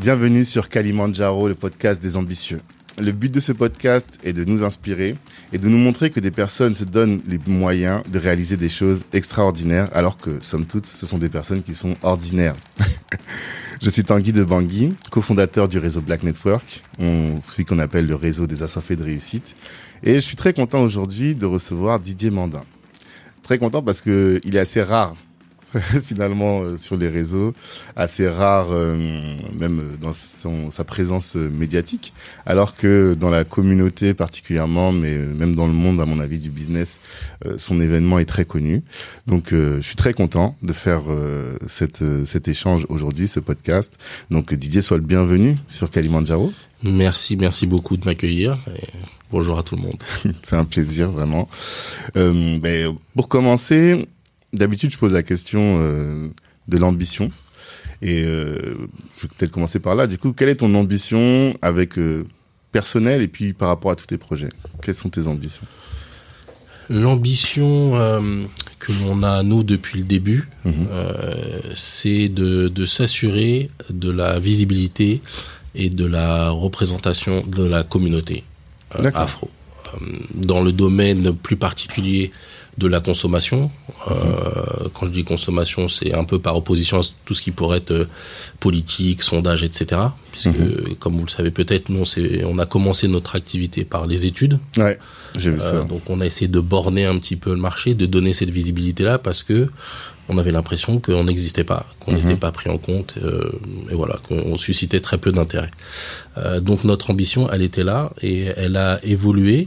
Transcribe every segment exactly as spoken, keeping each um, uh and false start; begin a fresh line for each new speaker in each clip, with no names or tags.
Bienvenue sur Kalimandjaro, le podcast des ambitieux. Le but de ce podcast est de nous inspirer et de nous montrer que des personnes se donnent les moyens de réaliser des choses extraordinaires alors que, somme toute, ce sont des personnes qui sont ordinaires. Je suis Tanguy de Bangui, cofondateur du réseau Black Network, on, celui qu'on appelle le réseau des assoiffés de réussite. Et je suis très content aujourd'hui de recevoir Didier Mandin. Très content parce que il est assez rare finalement euh, sur les réseaux, assez rare euh, même dans son, sa présence euh, médiatique, alors que dans la communauté particulièrement, mais même dans le monde à mon avis du business, euh, son événement est très connu. Donc euh, je suis très content de faire euh, cette, euh, cet échange aujourd'hui, ce podcast. Donc Didier, sois le bienvenu sur Kalimandjaro.
Merci, merci beaucoup de m'accueillir et bonjour à tout le monde.
C'est un plaisir vraiment. Euh, ben, pour commencer, d'habitude, je pose la question euh, de l'ambition. Et euh, je vais peut-être commencer par là. Du coup, quelle est ton ambition avec euh, personnel et puis par rapport à tous tes projets? Quelles sont tes ambitions?
L'ambition euh, que l'on a, nous, depuis le début, mmh. euh, c'est de, de s'assurer de la visibilité et de la représentation de la communauté euh, afro. Euh, dans le domaine plus particulier de la consommation. Euh, mmh. Quand je dis consommation, c'est un peu par opposition à tout ce qui pourrait être euh, politique, sondage, et cetera. Puisque, mmh. comme vous le savez peut-être, nous, c'est, on a commencé notre activité par les études.
Ouais, j'ai vu
euh,
ça.
Donc, on a essayé de borner un petit peu le marché, de donner cette visibilité-là, parce que on avait l'impression qu'on n'existait pas, qu'on n'était mmh. pas pris en compte, euh, et voilà, qu'on suscitait très peu d'intérêt. Euh, donc, notre ambition, elle était là, et elle a évolué.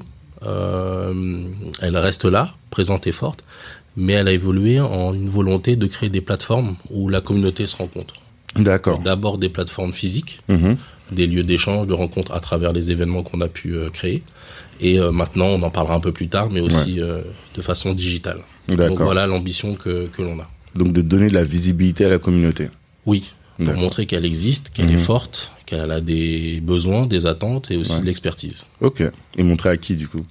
Euh, elle reste là, présente et forte, mais elle a évolué en une volonté de créer des plateformes où la communauté se rencontre.
D'accord.
D'abord des plateformes physiques,
mmh. des
lieux d'échange, de rencontres à travers les événements qu'on a pu euh, créer. Et euh, maintenant, on en parlera un peu plus tard, mais aussi ouais. euh, de façon digitale.
D'accord.
Donc voilà l'ambition que, que l'on a.
Donc de donner de la visibilité à la communauté.
Oui, pour D'accord. montrer qu'elle existe, qu'elle mmh. est forte, qu'elle a des besoins, des attentes et aussi
ouais.
de l'expertise.
Ok. Et montrer à qui, du coup?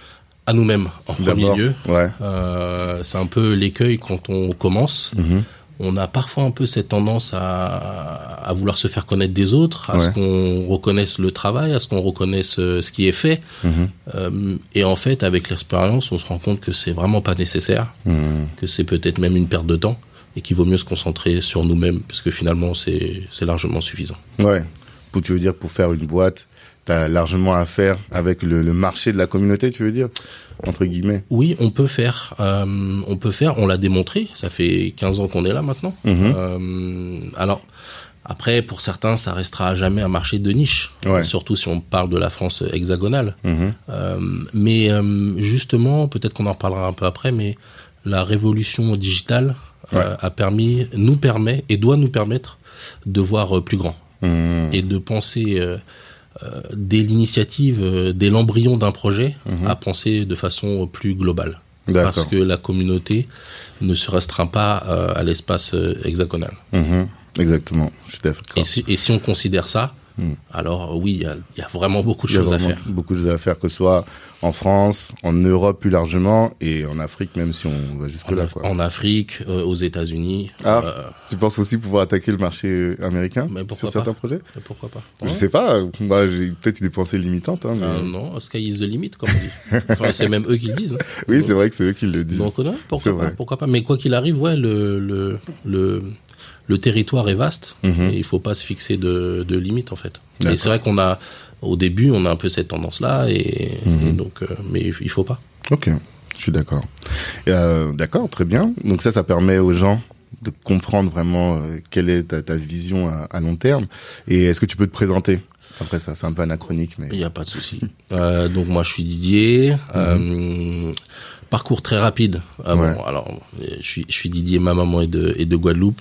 À nous-mêmes, en
D'abord,
premier lieu.
Ouais.
Euh, c'est un peu l'écueil quand on commence. Mmh. On a parfois un peu cette tendance à, à vouloir se faire connaître des autres, à ouais. ce qu'on reconnaisse le travail, à ce qu'on reconnaisse ce qui est fait. Mmh. Euh, et en fait, avec l'expérience, on se rend compte que c'est vraiment pas nécessaire, mmh. que c'est peut-être même une perte de temps et qu'il vaut mieux se concentrer sur nous-mêmes parce que finalement, c'est, c'est largement suffisant.
Ouais. Pour, tu veux dire, pour faire une boîte, t'as largement à faire avec le, le marché de la communauté, tu veux dire, entre guillemets.
Oui, on peut faire. Euh, on peut faire. On l'a démontré. Ça fait quinze ans qu'on est là maintenant. Mmh. Euh, alors, après, pour certains, ça restera à jamais un marché de niche. Ouais. Surtout si on parle de la France hexagonale. Mmh. Euh, mais euh, justement, peut-être qu'on en reparlera un peu après, mais la révolution digitale ouais. euh, a permis, nous permet et doit nous permettre de voir plus grand mmh. et de penser. Euh, Euh, dès l'initiative, euh, dès l'embryon d'un projet, mmh. à penser de façon plus globale. D'accord. Parce que la communauté ne se restreint pas euh, à l'espace euh, hexagonal.
Mmh. Exactement, je suis d'accord.
Et si, et si on considère ça, mmh. alors oui, il y a, y a vraiment beaucoup de choses à faire.
Beaucoup de choses à faire, que ce soit en France, en Europe plus largement, et en Afrique, même si on va jusque-là.
En,
quoi.
en Afrique, euh, aux États-Unis.
Ah, euh... tu penses aussi pouvoir attaquer le marché américain sur certains
pas.
projets?
Mais pourquoi pas?
Je ouais. sais pas, bah, j'ai peut-être des pensées limitantes. Hein, mais...
euh, non, sky is the limit, comme on dit. Enfin, c'est même eux qui le disent. Hein.
Oui,
Donc,
c'est vrai que c'est eux qui le disent.
Donc, non, pourquoi pas, pourquoi pas. Mais quoi qu'il arrive, ouais, le, le, le, le territoire est vaste, mm-hmm. et il faut pas se fixer de, de limites, en fait. D'accord. Et c'est vrai qu'on a, au début, on a un peu cette tendance-là, et, mmh. et donc, euh, mais il faut pas.
Ok, je suis d'accord. Euh, d'accord, très bien. Donc ça, ça permet aux gens de comprendre vraiment euh, quelle est ta, ta vision à, à long terme. Et est-ce que tu peux te présenter? Après ça, c'est un peu anachronique, mais...
Il n'y a pas de souci. euh, donc moi, je suis Didier. Mmh. Euh, parcours très rapide. Euh, ouais. Bon, alors, je suis, je suis Didier, ma maman est de, est de Guadeloupe.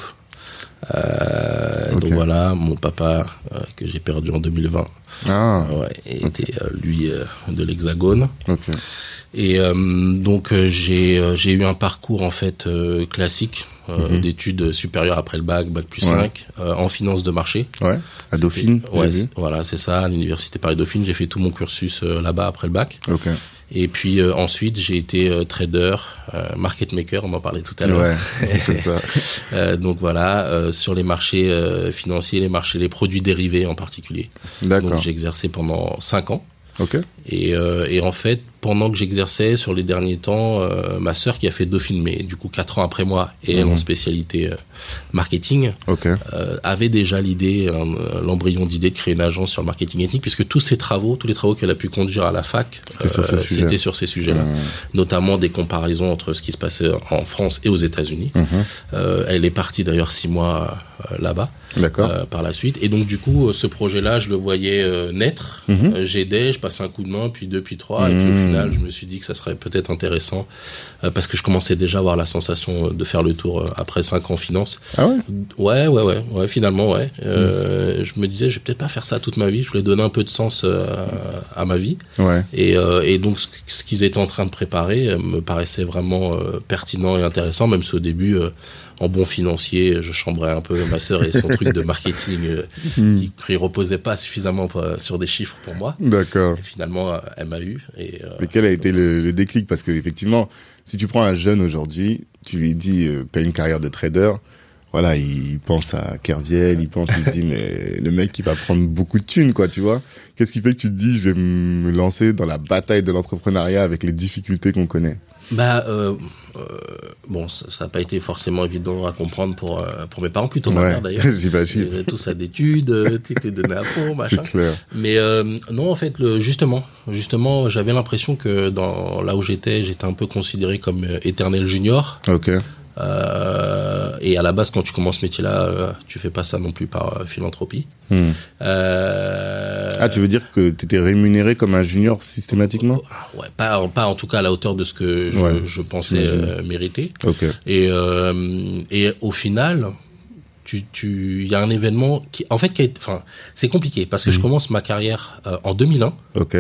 Euh, okay. Donc voilà, mon papa euh, que j'ai perdu en deux mille vingt, ah, ouais, était okay. euh, lui euh, de l'Hexagone. Okay. Et euh, donc euh, j'ai euh, j'ai eu un parcours en fait euh, classique euh, mm-hmm. d'études supérieures après le bac, bac plus ouais. cinq, euh, en finance de marché.
Ouais. À Dauphine.
Ouais, c'est, voilà, c'est ça, à l'université Paris Dauphine. J'ai fait tout mon cursus euh, là-bas après le bac.
Okay.
Et puis euh, ensuite, j'ai été euh, trader, euh, market maker, on en parlait tout à l'heure.
Ouais, c'est ça.
euh, donc voilà, euh, sur les marchés euh, financiers, les marchés, les produits dérivés en particulier.
D'accord.
Donc j'ai exercé pendant cinq ans.
Ok.
Et, euh, et en fait, pendant que j'exerçais, sur les derniers temps, euh, ma sœur qui a fait Dauphine, mais du coup quatre ans après moi, et elle
Mhm.
en spécialité euh, marketing,
Ok.
euh, avait déjà l'idée, euh, l'embryon d'idée de créer une agence sur le marketing ethnique, puisque tous ses travaux, tous les travaux qu'elle a pu conduire à la fac,
C'était sur ce
euh,
sujet.
c'était sur ces sujets-là,
Mhm.
notamment des comparaisons entre ce qui se passait en France et aux États-Unis.
Mhm.
Euh, elle est partie d'ailleurs six mois euh, là-bas.
D'accord.
Euh, par la suite. Et donc du coup, ce projet-là, je le voyais euh, naître.
Mhm.
Euh, j'aidais, je passais un coup de main, puis deux, puis trois. Et puis
Mhm.
au final, je me suis dit que ça serait peut-être intéressant euh, parce que je commençais déjà à avoir la sensation de faire le tour euh, après cinq ans en finance.
Ah ouais.
Ouais, ouais, ouais, ouais. Finalement, ouais. Euh, mhm. Je me disais, je vais peut-être pas faire ça toute ma vie. Je voulais donner un peu de sens euh, à ma vie.
Ouais.
Et, euh, et donc ce, ce qu'ils étaient en train de préparer euh, me paraissait vraiment euh, pertinent et intéressant, même si au début. Euh, En bon financier, je chambrais un peu ma sœur et son truc de marketing euh,
Mm.
qui, qui reposait pas suffisamment euh, sur des chiffres pour moi.
D'accord.
Et finalement, euh, elle m'a eu. Et, euh,
Mais quel a été le, le déclic? Parce que effectivement, si tu prends un jeune aujourd'hui, tu lui dis euh, t'as une carrière de trader, voilà, il pense à Kerviel, il pense, il se dit mais le mec il va prendre beaucoup de thunes, quoi, tu vois. Qu'est-ce qui fait que tu te dis je vais me lancer dans la bataille de l'entrepreneuriat avec les difficultés qu'on connaît?
Bah euh, euh, bon, ça n'a pas été forcément évident à comprendre pour euh, pour mes parents, plutôt ma
Ouais,
mère d'ailleurs.
j'imagine.
Ils avaient tous ça d'études, euh, tu t'es donné à fond, machin.
C'est clair.
Mais euh, non, en fait, le, justement, justement, j'avais l'impression que dans là où j'étais, j'étais un peu considéré comme euh, éternel junior.
Ok.
Euh, et à la base, quand tu commences ce métier-là, euh, tu fais pas ça non plus par euh, philanthropie.
Hmm.
Euh,
Ah, tu veux dire que tu étais rémunéré comme un junior systématiquement?
Ouais, pas, pas en tout cas à la hauteur de ce que je,
Ouais,
je pensais euh, mériter.
Ok.
Et, euh, et au final, tu, tu, il y a un événement qui, en fait, qui a été, enfin, c'est compliqué parce que mmh. je commence ma carrière euh, en deux mille un.
Ok.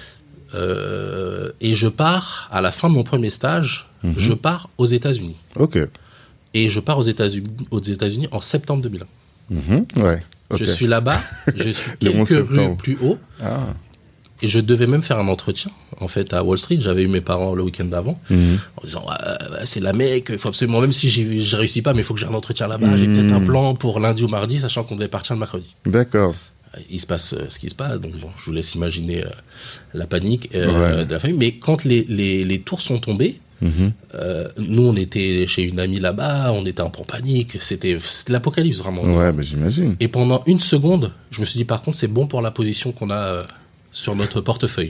Euh, et je pars à la fin de mon premier stage. Mmh. Je pars aux États-Unis.
Ok.
Et je pars aux États-Unis, aux États-Unis en septembre deux mille un.
Mmh. Ouais. Okay.
Je suis là-bas. Je suis quelques rues plus haut.
Ah.
Et je devais même faire un entretien, en fait, à Wall Street. J'avais eu mes parents le week-end d'avant, mmh. en disant, ouais, c'est la Mecque, il faut absolument, même si je réussis pas, mais il faut que j'ai un entretien là-bas. Mmh. J'ai peut-être un plan pour lundi ou mardi, sachant qu'on devait partir le mercredi.
D'accord.
Il se passe euh, ce qui se passe, donc bon, je vous laisse imaginer euh, la panique euh, ouais. de la famille. Mais quand les, les, les tours sont tombés, mmh. euh, nous, on était chez une amie là-bas, on était un peu en panique, c'était, c'était l'apocalypse, vraiment.
Ouais, mais j'imagine.
Et pendant une seconde, je me suis dit, par contre, c'est bon pour la position qu'on a... Euh, sur notre portefeuille.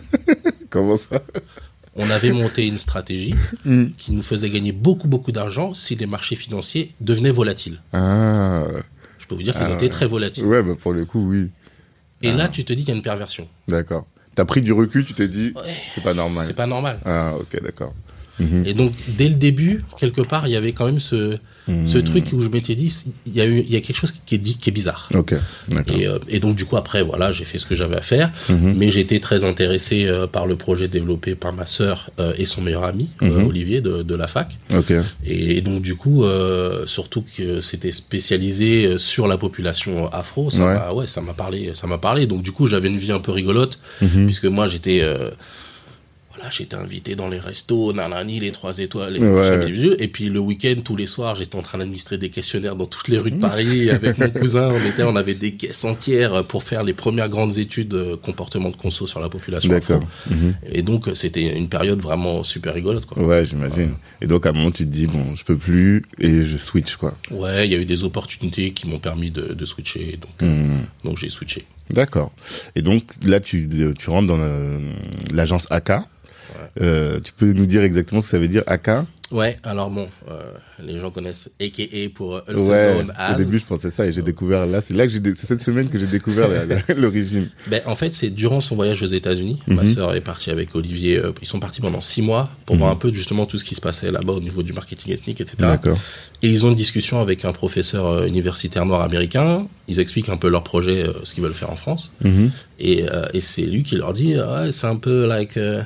Comment ça?
On avait monté une stratégie mm. qui nous faisait gagner beaucoup, beaucoup d'argent si les marchés financiers devenaient volatiles. Ah. Je peux vous dire qu'ils ah. ont été très volatiles.
Ouais, bah pour le coup, oui.
Et
ah.
là, tu te dis qu'il y a une perversion.
D'accord. T'as pris du recul, tu t'es dit, ouais, c'est pas normal.
C'est pas normal.
Ah, ok, d'accord.
Mm-hmm. Et donc, dès le début, quelque part, il y avait quand même ce... Mmh. Ce truc où je m'étais dit, il y a eu, il y a quelque chose qui est dit, qui est bizarre.
Ok, d'accord.
Et, euh, et donc du coup après, voilà, j'ai fait ce que j'avais à faire, mmh. mais j'ai été très intéressé euh, par le projet développé par ma sœur euh, et son meilleur ami mmh. euh, Olivier de, de la fac.
Ok.
Et, et donc du coup, euh, surtout que c'était spécialisé sur la population afro, ça ouais. m'a, ouais, ça m'a parlé, ça m'a parlé. Donc du coup, j'avais une vie un peu rigolote mmh. puisque moi j'étais euh, Voilà, j'étais invité dans les restos, nanani, les trois étoiles, les ouais. et puis le week-end, tous les soirs, j'étais en train d'administrer des questionnaires dans toutes les rues de Paris avec mon cousin. On était, on avait des caisses entières pour faire les premières grandes études de comportement de conso sur la population.
D'accord.
Mmh. Et donc, c'était une période vraiment super rigolote, quoi.
Ouais, j'imagine. Ouais. Et donc, à un moment, tu te dis, bon, je peux plus, et je switch, quoi.
Ouais, il y a eu des opportunités qui m'ont permis de, de switcher, donc, mmh. euh, donc j'ai switché.
D'accord. Et donc, là, tu, tu rentres dans le, l'agence A K. Ouais. Euh, tu peux nous dire exactement ce que ça veut dire A K?
Ouais, alors bon, euh, les gens connaissent A K A pour also
ouais,
known as.
Au début, je pensais ça et j'ai découvert là. C'est là que j'ai, dé... c'est cette semaine que j'ai découvert la, la, l'origine.
Ben en fait, c'est durant son voyage aux États-Unis. Mm-hmm. Ma sœur est partie avec Olivier. Euh, ils sont partis pendant six mois pour mm-hmm. voir un peu justement tout ce qui se passait là-bas au niveau du marketing ethnique, et cetera.
D'accord.
Et ils ont une discussion avec un professeur euh, universitaire noir américain. Ils expliquent un peu leur projet, euh, ce qu'ils veulent faire en France. Mm-hmm. Et, euh, et c'est lui qui leur dit, ouais, c'est un peu like. Euh,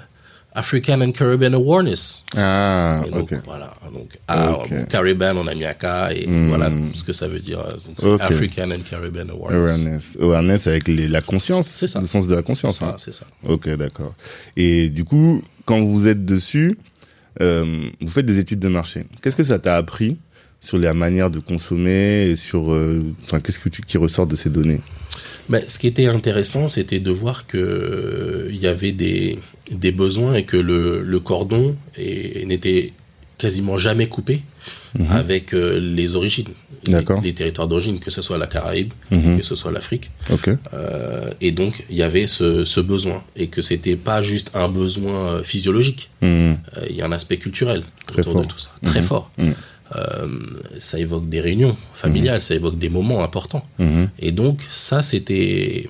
African and Caribbean Awareness.
Ah,
et donc,
ok.
Voilà. Donc, à,
Okay.
bon, Caribbean, on a mis un K et
Mm.
voilà ce que ça veut dire. Donc, c'est
Okay.
African and Caribbean Awareness.
Awareness. Awareness avec les, la conscience.
C'est ça.
Le sens de la conscience.
C'est
hein.
ça, c'est ça.
Ok, d'accord. Et du coup, quand vous êtes dessus, euh, vous faites des études de marché. Qu'est-ce que ça t'a appris sur la manière de consommer et sur, euh, enfin, qu'est-ce que tu, qui ressort de ces données?
Mais ce qui était intéressant, c'était de voir que euh, il y avait des des besoins et que le le cordon est- n'était quasiment jamais coupé
Mhm.
avec euh, les origines, les,
D'accord.
les territoires d'origine, que ce soit la Caraïbe,
Mhm.
que ce soit l'Afrique.
Ok.
Euh, et donc il y avait ce ce besoin et que c'était pas juste un besoin euh, physiologique.
Mhm.
Euh, Il y a un aspect culturel
Très
autour
fort.
de tout ça, très
Mhm.
fort.
Mhm.
Euh, ça évoque des réunions familiales, ça évoque des moments importants.
Mhm.
Et donc, ça, c'était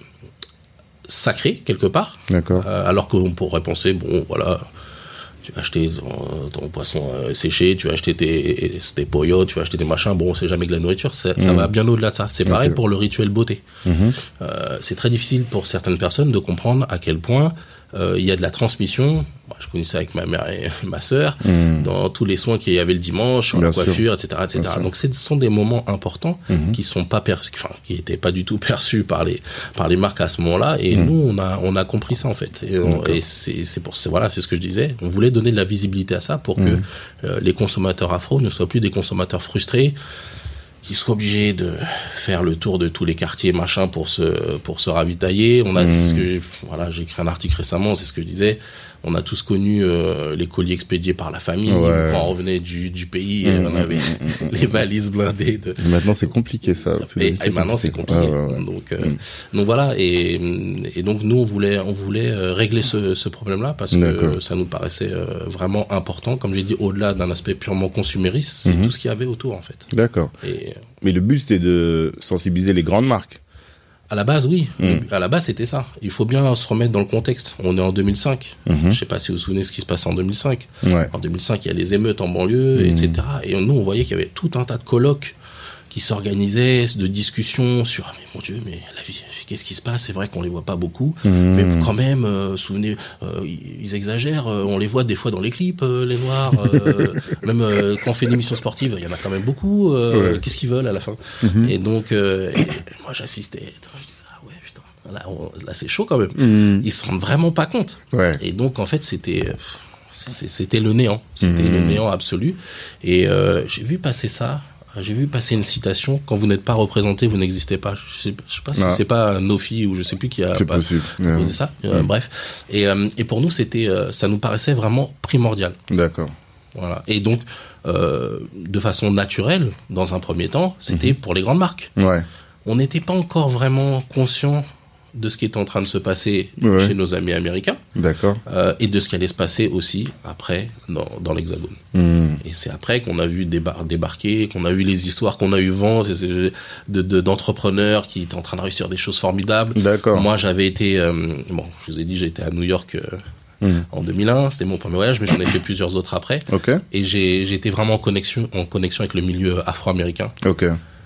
sacré, quelque part.
D'accord.
Euh, alors qu'on pourrait penser, bon, voilà, tu vas acheter ton, ton poisson euh, séché, tu vas acheter tes, tes pollos, tu vas acheter des machins, bon, c'est jamais que la nourriture, ça, ça
Mhm.
va bien au-delà de ça. C'est pareil
Ok.
pour le rituel beauté.
Mhm.
Euh, c'est très difficile pour certaines personnes de comprendre à quel point euh, il y a de la transmission. Moi, je connais ça avec ma mère et ma sœur,
Mhm.
dans tous les soins qu'il y avait le dimanche, sur la
Bien sûr.
coiffure, et cetera, et
Bien
cetera.
sûr.
Donc, ce sont des moments importants
Mhm.
qui sont pas perçus, enfin, qui étaient pas du tout perçus par les par les marques à ce moment-là. Et
Mhm.
nous, on a on a compris ça en fait. Et, on-
D'accord.
et c'est c'est pour c'est voilà, c'est ce que je disais. On voulait donner de la visibilité à ça pour
Mhm.
que euh, les consommateurs afro ne soient plus des consommateurs frustrés, qui soient obligés de faire le tour de tous les quartiers machin pour se pour se ravitailler. On a
Mhm.
ce que voilà, j'ai écrit un article récemment, c'est ce que je disais. On a tous connu euh, les colis expédiés par la famille
Ouais.
quand on revenait du du pays,
Mhm.
et on avait les valises blindées de
Maintenant, c'est compliqué, ça.
et, et maintenant c'est compliqué.
Ouais, ouais, ouais.
Donc, euh,
Mm.
donc voilà. Et, et donc nous on voulait, on voulait euh, régler ce, ce problème-là parce que
D'accord.
ça nous paraissait euh, vraiment important. Comme j'ai dit, au-delà d'un aspect purement consumériste, c'est
Mhm.
tout ce qu'il y avait autour en fait.
D'accord.
Et
Mais le but, c'était de sensibiliser les grandes marques.
à la base, oui.
Mm.
À la base, c'était ça. Il faut bien se remettre dans le contexte. On est en deux mille cinq.
Mhm.
Je sais pas si vous vous souvenez ce qui se passe en deux mille cinq.
Ouais.
En deux mille cinq, il y a les émeutes en banlieue,
Mhm.
et cetera. Et nous, on voyait qu'il y avait tout un tas de colloques qui s'organisaient, de discussions sur ah, mais mon Dieu, mais la vie, qu'est-ce qui se passe? C'est vrai qu'on les voit pas beaucoup,
Mhm.
mais quand même, euh, souvenez, euh, ils exagèrent. euh, on les voit des fois dans les clips, euh, les noirs. euh, même euh, quand on fait une émission sportive, il y en a quand même beaucoup. euh,
Ouais.
Qu'est-ce qu'ils veulent à la fin?
Mhm.
Et donc, euh, et moi, j'assistais. Je disais ah ouais, putain, là, on- là c'est chaud quand même.
Mhm.
Ils se rendent vraiment pas compte.
Ouais.
Et donc, en fait, c'était, euh, c'est- c'était le néant. C'était
Mhm.
le néant absolu. Et euh, j'ai vu passer ça. J'ai vu passer une citation. Quand vous n'êtes pas représenté, vous n'existez pas. Je sais, je sais pas si
Ah.
c'est pas Nofi ou je sais plus qui a
C'est
pas
possible.
posé
Ouais.
ça. Euh, bref. Et, euh, et pour nous, c'était, euh, ça nous paraissait vraiment primordial.
D'accord.
Voilà. Et donc, euh, de façon naturelle, dans un premier temps, c'était pour les grandes marques.
Ouais.
On n'était pas encore vraiment conscient de ce qui était en train de se passer
Ouais.
chez nos amis américains.
D'accord.
Euh, et de ce qui allait se passer aussi après dans, dans l'Hexagone.
Mhm.
Et c'est après qu'on a vu débar- débarquer, qu'on a eu les histoires, qu'on a eu vent c'est- c'est- de, de, d'entrepreneurs qui étaient en train de réussir des choses formidables.
D'accord.
Moi, j'avais été, euh, bon, je vous ai dit, j'ai été à New York euh,
Mhm.
en deux mille un, c'était mon premier voyage, mais j'en ai fait plusieurs autres après.
Ok.
Et j'ai, j'ai été vraiment en connexion, en connexion avec le milieu afro-américain.
Ok.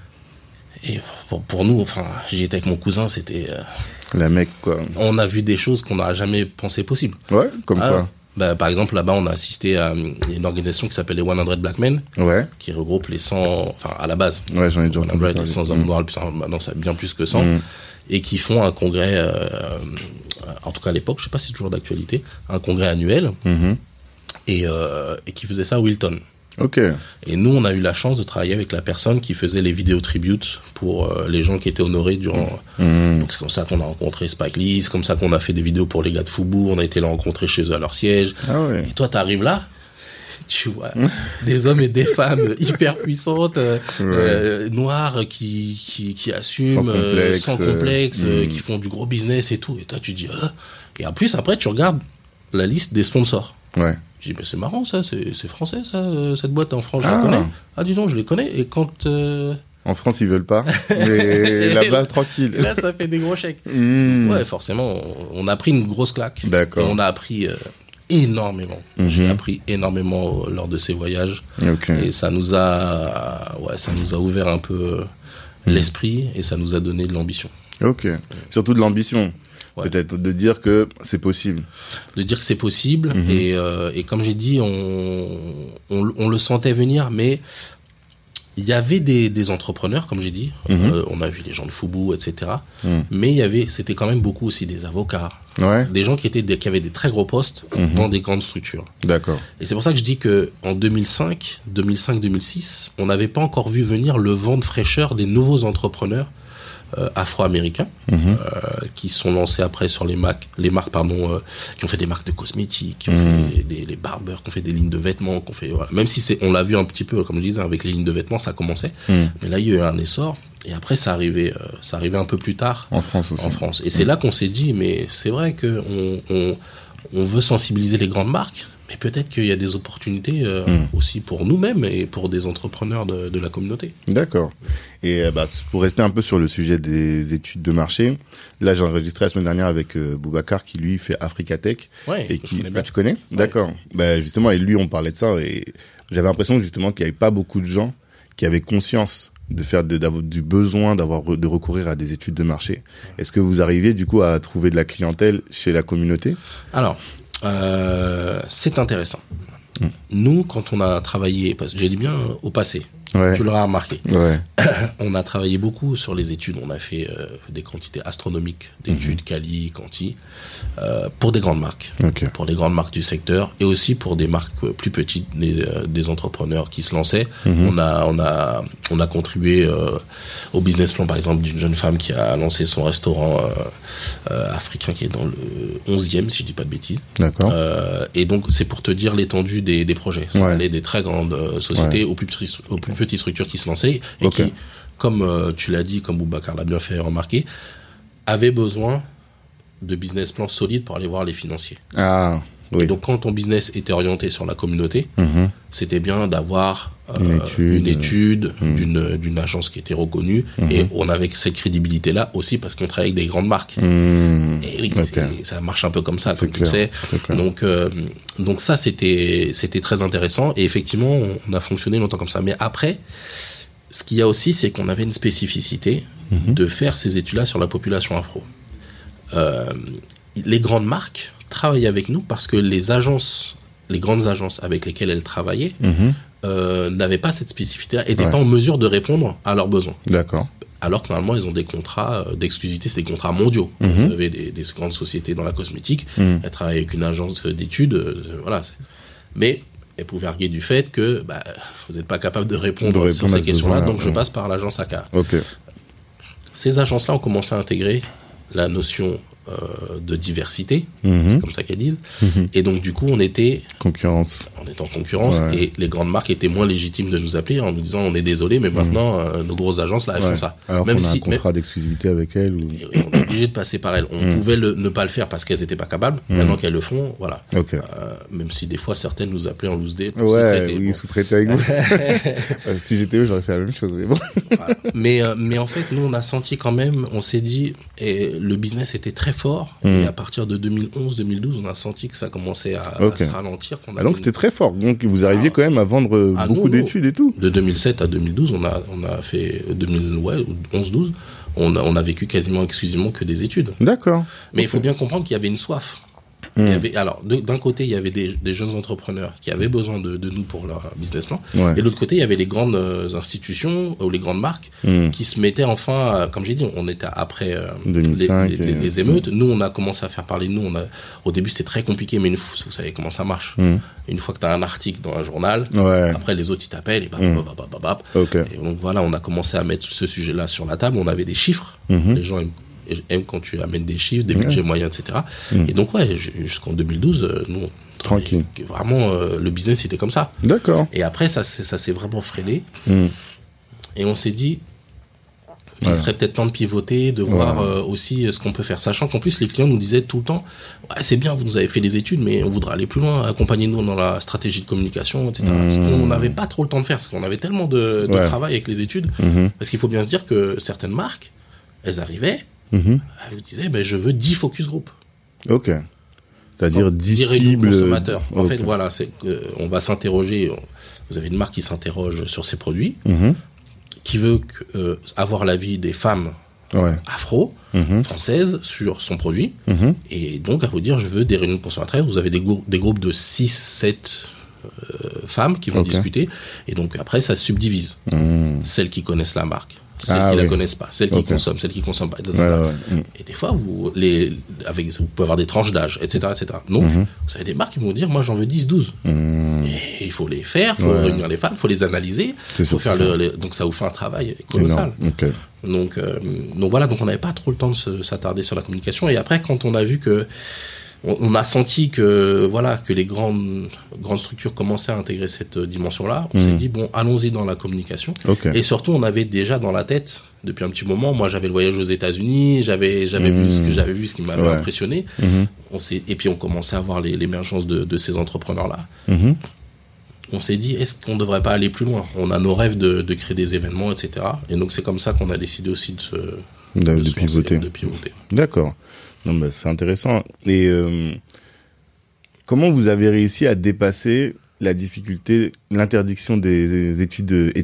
Et pour, pour nous, enfin, j'y étais avec mon cousin, c'était, euh,
La mec, quoi.
on a vu des choses qu'on n'aurait jamais pensé possibles.
Ouais, comme
Ah,
quoi.
bah, par exemple, là-bas, on a assisté à euh, une organisation qui s'appelle les cent Black Men,
Ouais.
qui regroupe les cent, enfin, à la base,
Ouais, j'en ai déjà
cent
entendu
les
parler.
cent hommes noirs, puis maintenant, c'est bien plus que cent,
Mhm.
et qui font un congrès, euh, euh, en tout cas à l'époque, je sais pas si c'est toujours d'actualité, un congrès annuel,
Mhm.
et, euh, et qui faisait ça à Wilton.
Ok.
Et nous, on a eu la chance de travailler avec la personne qui faisait les vidéos tributes pour euh, les gens qui étaient honorés durant.
Mhm.
Donc c'est comme ça qu'on a rencontré Spike Lee, c'est comme ça qu'on a fait des vidéos pour les gars de Fubu, on a été les rencontrer chez eux à leur siège.
Ah ouais.
Et toi, t'arrives là, tu vois des hommes et des femmes hyper puissantes, euh,
Ouais.
euh, noirs qui qui, qui assument
Sans
euh,
complexe,
sans complexe,
euh,
euh,
mm.
qui font du gros business et tout. Et toi, tu dis ah. Et en plus après, tu regardes la liste des sponsors.
Ouais.
Je dis, mais c'est marrant ça, c'est, c'est français ça, euh, cette boîte en France, je
Ah.
la connais. Ah, dis donc, je les connais. Et quand. Euh...
En France, ils veulent pas. Mais là-bas, tranquille.
Et là, ça fait des gros chèques.
Mhm.
Ouais, forcément, on, on a pris une grosse claque.
D'accord.
Et on a appris euh, énormément.
Mhm.
J'ai appris énormément euh, lors de ces voyages.
Ok.
Et ça nous a. Ouais, ça nous a ouvert un peu euh,
Mhm.
l'esprit et ça nous a donné de l'ambition.
Ok. Surtout de l'ambition.
Ouais.
Peut-être de dire que c'est possible.
De dire que c'est possible. Mm-hmm. Et, euh, et comme j'ai dit, on, on, on le sentait venir, mais il y avait des, des entrepreneurs, comme j'ai dit. Mm-hmm. Euh, on a vu les gens de Fubu, et cetera. Mm. Mais il y avait, c'était quand même beaucoup aussi des avocats.
Ouais.
Des gens qui étaient, qui avaient des très gros postes mm-hmm. dans des grandes structures.
D'accord.
Et c'est pour ça que je dis que en deux mille cinq, deux mille cinq, deux mille six, on n'avait pas encore vu venir le vent de fraîcheur des nouveaux entrepreneurs Euh, afro-américains mmh. euh, qui sont lancés après sur les marques, les marques pardon, euh, qui ont fait des marques de cosmétiques, qui ont mmh. fait des, les barbeurs, qui ont fait des lignes de vêtements, qui ont fait voilà. Même si c'est, on l'a vu un petit peu, comme je disais, avec les lignes de vêtements, ça commençait, mmh. mais là il y a eu un essor. Et après, ça arrivait, euh, ça arrivait un peu plus tard
en France aussi.
En France. Et mmh. c'est là qu'on s'est dit, mais c'est vrai que on, on, on veut sensibiliser les grandes marques. Mais peut-être qu'il y a des opportunités euh, mmh. aussi pour nous-mêmes et pour des entrepreneurs de, de la communauté.
D'accord. Et euh, bah, pour rester un peu sur le sujet des études de marché, là j'ai enregistré la semaine dernière avec euh, Boubacar qui lui fait Africa Tech.
Ouais,
et qui,
ah,
tu connais
ouais.
D'accord. Bah, justement, et lui on parlait de ça et j'avais l'impression justement qu'il n'y avait pas beaucoup de gens qui avaient conscience de faire de, d'avoir du besoin d'avoir de recourir à des études de marché. Est-ce que vous arrivez du coup à trouver de la clientèle chez la communauté?
Alors. Euh, c'est intéressant. Mmh. Nous, quand on a travaillé, parce que j'ai dit bien au passé,
ouais.
tu l'auras remarqué,
ouais.
on a travaillé beaucoup sur les études. On a fait euh, des quantités astronomiques d'études, mmh. Quali, Quanti, euh, pour des grandes marques,
okay.
pour des grandes marques du secteur, et aussi pour des marques plus petites, des, euh, des entrepreneurs qui se lançaient. Mmh. On a, on a, on a contribué euh, au business plan, par exemple, d'une jeune femme qui a lancé son restaurant euh, euh, africain qui est dans le onzième, si je dis pas de bêtises.
D'accord.
Euh, et donc, c'est pour te dire l'étendue des, des projets. Ça
ouais.
allait des très grandes euh, sociétés ouais. aux, plus petits, aux plus petites structures qui se lançaient et
okay.
qui, comme euh, tu l'as dit, comme Boubacar l'a bien fait remarquer, avaient besoin de business plans solides pour aller voir les financiers.
Ah, oui.
Et donc, quand ton business était orienté sur la communauté, mmh. c'était bien d'avoir euh,
une étude,
une étude
mmh.
d'une, d'une agence qui était reconnue. Mmh. Et on avait cette crédibilité-là aussi parce qu'on travaillait avec des grandes marques.
Mmh.
Et oui,
okay.
ça marche un peu comme ça,
c'est
comme
clair.
tu sais. Donc, euh, donc ça, c'était, c'était très intéressant. Et effectivement, on, on a fonctionné longtemps comme ça. Mais après, ce qu'il y a aussi, c'est qu'on avait une spécificité mmh. de faire ces études-là sur la population afro. Euh, les grandes marques travaillaient avec nous parce que les agences, les grandes agences avec lesquelles elles travaillaient, mmh. euh, n'avaient pas cette spécificité-là, n'étaient ouais. pas en mesure de répondre à leurs besoins.
D'accord.
Alors que normalement, ils ont des contrats d'exclusivité, c'est des contrats mondiaux. Mmh. Vous avez des, des grandes sociétés dans la cosmétique, mmh. elles travaillent avec une agence d'études, euh, voilà. Mais elles pouvaient arguer du fait que bah, vous n'êtes pas capable de répondre, de répondre sur ces questions-là, besoin, donc ouais. je passe par l'agence A C A.
Okay.
Ces agences-là ont commencé à intégrer la notion euh, de diversité,
mmh.
c'est comme ça qu'elles disent, mmh. et donc du coup on était
concurrence,
on était en concurrence,
ouais.
et les grandes marques étaient moins légitimes de nous appeler en nous disant on est désolé, mais maintenant mmh. euh, nos grosses agences là elles ouais. font ça.
Alors même qu'on a si, un contrat mais, d'exclusivité avec elles. Ou...
on est obligé de passer par elles. On mmh. pouvait le, ne pas le faire parce qu'elles n'étaient pas capables. Mmh. Maintenant qu'elles le font, voilà.
Okay.
Euh, même si des fois certaines nous appelaient en loose day.
Ouais, sous-traiter, oui, bon. sous-traiter avec vous. euh, si j'étais eux, j'aurais fait la même chose. Mais bon.
Voilà. Mais euh, mais en fait, nous on a senti quand même, on s'est dit, et le business était très fort. Mmh. Et à partir de deux mille onze deux mille douze, on a senti que ça commençait à, okay. à se ralentir. Qu'on
ah donc c'était une... très fort. Donc vous arriviez ah. quand même à vendre ah, beaucoup non, d'études et tout.
De deux mille sept à deux mille douze, on a on a fait deux mille onze douze, on a on a vécu quasiment exclusivement que des études.
D'accord.
Mais il okay. faut bien comprendre qu'il y avait une soif. Mmh. Il y avait, alors, de, d'un côté, il y avait des, des jeunes entrepreneurs qui avaient besoin de, de nous pour leur business plan. Ouais. Et de l'autre côté, il y avait les grandes institutions ou les grandes marques mmh. qui se mettaient enfin, comme j'ai dit, on était après euh, deux mille cinq les, les, et... les émeutes. Mmh. Nous, on a commencé à faire parler de nous. On a, au début, c'était très compliqué, mais une fois, vous savez comment ça marche. Mmh. Une fois que tu as un article dans un journal, ouais. après les autres, ils t'appellent et bap, mmh. bap, bap, bap, bap. Okay. Et donc voilà, on a commencé à mettre ce sujet-là sur la table. On avait des chiffres. Mmh. Les gens aime quand tu amènes des chiffres, des budgets ouais. moyens, et cetera. Mmh. Et donc, ouais, jusqu'en deux mille douze, euh, nous,
tranquille.
Vraiment, euh, le business, c'était comme ça.
D'accord.
Et après, ça, ça s'est vraiment freiné.
Mmh.
Et on s'est dit, il ouais. serait peut-être temps de pivoter, de voir ouais. euh, aussi ce qu'on peut faire. Sachant qu'en plus, les clients nous disaient tout le temps, ouais, c'est bien, vous nous avez fait des études, mais on voudrait aller plus loin, accompagnez-nous dans la stratégie de communication, et cetera. Mmh. Parce qu'on n'avait pas trop le temps de faire, parce qu'on avait tellement de, de ouais. travail avec les études. Mmh. Parce qu'il faut bien se dire que certaines marques, elles arrivaient, Mmh. elle vous disait, ben, je veux dix focus group.
Ok. C'est-à-dire donc, dix cibles.
consommateurs. En
okay.
fait, voilà, c'est, euh, on va s'interroger. Vous avez une marque qui s'interroge sur ses produits,
mmh.
qui veut que, euh, avoir l'avis des femmes
ouais.
afro, mmh. française, sur son produit.
Mmh. Et
donc, à vous dire, je veux des réunions de consommateurs. Vous avez des, go- des groupes de six, sept euh, femmes qui vont okay. discuter. Et donc, après, ça se subdivise. Mmh. Celles qui connaissent la marque. Celles ah, qui oui. la connaissent pas, celles qui okay. consomment, celles qui consomment pas, et cetera. Ouais, ouais. Et des fois, vous, les, avec, vous pouvez avoir des tranches d'âge, et cetera, et cetera. Donc, mm-hmm. vous avez des marques qui vont dire, moi, j'en veux dix, douze. Mm. Et il faut les faire, il faut ouais. réunir les femmes, il faut les analyser.
C'est
faut
sûr,
faire le, les, donc, ça vous fait un travail colossal.
Okay.
Donc, euh, donc voilà, donc on n'avait pas trop le temps de se, s'attarder sur la communication. Et après, quand on a vu que, on, on a senti que, voilà, que les grandes, grandes structures commençaient à intégrer cette dimension-là, on mm. s'est dit, bon, allons-y dans la communication. Okay. Et surtout, on avait déjà dans la tête, depuis un petit moment, moi j'avais le voyage aux États-Unis, j'avais j'avais mmh. vu ce que j'avais vu, ce qui m'avait ouais. impressionné. Mmh. On s'est et puis on commençait à voir les, l'émergence de, de ces entrepreneurs-là. Mmh. On s'est dit, est-ce qu'on devrait pas aller plus loin ? On a nos rêves de, de créer des événements, et cetera. Et donc c'est comme ça qu'on a décidé aussi de se
de, de, de, se pivoter.
de pivoter.
D'accord. Non, bah, c'est intéressant. Et euh, comment vous avez réussi à dépasser la difficulté, l'interdiction des, des études ethniques ?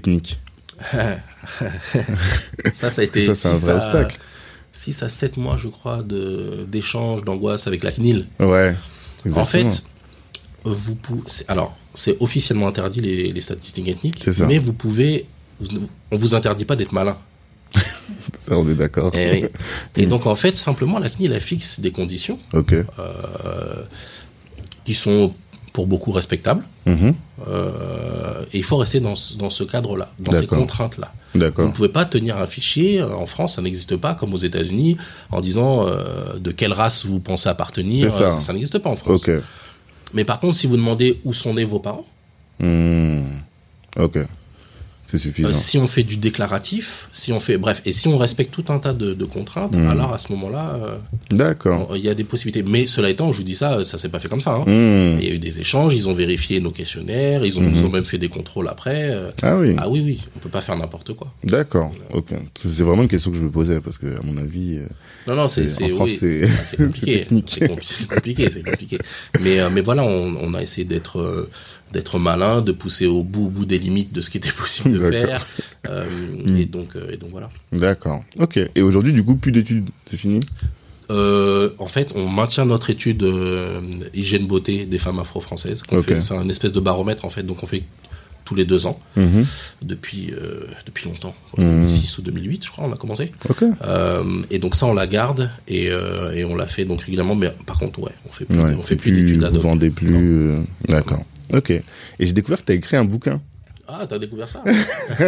ça, ça a été
ça, c'est un vrai obstacle.
six à sept mois, je crois, de, d'échanges, d'angoisse avec la C N I L.
Ouais, exactement.
En fait, vous pouvez, c'est, alors, c'est officiellement interdit les, les statistiques ethniques, mais vous pouvez, on vous interdit pas d'être malin.
Ça, on est d'accord.
Et, oui. Et donc, en fait, simplement, la C N I L, elle fixe des conditions
okay.
euh, qui sont pour beaucoup respectables.
Mmh.
Euh, et il faut rester dans, dans ce cadre-là, dans
D'accord.
ces contraintes-là.
D'accord.
Vous ne pouvez pas tenir un fichier, en France, ça n'existe pas, comme aux États-Unis, en disant euh, de quelle race vous pensez appartenir.
Ça.
Ça, ça n'existe pas en France.
Okay.
Mais par contre, si vous demandez où sont nés vos parents,
mmh. ok. C'est suffisant.
Euh, si on fait du déclaratif, si on fait, bref, et si on respecte tout un tas de, de contraintes, mmh. alors à ce moment-là, euh,
d'accord.
Il y a des possibilités. Mais cela étant, je vous dis ça, ça s'est pas fait comme ça. Hein. Mmh. Il y a eu des échanges, ils ont vérifié nos questionnaires, ils ont, mmh. ils ont même fait des contrôles après. Euh,
ah oui.
Ah oui, oui, on peut pas faire n'importe quoi.
D'accord. Ok. C'est vraiment une question que je me posais parce que, à mon avis, euh,
non, non, c'est, c'est,
en France,
oui,
c'est,
c'est compliqué.
c'est,
c'est, compli- c'est compliqué, c'est compliqué. Mais, euh, mais voilà, on, on a essayé d'être. Euh, d'être malin, de pousser au bout, au bout des limites de ce qui était possible de D'accord. faire. Euh, mmh. et, donc, euh, et donc voilà.
D'accord. Ok. Et aujourd'hui, du coup, plus d'études, c'est fini ?
euh, En fait, on maintient notre étude euh, hygiène beauté des femmes afro-françaises. Qu'on
okay.
fait, c'est un espèce de baromètre en fait, donc on fait tous les deux ans
mmh.
depuis euh, depuis longtemps,
mmh.
deux mille six ou deux mille huit, je crois, on a commencé.
Okay.
Euh, et donc ça, on la garde et euh, et on la fait donc régulièrement. Mais par contre, ouais, on fait plus,
ouais,
on fait plus,
plus
d'études
ad hoc. Vous vendez plus. Euh... D'accord.
Non.
Ok. Et j'ai découvert que tu as écrit un bouquin.
Ah, t'as découvert ça?
Je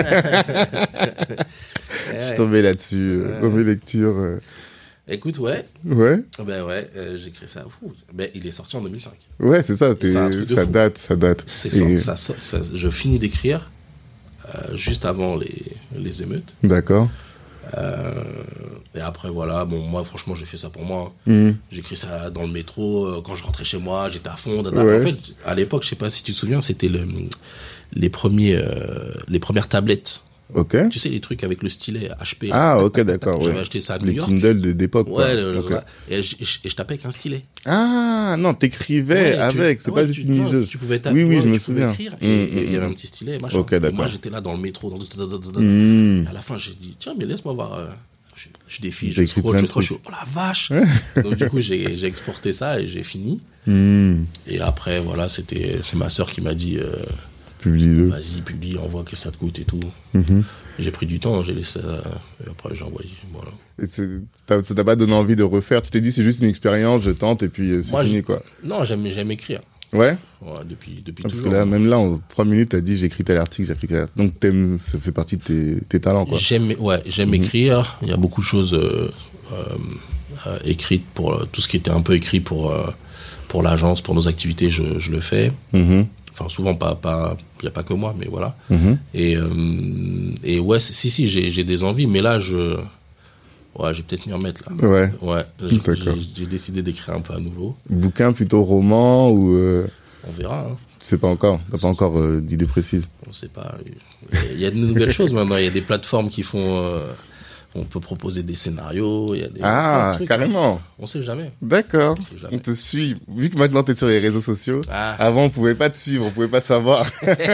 suis tombé là-dessus, euh, dans mes lectures. Euh...
Écoute, ouais.
Ouais.
Ben ouais, euh, j'ai écrit ça. Fou. Ben, il est sorti en deux mille cinq.
Ouais, c'est ça. T'es... Ça date, ça date.
C'est Et... ça, ça, ça. Je finis d'écrire euh, juste avant les, les émeutes.
D'accord.
Euh, et après voilà, bon moi franchement j'ai fait ça pour moi.
Mmh.
J'écris ça dans le métro euh, quand je rentrais chez moi, j'étais à fond.
Ouais.
En fait, à l'époque, je sais pas si tu te souviens, c'était le, les premiers, euh, les premières tablettes.
Ok.
Tu sais les trucs avec le stylet H P.
Ah ok d'accord.
J'avais
ouais.
acheté ça à New
les
York.
Les Kindle de, d'époque.
Ouais. Le,
okay.
voilà. Et, je, et, je, et je tapais avec un stylet.
Ah non, t'écrivais ouais, avec. C'est
ouais,
pas juste
tu,
une liseuse.
Tu pouvais taper.
Oui oui,
ouais,
je me
tu
souviens.
Écrire, et il mmh, mmh. y avait un petit stylet. Machin.
Ok d'accord.
Et moi j'étais là dans le métro. Dans...
Mmh.
À la fin j'ai dit tiens mais laisse-moi voir. Euh... Je, je défie, je scroll, je scroll, je suis oh la vache. Donc du coup j'ai, j'ai exporté ça et j'ai fini.
Mmh.
Et après voilà, c'était c'est ma sœur qui m'a dit euh,
publie-le.
Vas-y, publie, envoie, qu'est-ce que ça te coûte et tout.
Mmh.
J'ai pris du temps, j'ai laissé ça, et après j'ai envoyé, voilà.
Et c'est, t'as, ça t'a pas donné envie de refaire? Tu t'es dit c'est juste une expérience, je tente et puis c'est
Moi,
fini
j'ai...
quoi.
Non, j'aime, j'aime écrire.
Ouais.
Ouais, depuis, depuis
ah,
toujours.
Parce que là, même là, en trois minutes, t'as dit j'ai écrit tel article, j'ai écrit tel article. Donc t'aimes, ça fait partie de tes, tes talents quoi.
J'aime, ouais, j'aime mmh. écrire. Il y a beaucoup de choses euh, euh, euh, écrites pour euh, tout ce qui était un peu écrit pour euh, pour l'agence, pour nos activités, je, je le fais.
Mmh.
Enfin, souvent, pas, pas, il y a pas que moi, mais voilà.
Mmh.
Et, euh, et ouais, si, si, j'ai, j'ai des envies, mais là, je, ouais, je vais peut-être m'y remettre, là.
Ouais.
Ouais. J'ai, j'ai, j'ai décidé d'écrire un peu à nouveau.
Bouquin plutôt roman ou, euh...
On verra, hein.
Tu sais pas encore. T'as pas encore, euh, d'idée précise.
On sait pas. Il y a de nouvelles choses maintenant. Il y a des plateformes qui font, euh, On peut proposer des scénarios, il y a des
Ah,
trucs,
carrément.
Hein. On sait jamais.
D'accord.
On sait jamais.
On te suit. Vu que maintenant t'es sur les réseaux sociaux,
Ah.
avant on pouvait pas te suivre, on pouvait pas savoir.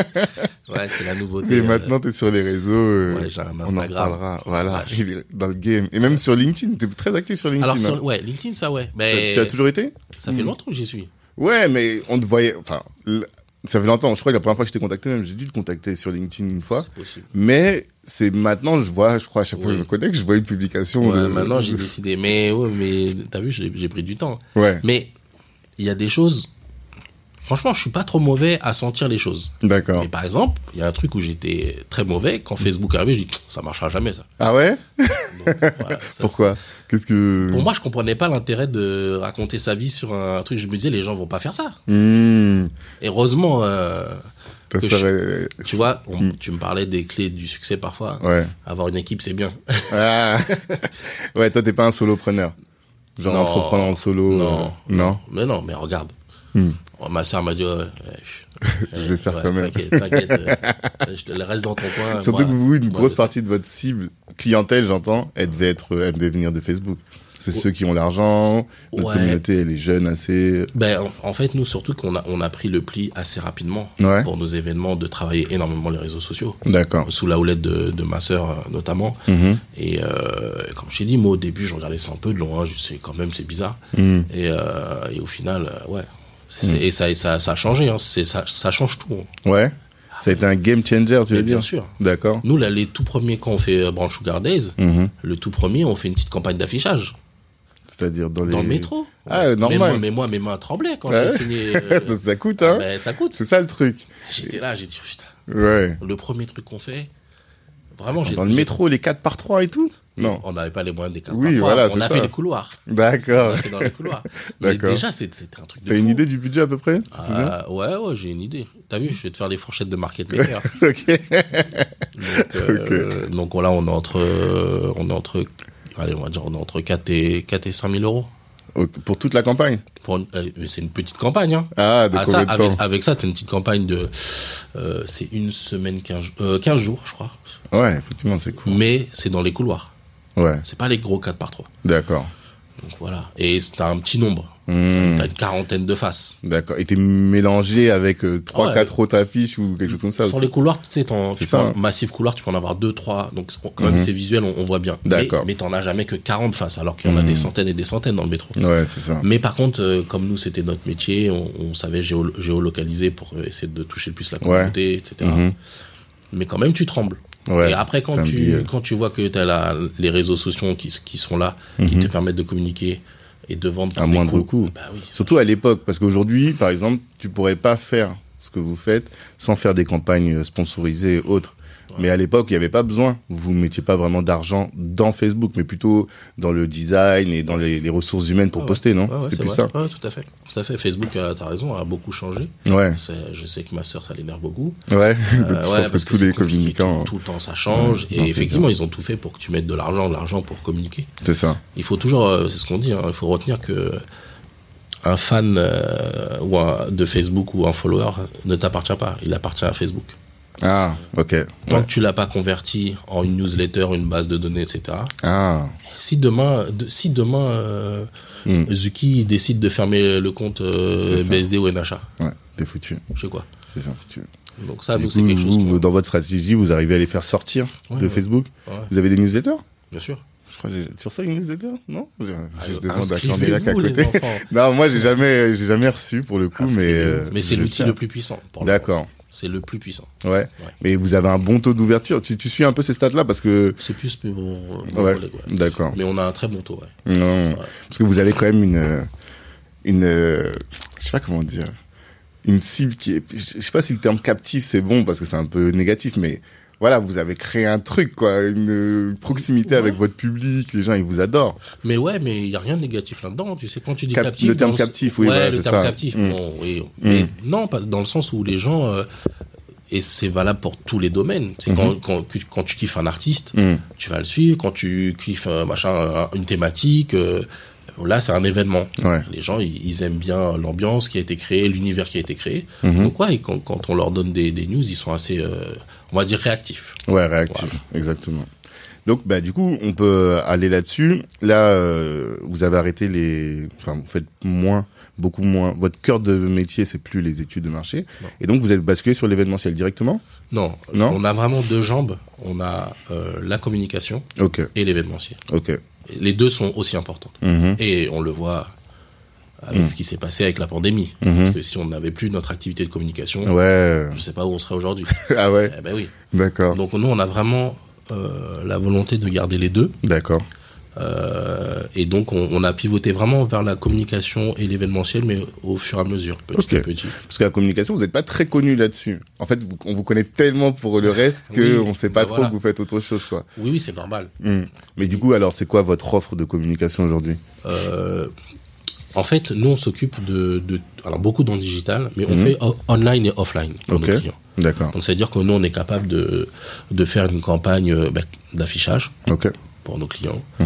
Ouais, c'est la nouveauté.
Mais
euh...
maintenant t'es sur les réseaux. Euh...
Ouais, j'ai un
on en
Instagram.
parlera. Voilà.
Ouais.
Il est dans le game. Et même sur LinkedIn, t'es très actif sur LinkedIn.
Alors, sur...
hein.
ouais, LinkedIn, ça, ouais. Mais...
Tu as toujours été?
Ça fait
Mmh.
longtemps que j'y suis.
Ouais, mais on te voyait, enfin, l- ça fait longtemps. Je crois que la première fois que je t'ai contacté, même, j'ai dû te contacter sur LinkedIn une fois.
C'est possible.
Mais c'est maintenant, je vois, je crois, à chaque fois
Oui.
que je me connecte, je vois une publication.
Ouais,
de...
maintenant, j'ai décidé. Mais, ouais, mais, t'as vu, j'ai, j'ai pris du temps.
Ouais.
Mais, il y a des choses, franchement, je suis pas trop mauvais à sentir les choses.
D'accord.
Mais par exemple, il y a un truc où j'étais très mauvais. Quand Facebook est arrivé, je dis, ça marchera jamais, ça.
Ah ouais?
Donc, voilà, ça,
Pourquoi? Qu'est-ce que...
Pour moi, je comprenais pas l'intérêt de raconter sa vie sur un truc. Je me disais, les gens vont pas faire ça.
Mmh.
Et heureusement, euh,
Ça
que
serait...
tu vois, on-
Mm.
tu me parlais des clés du succès parfois.
Ouais.
Avoir une équipe, c'est bien.
Ah. Ouais, toi, t'es pas un solopreneur. Genre
Non.
entrepreneur en solo.
Non.
euh, Non.
Mais non, mais regarde.
Hmm.
Oh, ma sœur m'a dit, ouais, ouais,
Je vais faire
ouais,
quand même.
T'inquiète, t'inquiète. euh, je te le reste dans ton coin.
Surtout
moi,
que vous, une
moi,
grosse
je sais.
partie de votre cible, clientèle, j'entends, elle devait être, elle devait venir de Facebook. C'est ceux qui ont l'argent, notre
Ouais.
communauté, elle est jeune assez.
Ben, en, en fait, nous, surtout qu'on a, on a pris le pli assez rapidement
Ouais.
pour nos événements de travailler énormément les réseaux sociaux.
D'accord.
Sous la houlette de, de ma sœur, euh, notamment.
Mhm.
Et euh, comme je t'ai dit, moi, au début, je regardais ça un peu de loin. Je sais quand même, c'est bizarre.
Mhm.
Et, euh, et au final, euh, ouais. C'est, c'est- et ça, et ça, ça a changé. Hein. C'est, ça, ça change tout. Hein.
Ouais. Ça a été un game changer, tu
Mais
veux
bien
dire?
sûr.
D'accord.
Nous, là, les tout premiers, quand on fait euh, Branch Sugar Days,
Mhm.
le tout premier, on fait une petite campagne d'affichage.
C'est-à-dire dans les.
Dans le métro.
Ah,
Ouais.
normal.
Mais moi, mais moi, mes mains tremblaient quand
Ouais.
j'ai signé. euh,
ça, ça coûte, hein?
ben, ça coûte.
C'est ça le truc.
J'étais là, j'ai dit, putain,
Ouais.
le premier truc qu'on fait, vraiment, j'ai
Dans le métro, les quatre par trois et tout? Non.
On n'avait pas les moyens des quatre
Oui,
par trois.
voilà,
On
c'est
a
ça.
fait les couloirs. On
D'accord.
a fait dans les couloirs. Mais
D'accord.
déjà, c'est- c'était un truc de
T'as
fou.
une idée du budget à peu près? Tu te souviens?
Ah, ouais, ouais, j'ai une idée. T'as vu, je vais te faire des fourchettes de market maker.
Ok.
Donc, euh, donc là, on est entre, euh, on est entre, allez, on va dire, on est entre quatre et, quatre et cinq mille euros.
Ok, pour toute la campagne?
Pour une- euh, mais c'est une petite campagne, hein.
Ah, de
Ah,
combien
ça,
de
avec,
temps?
avec ça, t'as une petite campagne de, euh, c'est une semaine, quinze, euh, quinze jours, je crois.
Ouais, effectivement, c'est cool.
Mais c'est dans les couloirs.
Ouais,
C'est pas les gros quatre par trois.
d'accord.
Donc voilà. Et t'as un petit nombre.
Hmm,
T'as une quarantaine de faces.
d'accord. Et t'es mélangé avec euh, trois,
Ouais.
quatre autres affiches ou quelque chose comme ça
Sur
aussi?
les couloirs, tu sais, t'en-
C'est
tu
ça,
peux,
hein.
un massif couloir, tu peux en avoir deux, trois. Donc, c'est- quand même,
Mhm.
c'est visuel, on, on voit bien.
D'accord.
Mais, mais t'en as jamais que quarante faces, alors qu'il y en a
Mhm.
des centaines et des centaines dans le métro.
Ouais, c'est ça.
Mais par contre, euh, comme nous, c'était notre métier, on, on savait géo- géolocaliser pour euh, essayer de toucher le plus la communauté, et cetera.
Mhm.
Mais quand même, tu trembles.
Ouais,
Et après, quand
ça me
tu,
dit, euh,
quand tu vois que t'as la, les réseaux sociaux qui, qui sont là, qui
Mhm.
te permettent de communiquer et de vendre par
À
des
moindre
coûts,
coût.
Bah oui.
Surtout à l'époque, parce qu'aujourd'hui, par exemple, tu pourrais pas faire ce que vous faites sans faire des campagnes euh, sponsorisées et autres. Mais à l'époque, il n'y avait pas besoin. Vous mettiez pas vraiment d'argent dans Facebook, mais plutôt dans le design et dans les, les ressources humaines pour
Ah ouais.
poster, non?
Ouais, ouais,
C'était
c'est
plus
vrai.
ça?
Ouais, tout à fait. Tout à fait. Facebook, euh, t'as raison, a beaucoup changé.
Ouais.
C'est- Je sais que ma sœur, ça l'énerve beaucoup.
Ouais.
Euh,
je
ouais,
pense
parce
que tous
c'est
les
compliqué,
communicants,
Tout, tout le temps, ça change.
Ouais.
Et
Non, c'est
effectivement,
bien.
ils ont tout fait pour que tu mettes de l'argent, de l'argent pour communiquer.
c'est ça.
Il faut toujours, euh, c'est ce qu'on dit, hein, il faut retenir que un fan euh, ou un- de Facebook ou un follower ne t'appartient pas. Il appartient à Facebook.
Ah, ok.
Tant
Ouais.
que tu l'as pas converti en une newsletter, une base de données, et cetera.
Ah.
Si demain, de- si demain euh,
Hmm.
Zuki décide de fermer le compte euh,
C'est ça.
B S D ou N H A,
Ouais, t'es foutu.
je sais quoi.
C'est ça, foutu.
Donc ça,
Du
nous, c'est
coup,
quelque chose.
vous,
qu'on-
dans votre stratégie, vous arrivez à les faire sortir
Ouais,
de
ouais.
Facebook.
Ouais,
Vous avez des newsletters?
bien sûr.
Je crois que j'ai sur ça une newsletter, non? J'ai j'ai
Alors,
demandé à Cornélia qui est à
inscrivez-vous, les
côté.
enfants.
Non, moi j'ai jamais, j'ai jamais reçu pour le coup, mais.
Inscrivez-vous.
euh,
mais c'est
je
l'outil
tiens.
le plus puissant. pour le
D'accord.
moment. C'est le plus puissant.
Ouais. Mais vous avez un bon taux d'ouverture. Tu, tu suis un peu ces stats-là parce que.
C'est plus pour mon, mon
Ouais.
collègue, ouais.
D'accord.
Mais on a un très bon taux, ouais.
Non.
Ouais.
Parce que vous avez quand même une, euh, une, euh, je sais pas comment dire, une cible qui est, je sais pas si le terme captif c'est bon parce que c'est un peu négatif, mais voilà, vous avez créé un truc, quoi, une, une proximité
Ouais.
avec votre public, les gens ils vous adorent.
Mais ouais, mais il y a rien de négatif là-dedans. Tu sais, quand tu dis
Cap-
captif,
le terme
dans
captif, oui,
ouais,
voilà,
le
c'est
terme
ça.
captif.
Mm.
Bon, oui. Mais
Mm.
non, pas dans le sens où les gens, euh, et c'est valable pour tous les domaines. C'est
Mhm.
quand, quand, tu- quand tu kiffes un artiste,
Mm.
tu vas le suivre. Quand tu kiffes un machin, un- une thématique, euh, là, c'est un événement.
Ouais.
Les gens, ils, ils aiment bien l'ambiance qui a été créée, l'univers qui a été créé.
Mhm.
Donc ouais, et quand, quand on leur donne des, des news, ils sont assez, euh, on va dire, réactifs.
Ouais, réactif, exactement. Donc, bah, du coup, on peut aller là-dessus. Là, euh, vous avez arrêté les, enfin, vous faites moins, beaucoup moins. Votre cœur de métier, c'est plus les études de marché. Non. Et donc, vous êtes basculé sur l'événementiel directement?
Non. Non. On a vraiment deux jambes. On a euh, la communication
okay.
et l'événementiel.
Ok.
Les deux sont aussi importantes.
Mm-hmm.
Et on le voit avec mm. ce qui s'est passé avec la pandémie. Mm-hmm. Parce que si on n'avait plus notre activité de communication,
ouais.
je sais pas où on serait aujourd'hui.
Ah ouais.
Eh ben oui.
D'accord.
Donc nous, on a vraiment euh, la volonté de garder les deux.
D'accord.
Euh, et donc on, on a pivoté vraiment vers la communication et l'événementiel, mais au fur et à mesure, petit okay. à petit.
Parce que la communication, vous n'êtes pas très connu là-dessus. En fait, vous, on vous connaît tellement pour le reste que oui, on sait pas bah trop voilà. que vous faites autre chose, quoi.
Oui, oui, c'est normal.
Mmh. Mais du coup, alors, c'est quoi votre offre de communication aujourd'hui?
euh, En fait, nous, on s'occupe de, de, alors beaucoup dans le digital, mais on mmh. fait o- online et offline pour
okay.
nos clients.
D'accord.
Donc, c'est-à-dire que nous, on est capable de, de faire une campagne bah, d'affichage.
Ok.
Pour nos clients,
mmh.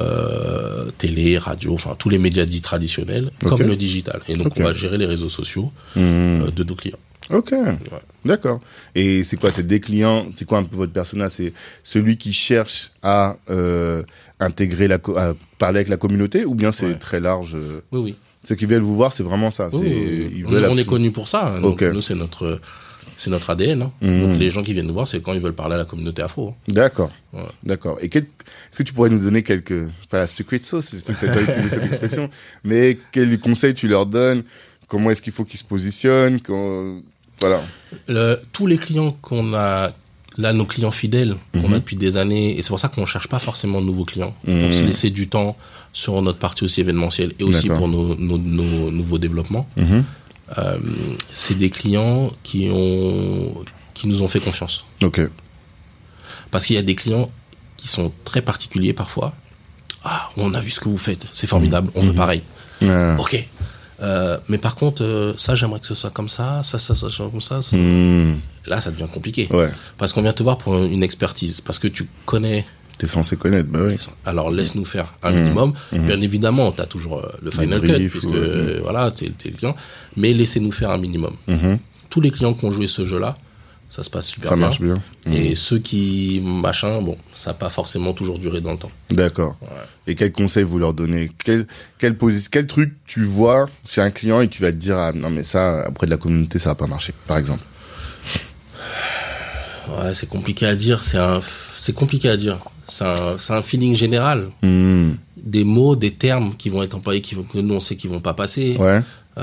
euh, télé, radio, enfin tous les médias dits traditionnels, okay. comme le digital. Et donc okay. on va gérer les réseaux sociaux mmh. euh, de nos clients.
Ok, ouais. D'accord. Et c'est quoi, c'est des clients, c'est quoi un peu votre persona? C'est celui qui cherche à euh, intégrer la, co- à parler avec la communauté, ou bien c'est ouais. très large? euh...
Oui, oui.
Ceux qui veulent vous voir, c'est vraiment ça.
Oui,
c'est,
oui.
Ils
on,
veulent
on est connu pour ça. Hein. Donc
okay.
nous, c'est notre c'est notre A D N. Hein.
Mmh.
Donc les gens qui viennent nous voir, c'est quand ils veulent parler à la communauté afro. Hein.
D'accord.
Ouais.
D'accord. Et quel, est-ce que tu pourrais nous donner quelques, pas la secret sauce, je sais que tu as déjà utilisé cette expression, mais quels conseils tu leur donnes? Comment est-ce qu'il faut qu'ils se positionnent? Quand, voilà.
Le, tous les clients qu'on a, là, nos clients fidèles, mmh. qu'on a depuis des années, et c'est pour ça qu'on ne cherche pas forcément de nouveaux clients, mmh. pour se laisser du temps sur notre partie aussi événementielle et aussi D'accord. pour nos, nos, nos nouveaux développements. Mmh. Euh, c'est des clients qui ont qui nous ont fait confiance.
Ok.
Parce qu'il y a des clients qui sont très particuliers parfois. Ah, on a vu ce que vous faites, c'est formidable, on mmh. veut pareil.
Ah.
Ok. Euh, mais par contre, euh, ça j'aimerais que ce soit comme ça, ça, ça, ça, comme ça. ça.
Mmh.
Là, ça devient compliqué.
Ouais.
Parce qu'on vient te voir pour une expertise, parce que tu connais.
T'es censé connaître, bah oui.
Alors laisse-nous faire un mmh. minimum. Mmh. Bien évidemment, t'as toujours euh, le final briefs, cut, puisque euh, mmh. voilà, t'es, t'es le client. Mais laissez-nous faire un minimum. Mmh. Tous les clients qui ont joué ce jeu-là, ça se passe super
ça
bien.
Ça marche bien.
Mmh. Et ceux qui machin, bon, ça n'a pas forcément toujours duré dans le temps.
D'accord.
Ouais.
Et quels conseils vous leur donnez? Quel quel posi- quel truc tu vois chez un client et tu vas te dire ah non mais ça auprès de la communauté ça va pas marcher, par exemple?
Ouais, c'est compliqué à dire. C'est un, c'est compliqué à dire. C'est un, c'est un feeling général.
Mmh.
Des mots, des termes qui vont être employés, qui vont, que nous on sait qu'ils vont pas passer.
Ouais.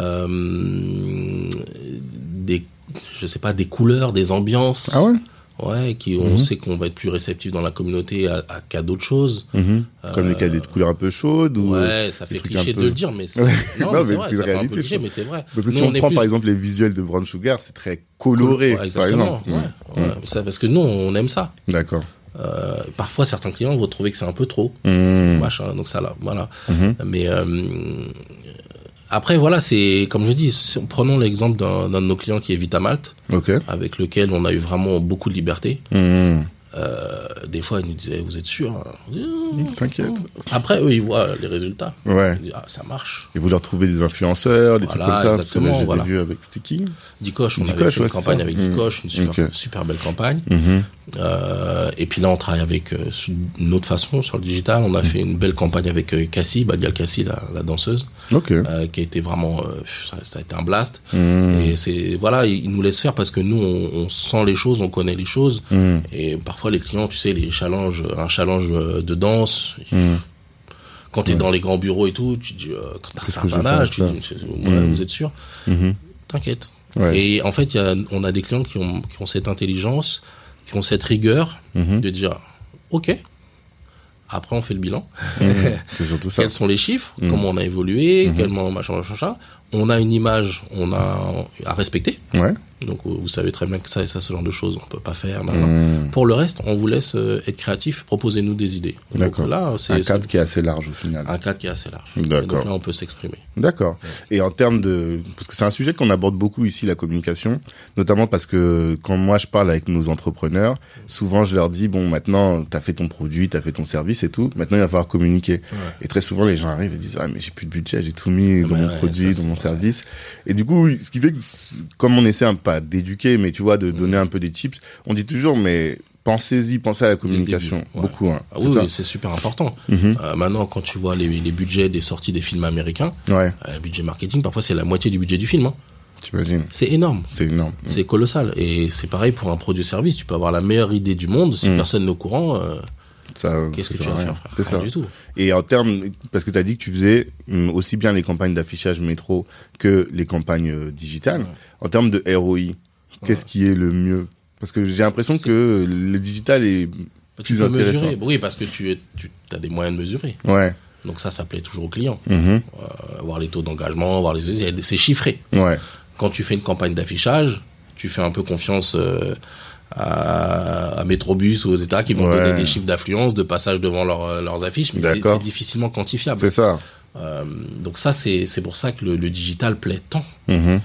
Euh, des, je sais pas, des couleurs, des ambiances.
Ah ouais.
Ouais, qui, on mmh. sait qu'on va être plus réceptif dans la communauté à, à qu'à d'autres choses.
Mmh. Euh, Comme les cas des couleurs un peu chaudes ou.
Ouais, ça fait cliché peu... de le dire, mais c'est,
ouais.
non,
non,
mais
mais
c'est vrai,
c'est
ça
une
fait
réalité,
un peu cliché, mais c'est vrai.
Parce que
nous,
si on, on prend
plus...
par exemple les visuels de Brown Sugar, c'est très coloré,
ouais,
par exemple.
Ouais, mmh. ouais. Ça, parce que nous, on aime ça.
D'accord.
Euh, parfois, certains clients vont trouver que c'est un peu trop,
mmh.
machin. Donc ça là, voilà.
Mmh.
Mais euh, après, voilà, c'est comme je dis. Prenons l'exemple d'un, d'un de nos clients qui est Vitamalt,
okay.
avec lequel on a eu vraiment beaucoup de liberté.
Mmh.
Euh, des fois, ils nous disaient, vous êtes sûr?
mmh, T'inquiète.
Après, eux, ils voient les résultats.
Ouais.
Ils disent, ah, ça marche.
Et vous leur trouvez des influenceurs, des
voilà,
trucs comme ça.
Exactement.
Parce que là, je les
voilà.
ai vus avec c'était qui?
Dikosh, on
Dikosh,
avait fait
ouais,
une campagne
ça.
avec
mmh.
Dikosh, une super,
okay.
super belle campagne.
Mmh.
Euh, et puis là, on travaille avec euh, une autre façon sur le digital. On a mmh. fait une belle campagne avec euh, Cassie, Badial Cassie, la, la danseuse,
okay.
euh, qui a été vraiment, euh, ça, ça a été un blast.
Mmh.
Et c'est voilà, ils nous laissent faire parce que nous, on, on sent les choses, on connaît les choses.
Mmh.
Et parfois, les clients, tu sais, les challenges, un challenge de danse.
Mmh.
Quand t'es ouais. dans les grands bureaux et tout, tu te dis, euh, quand t'as un certain âge, tu dis, ouais, mmh. vous êtes sûr?
Mmh.
T'inquiète.
Ouais.
Et en fait, y a, on a des clients qui ont, qui ont cette intelligence, qui ont cette rigueur mmh. de dire, ok, après on fait le bilan.
Mmh. C'est surtout ça.
Quels sont les chiffres? Mmh. Comment on a évolué? Mmh. Quel machin, machin, machin. On a une image, on a à respecter.
Ouais.
Donc vous savez très bien que ça et ça, ce genre de choses, on peut pas faire. Mmh. Pour le reste, on vous laisse être créatif, proposez-nous des idées.
D'accord.
Donc là, c'est
un cadre
c'est...
qui est assez large au final.
Un cadre qui est assez large.
D'accord.
Donc là, on peut s'exprimer.
D'accord. Et en termes de, parce que c'est un sujet qu'on aborde beaucoup ici, la communication, notamment parce que quand moi je parle avec nos entrepreneurs, souvent je leur dis bon, maintenant t'as fait ton produit, t'as fait ton service et tout, maintenant il va falloir communiquer. Ouais. Et très souvent les gens arrivent et disent ah mais j'ai plus de budget, j'ai tout mis dans ouais, mon ouais, produit, ça, dans mon ouais. service. Et du coup, ce qui fait que comme on essaie un pas d'éduquer, mais tu vois, de donner un peu des tips, on dit toujours mais pensez-y, pensez à la communication,
ouais.
beaucoup. Hein.
Ah, oui, oui, c'est super important. Mm-hmm. Euh, maintenant, quand tu vois les, les budgets des sorties des films américains,
ouais.
euh, le budget marketing, parfois c'est la moitié du budget du film. Hein.
T'imagines ?
C'est énorme.
C'est énorme. Mm.
C'est colossal. Et c'est pareil pour un produit-service. Tu peux avoir la meilleure idée du monde, si mm. personne n'est au courant. Euh, ça, qu'est-ce que tu vas faire, frère ?
C'est
rien
ça.
Du tout.
Et en termes, parce que tu as dit que tu faisais aussi bien les campagnes d'affichage métro que les campagnes euh, digitales. Ouais. En termes de R O I, qu'est-ce ouais. qui est le mieux ? Parce que j'ai l'impression c'est... que le digital est
bah,
plus
tu peux
intéressant.
Mesurer. Oui, parce que tu, tu as des moyens de mesurer.
Ouais.
Donc ça, ça plaît toujours aux clients.
Mm-hmm.
Euh, voir les taux d'engagement, voir les... c'est chiffré.
Ouais.
Quand tu fais une campagne d'affichage, tu fais un peu confiance euh, à, à Metrobus ou aux États qui vont ouais. donner des chiffres d'affluence, de passage devant leur, leurs affiches, mais c'est, c'est difficilement quantifiable.
C'est ça.
Euh, donc ça, c'est, c'est pour ça que le, le digital plaît tant.
Mm-hmm.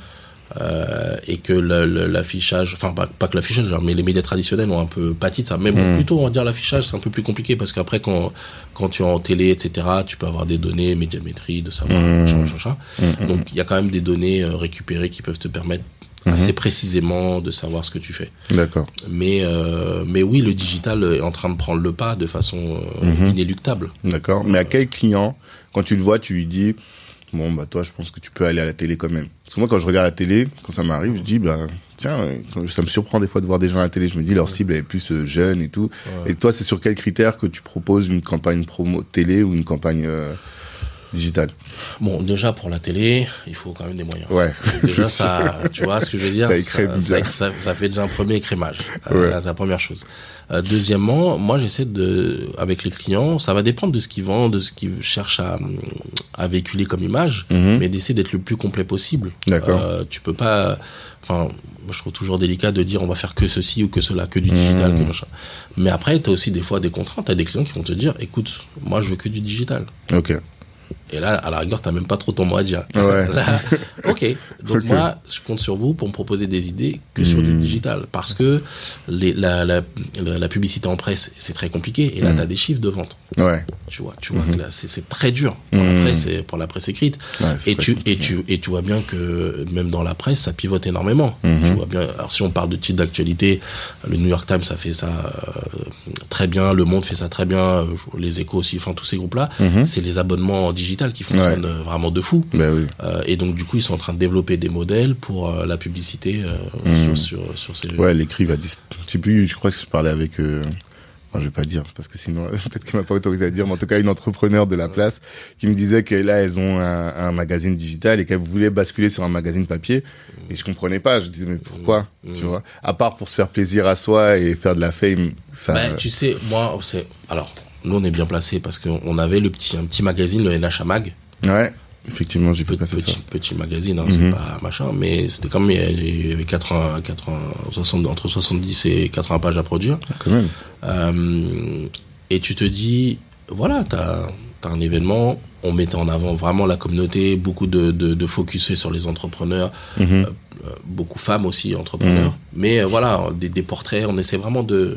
Euh, et que le, le, l'affichage, enfin pas, pas que l'affichage, mais les médias traditionnels ont un peu pâti de ça. Mais bon, mmh. plutôt on va dire l'affichage, c'est un peu plus compliqué parce qu'après quand quand tu es en télé, et cetera, tu peux avoir des données, médiamétrie, de savoir, mmh. machin, machin, machin. Mmh. Donc il y a quand même des données euh, récupérées qui peuvent te permettre mmh. assez précisément de savoir ce que tu fais.
D'accord.
Mais euh, mais oui, le digital est en train de prendre le pas de façon euh, mmh. inéluctable.
D'accord. Mais à quel client, quand tu le vois, tu lui dis bon, bah, toi, je pense que tu peux aller à la télé quand même. Parce que moi, quand je regarde la télé, quand ça m'arrive, je dis, bah, tiens, ça me surprend des fois de voir des gens à la télé. Je me dis, leur ouais. cible, elle est plus euh, jeune et tout. Ouais. Et toi, c'est sur quels critères que tu proposes une campagne promo télé ou une campagne euh, digitale ?
Bon, déjà, pour la télé, il faut quand même des moyens.
Ouais.
Déjà, ça, tu vois ce que je veux dire ?
Ça écrème
ça, ça, ça, ça fait déjà un premier écrémage.
Ouais.
Euh, c'est la première chose. Euh, deuxièmement, moi, j'essaie de, avec les clients, ça va dépendre de ce qu'ils vendent, de ce qu'ils cherchent à, à véhiculer comme image, mm-hmm. mais d'essayer d'être le plus complet possible.
D'accord.
Euh, tu peux pas, enfin, moi, je trouve toujours délicat de dire on va faire que ceci ou que cela, que du digital, mmh. que machin. Mais après, t'as aussi des fois des contraintes, t'as des clients qui vont te dire, écoute, moi, je veux que du digital.
Ok.
Et là, à la rigueur, t'as même pas trop ton mot à dire.
Ouais.
Là, ok. Donc okay. moi, je compte sur vous pour me proposer des idées que mmh. sur du digital. Parce que les, la, la, la, la publicité en presse, c'est très compliqué. Et là, mmh. t'as des chiffres de vente.
Ouais.
Tu vois, tu vois mmh. que là, c'est, c'est très dur pour, mmh. la presse et pour la presse écrite. Ouais, et tu, et tu, et tu vois bien que même dans la presse, ça pivote énormément. Mmh. Tu vois bien. Alors, si on parle de titres d'actualité, le New York Times, ça fait ça euh, très bien. Le Monde fait ça très bien. Les Échos aussi. Enfin, tous ces groupes-là, mmh. c'est les abonnements digitaux qui fonctionne ouais. vraiment de fou.
Ben oui.
Euh, et donc, du coup, ils sont en train de développer des modèles pour euh, la publicité euh, mmh. sur, sur, sur ces...
Ouais, l'écrit va... Dis... Je sais plus, je crois que je parlais avec... Euh... Enfin, je vais pas dire, parce que sinon, peut-être qu'elle m'a pas autorisé à dire, mais en tout cas, une entrepreneur de la place qui me disait que là, elles ont un, un magazine digital et qu'elles voulaient basculer sur un magazine papier. Et je comprenais pas. Je disais, mais pourquoi? Mmh. Tu vois? À part pour se faire plaisir à soi et faire de la fame, ça...
Ben, tu sais, moi, c'est... Alors... Nous, on est bien placés parce qu'on avait le petit, un petit magazine, le N H A Mag.
Ouais, effectivement, j'ai pu passer
petit,
ça.
Petit magazine, hein,
mm-hmm.
c'est pas machin, mais c'était quand même, il y avait quatre-vingts, quatre-vingts, soixante, entre soixante-dix et quatre-vingts pages à produire.
Quand même.
Euh, et tu te dis, voilà, t'as, t'as un événement, on mettait en avant vraiment la communauté, beaucoup de, de, de focus sur les entrepreneurs, mm-hmm. euh, beaucoup femmes aussi, entrepreneurs. Mm-hmm. Mais euh, voilà, des, des portraits, on essaie vraiment de...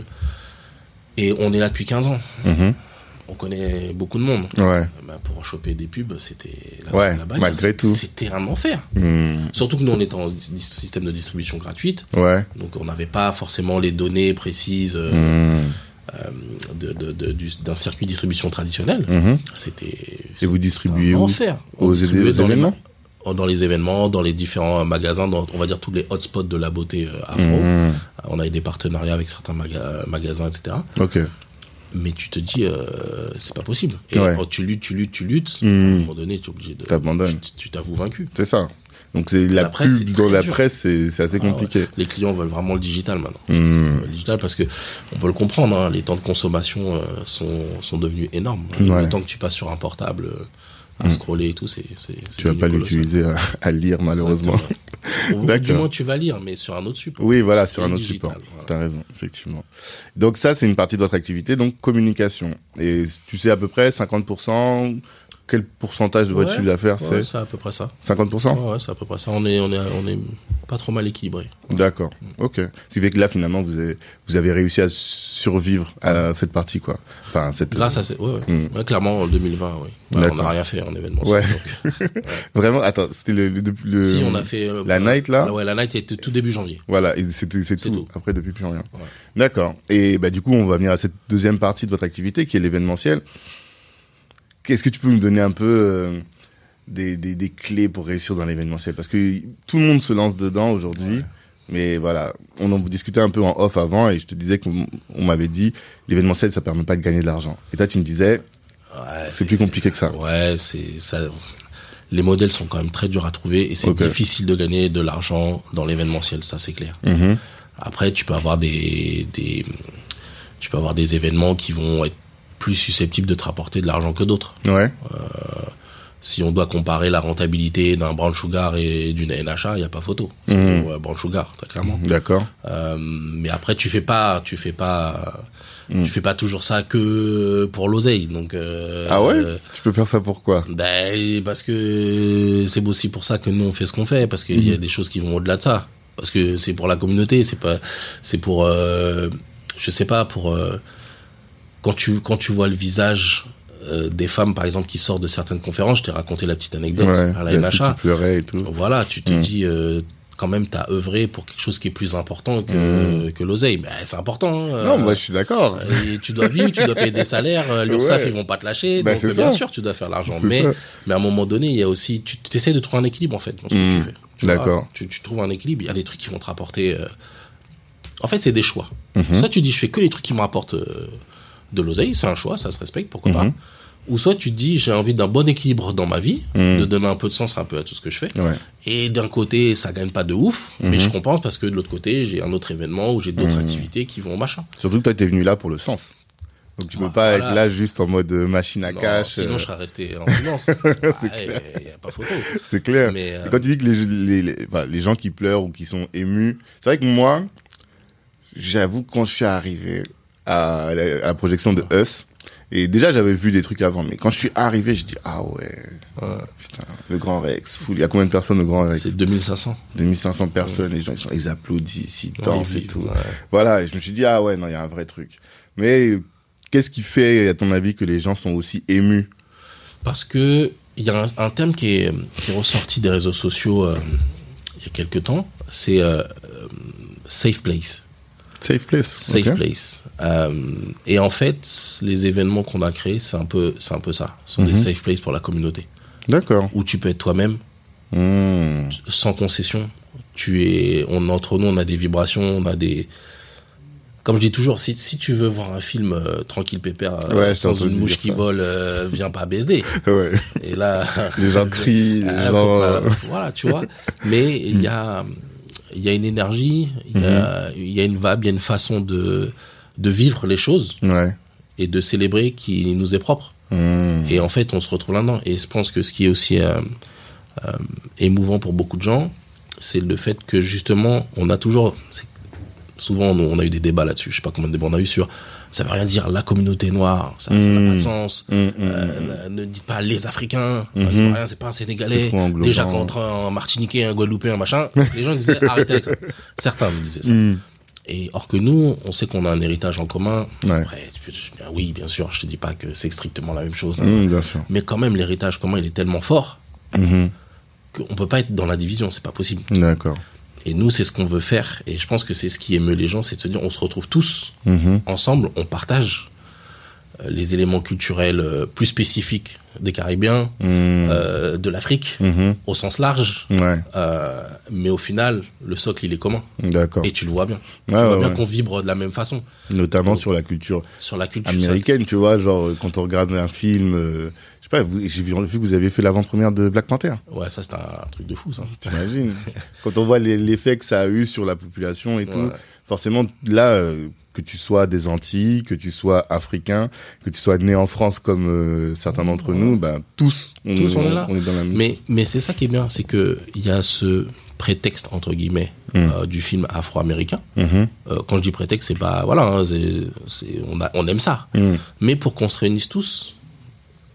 Et on est là depuis quinze ans. Mmh. On connaît beaucoup de monde.
Ouais.
Bah, pour choper des pubs, c'était la,
ouais,
la balle,
malgré tout.
C'était un enfer.
Mmh.
Surtout que nous, on était en système de distribution gratuite.
Ouais.
Donc, on n'avait pas forcément les données précises euh,
mmh.
euh, de, de, de, du, d'un circuit de distribution traditionnel.
Mmh.
C'était,
c'était. Et vous distribuez
un
où?
Enfer.
Aux événements?
Dans les événements, dans les différents magasins, dans, on va dire tous les hotspots de la beauté euh, afro. Mmh. On avait des partenariats avec certains maga- magasins, et cetera.
Ok.
Mais tu te dis, euh, c'est pas possible. Et
ouais.
quand tu luttes, tu luttes, tu luttes, mmh. à un moment donné, tu es obligé de...
T'abandonnes.
Tu, tu t'avoues vaincu.
C'est ça. Donc c'est la, la presse, pub dans la dur. presse, c'est, c'est assez ah, compliqué.
Ouais. Les clients veulent vraiment le digital maintenant.
Mmh.
Le digital parce que, on peut le comprendre, hein, les temps de consommation euh, sont, sont devenus énormes.
Ouais.
Le temps que tu passes sur un portable... Euh, à scroller et tout, c'est, c'est, c'est
tu vas pas colossal. L'utiliser à, à lire, malheureusement.
Du moins, tu vas lire, mais sur un autre support.
Oui, voilà, sur un autre
digital,
support.
Voilà.
T'as raison, effectivement. Donc ça, c'est une partie de votre activité, donc communication. Et tu sais à peu près cinquante pour cent, quel pourcentage de votre
ouais,
chiffre d'affaires
ouais,
c'est
c'est à peu près ça.
cinquante pour cent
Ouais, ouais, c'est à peu près ça. On est, on est, on est pas trop mal équilibré. Ouais.
D'accord. Ok. Ce qui fait que là, finalement, vous avez, vous avez réussi à survivre à cette partie, quoi. Enfin, cette.
Grâce à, ouais, ouais. Mm. ouais clairement, en deux mille vingt, oui. Ouais, on n'a rien fait en événement.
Ouais.
Donc, ouais.
Vraiment. Attends, c'était le, le, le.
Si on a fait. Euh,
la night là.
Ouais, la night était tout début janvier.
Voilà. Et c'était, c'est, c'est tout. tout. Après, depuis plus rien.
Ouais.
D'accord. Et bah du coup, on va venir à cette deuxième partie de votre activité, qui est l'événementiel. Qu'est-ce que tu peux nous donner un peu euh, des, des, des clés pour réussir dans l'événementiel? Parce que tout le monde se lance dedans aujourd'hui. Ouais. Mais voilà, on en discutait un peu en off avant et je te disais qu'on on m'avait dit l'événementiel, ça permet pas de gagner de l'argent. Et toi, tu me disais, ouais, c'est, c'est plus compliqué que ça.
Ouais, c'est ça. Les modèles sont quand même très durs à trouver et c'est okay. difficile de gagner de l'argent dans l'événementiel, ça c'est clair. Mm-hmm. Après, tu peux avoir des, des, tu peux avoir des événements qui vont être plus susceptibles de te rapporter de l'argent que d'autres.
Ouais.
Euh, si on doit comparer la rentabilité d'un Brown Sugar et d'une N H A, il y a pas photo. Mmh. Euh, Brown Sugar, très clairement.
D'accord.
Euh, mais après, tu fais pas, tu fais pas, mmh. tu fais pas toujours ça que pour l'oseille. Donc. Euh,
ah ouais.
Euh,
tu peux faire ça pourquoi?
Ben parce que c'est aussi pour ça que nous on fait ce qu'on fait, parce qu'il mmh. y a des choses qui vont au-delà de ça. Parce que c'est pour la communauté, c'est pas, c'est pour, euh, je sais pas, pour. Euh, Quand tu, quand tu vois le visage euh, des femmes, par exemple, qui sortent de certaines conférences, je t'ai raconté la petite anecdote
ouais,
à la N H A.
Qui pleurait et tout.
Voilà, tu te mmh. dis, euh, quand même, t'as œuvré pour quelque chose qui est plus important que, mmh. que l'oseille. Mais c'est important. Euh,
non, moi, je suis d'accord.
Et tu dois vivre, tu dois payer des salaires, l'URSSAF, ouais. ils vont pas te lâcher. Bah, donc, bien ça. sûr, tu dois faire l'argent. Mais, mais à un moment donné, il y a aussi, tu essaies de trouver un équilibre, en fait, dans ce mmh. que tu fais. Tu
d'accord.
Vois, tu, tu trouves un équilibre. Il y a des trucs qui vont te rapporter, euh... en fait, c'est des choix. Mmh. Soit tu dis, je fais que les trucs qui me rapportent, euh, de l'oseille, c'est un choix, ça se respecte, pourquoi mmh. pas. Ou soit tu te dis, j'ai envie d'un bon équilibre dans ma vie, mmh. de donner un peu de sens un peu à tout ce que je fais. Ouais. Et d'un côté, ça gagne pas de ouf, mmh. mais je compense parce que de l'autre côté, j'ai un autre événement ou j'ai d'autres mmh. activités qui vont au machin.
Surtout que toi, t'es venu là pour le sens. Donc tu ah, peux pas voilà. être là juste en mode machine à non, cash.
Sinon,
euh...
je serais resté en silence. c'est ah, clair. Il y a pas photo.
C'est clair.
Mais euh...
quand tu dis que les, les, les, enfin, les gens qui pleurent ou qui sont émus, c'est vrai que moi, j'avoue, quand je suis arrivé à la, à la projection de Us, et déjà j'avais vu des trucs avant, mais quand je suis arrivé, je dis ah ouais, ouais. putain, le Grand Rex, full. Il y a combien de personnes au Grand Rex?
C'est deux mille cinq cents.
deux mille cinq cents personnes, ouais. Les gens ils, sont, ils applaudissent, ils dansent ouais, et tout.
Ouais.
Voilà, et je me suis dit ah ouais, non, il y a un vrai truc. Mais qu'est-ce qui fait, à ton avis, que les gens sont aussi émus?
Parce que il y a un, un terme qui est, qui est ressorti des réseaux sociaux euh, il y a quelques temps, c'est euh, safe place.
Safe place.
Safe
okay.
place. Euh, et en fait, les événements qu'on a créés, c'est un peu, c'est un peu ça. Ce sont mm-hmm. des safe places pour la communauté.
D'accord.
Où tu peux être toi-même,
mm.
sans concession. Tu es, on, entre nous, on a des vibrations, on a des, comme je dis toujours, si, si tu veux voir un film euh, tranquille pépère, euh,
ouais,
sans une mouche qui ça. vole, euh, viens pas à B S D.
Ouais.
Et là,
les gens crient, les
euh,
gens...
Pas, voilà, tu vois. Mais il mm. y a, il y a une énergie, il y a, mm-hmm. il y a une vibe, il y a une façon de, de vivre les choses.
Ouais.
Et de célébrer qui nous est propre. Mm. Et en fait, on se retrouve là-dedans. Et je pense que ce qui est aussi euh, euh, émouvant pour beaucoup de gens, c'est le fait que justement, on a toujours... Souvent, on a eu des débats là-dessus. Je sais pas combien de débats on a eu sur... Ça veut rien dire la communauté noire. Ça n'a mmh. pas de sens. Mmh, euh, mmh. Ne dites pas les Africains. Mmh. Euh, rien, c'est pas un Sénégalais. Déjà contre un Martiniquais, un Guadeloupéen, un machin. Les gens disaient arrêtez avec ça. Certains nous disaient ça. Mmh. Et or que nous, on sait qu'on a un héritage en commun.
Ouais.
Après, oui, bien sûr, je te dis pas que c'est strictement la même chose.
Mmh, bien sûr.
Mais quand même, l'héritage commun, il est tellement fort
mmh.
qu'on peut pas être dans la division. C'est pas possible.
D'accord.
Et nous, c'est ce qu'on veut faire. Et je pense que c'est ce qui émeut les gens, c'est de se dire, on se retrouve tous
mmh.
ensemble, on partage euh, les éléments culturels euh, plus spécifiques des Caraïbiens, mmh. euh, de l'Afrique,
mmh.
au sens large.
Ouais.
Euh, mais au final, le socle, il est commun.
D'accord.
Et tu le vois bien.
Ouais,
tu vois
ouais,
bien
ouais.
qu'on vibre de la même façon.
Notamment
Donc,
sur la culture,
sur la culture
américaine, ça, tu vois, genre quand on regarde un film... Euh... Je sais pas, vous, j'ai vu, vu que vous avez fait l'avant-première de Black Panther.
Ouais, ça c'est un truc de fou, ça.
T'imagines? Quand on voit les, l'effet que ça a eu sur la population et tout, ouais. forcément, là, euh, que tu sois des Antilles, que tu sois africain, que tu sois né en France comme euh, certains d'entre ouais. nous, ben tous, on,
tous on, on est là.
On est dans la même.
Mais mais c'est ça qui est bien, c'est que il y a ce prétexte entre guillemets mmh. euh, du film afro-américain.
Mmh.
Euh, quand je dis prétexte, c'est pas voilà, hein, c'est, c'est on a on aime ça.
Mmh.
Mais pour qu'on se réunisse tous.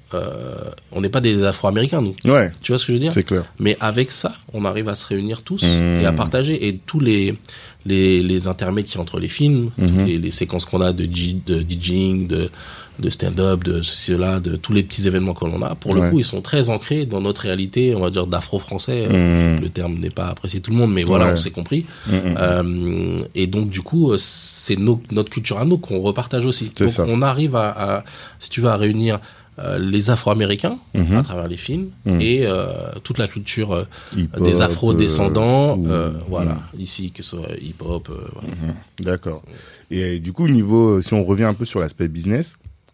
euh, on n'est pas des Afro-Américains, nous.
Ouais.
Tu vois ce que je veux dire?
C'est clair.
Mais avec ça, on arrive à se réunir tous mmh. et à partager. Et tous les les, les intermèdes qui entre les films, mmh. les, les séquences qu'on a de, G, de DJing, de, de stand-up, de ceci, cela, de tous les petits événements que l'on a, pour le ouais. coup, ils sont très ancrés dans notre réalité, on va dire d'afro-français. Mmh. Le terme n'est pas apprécié tout le monde, mais voilà, ouais. on s'est compris. Mmh. Euh, et donc, du coup, c'est nos, notre culture à nous qu'on repartage aussi.
C'est
donc,
ça.
on arrive à, à, si tu veux, à réunir Euh, les Afro-Américains mmh. à travers les films mmh. et euh, toute la culture euh, des Afro-descendants, euh, euh, voilà, mmh. ici que ce soit hip-hop. Euh, voilà.
mmh. D'accord. Et du coup, au niveau, si on revient un peu sur l'aspect business,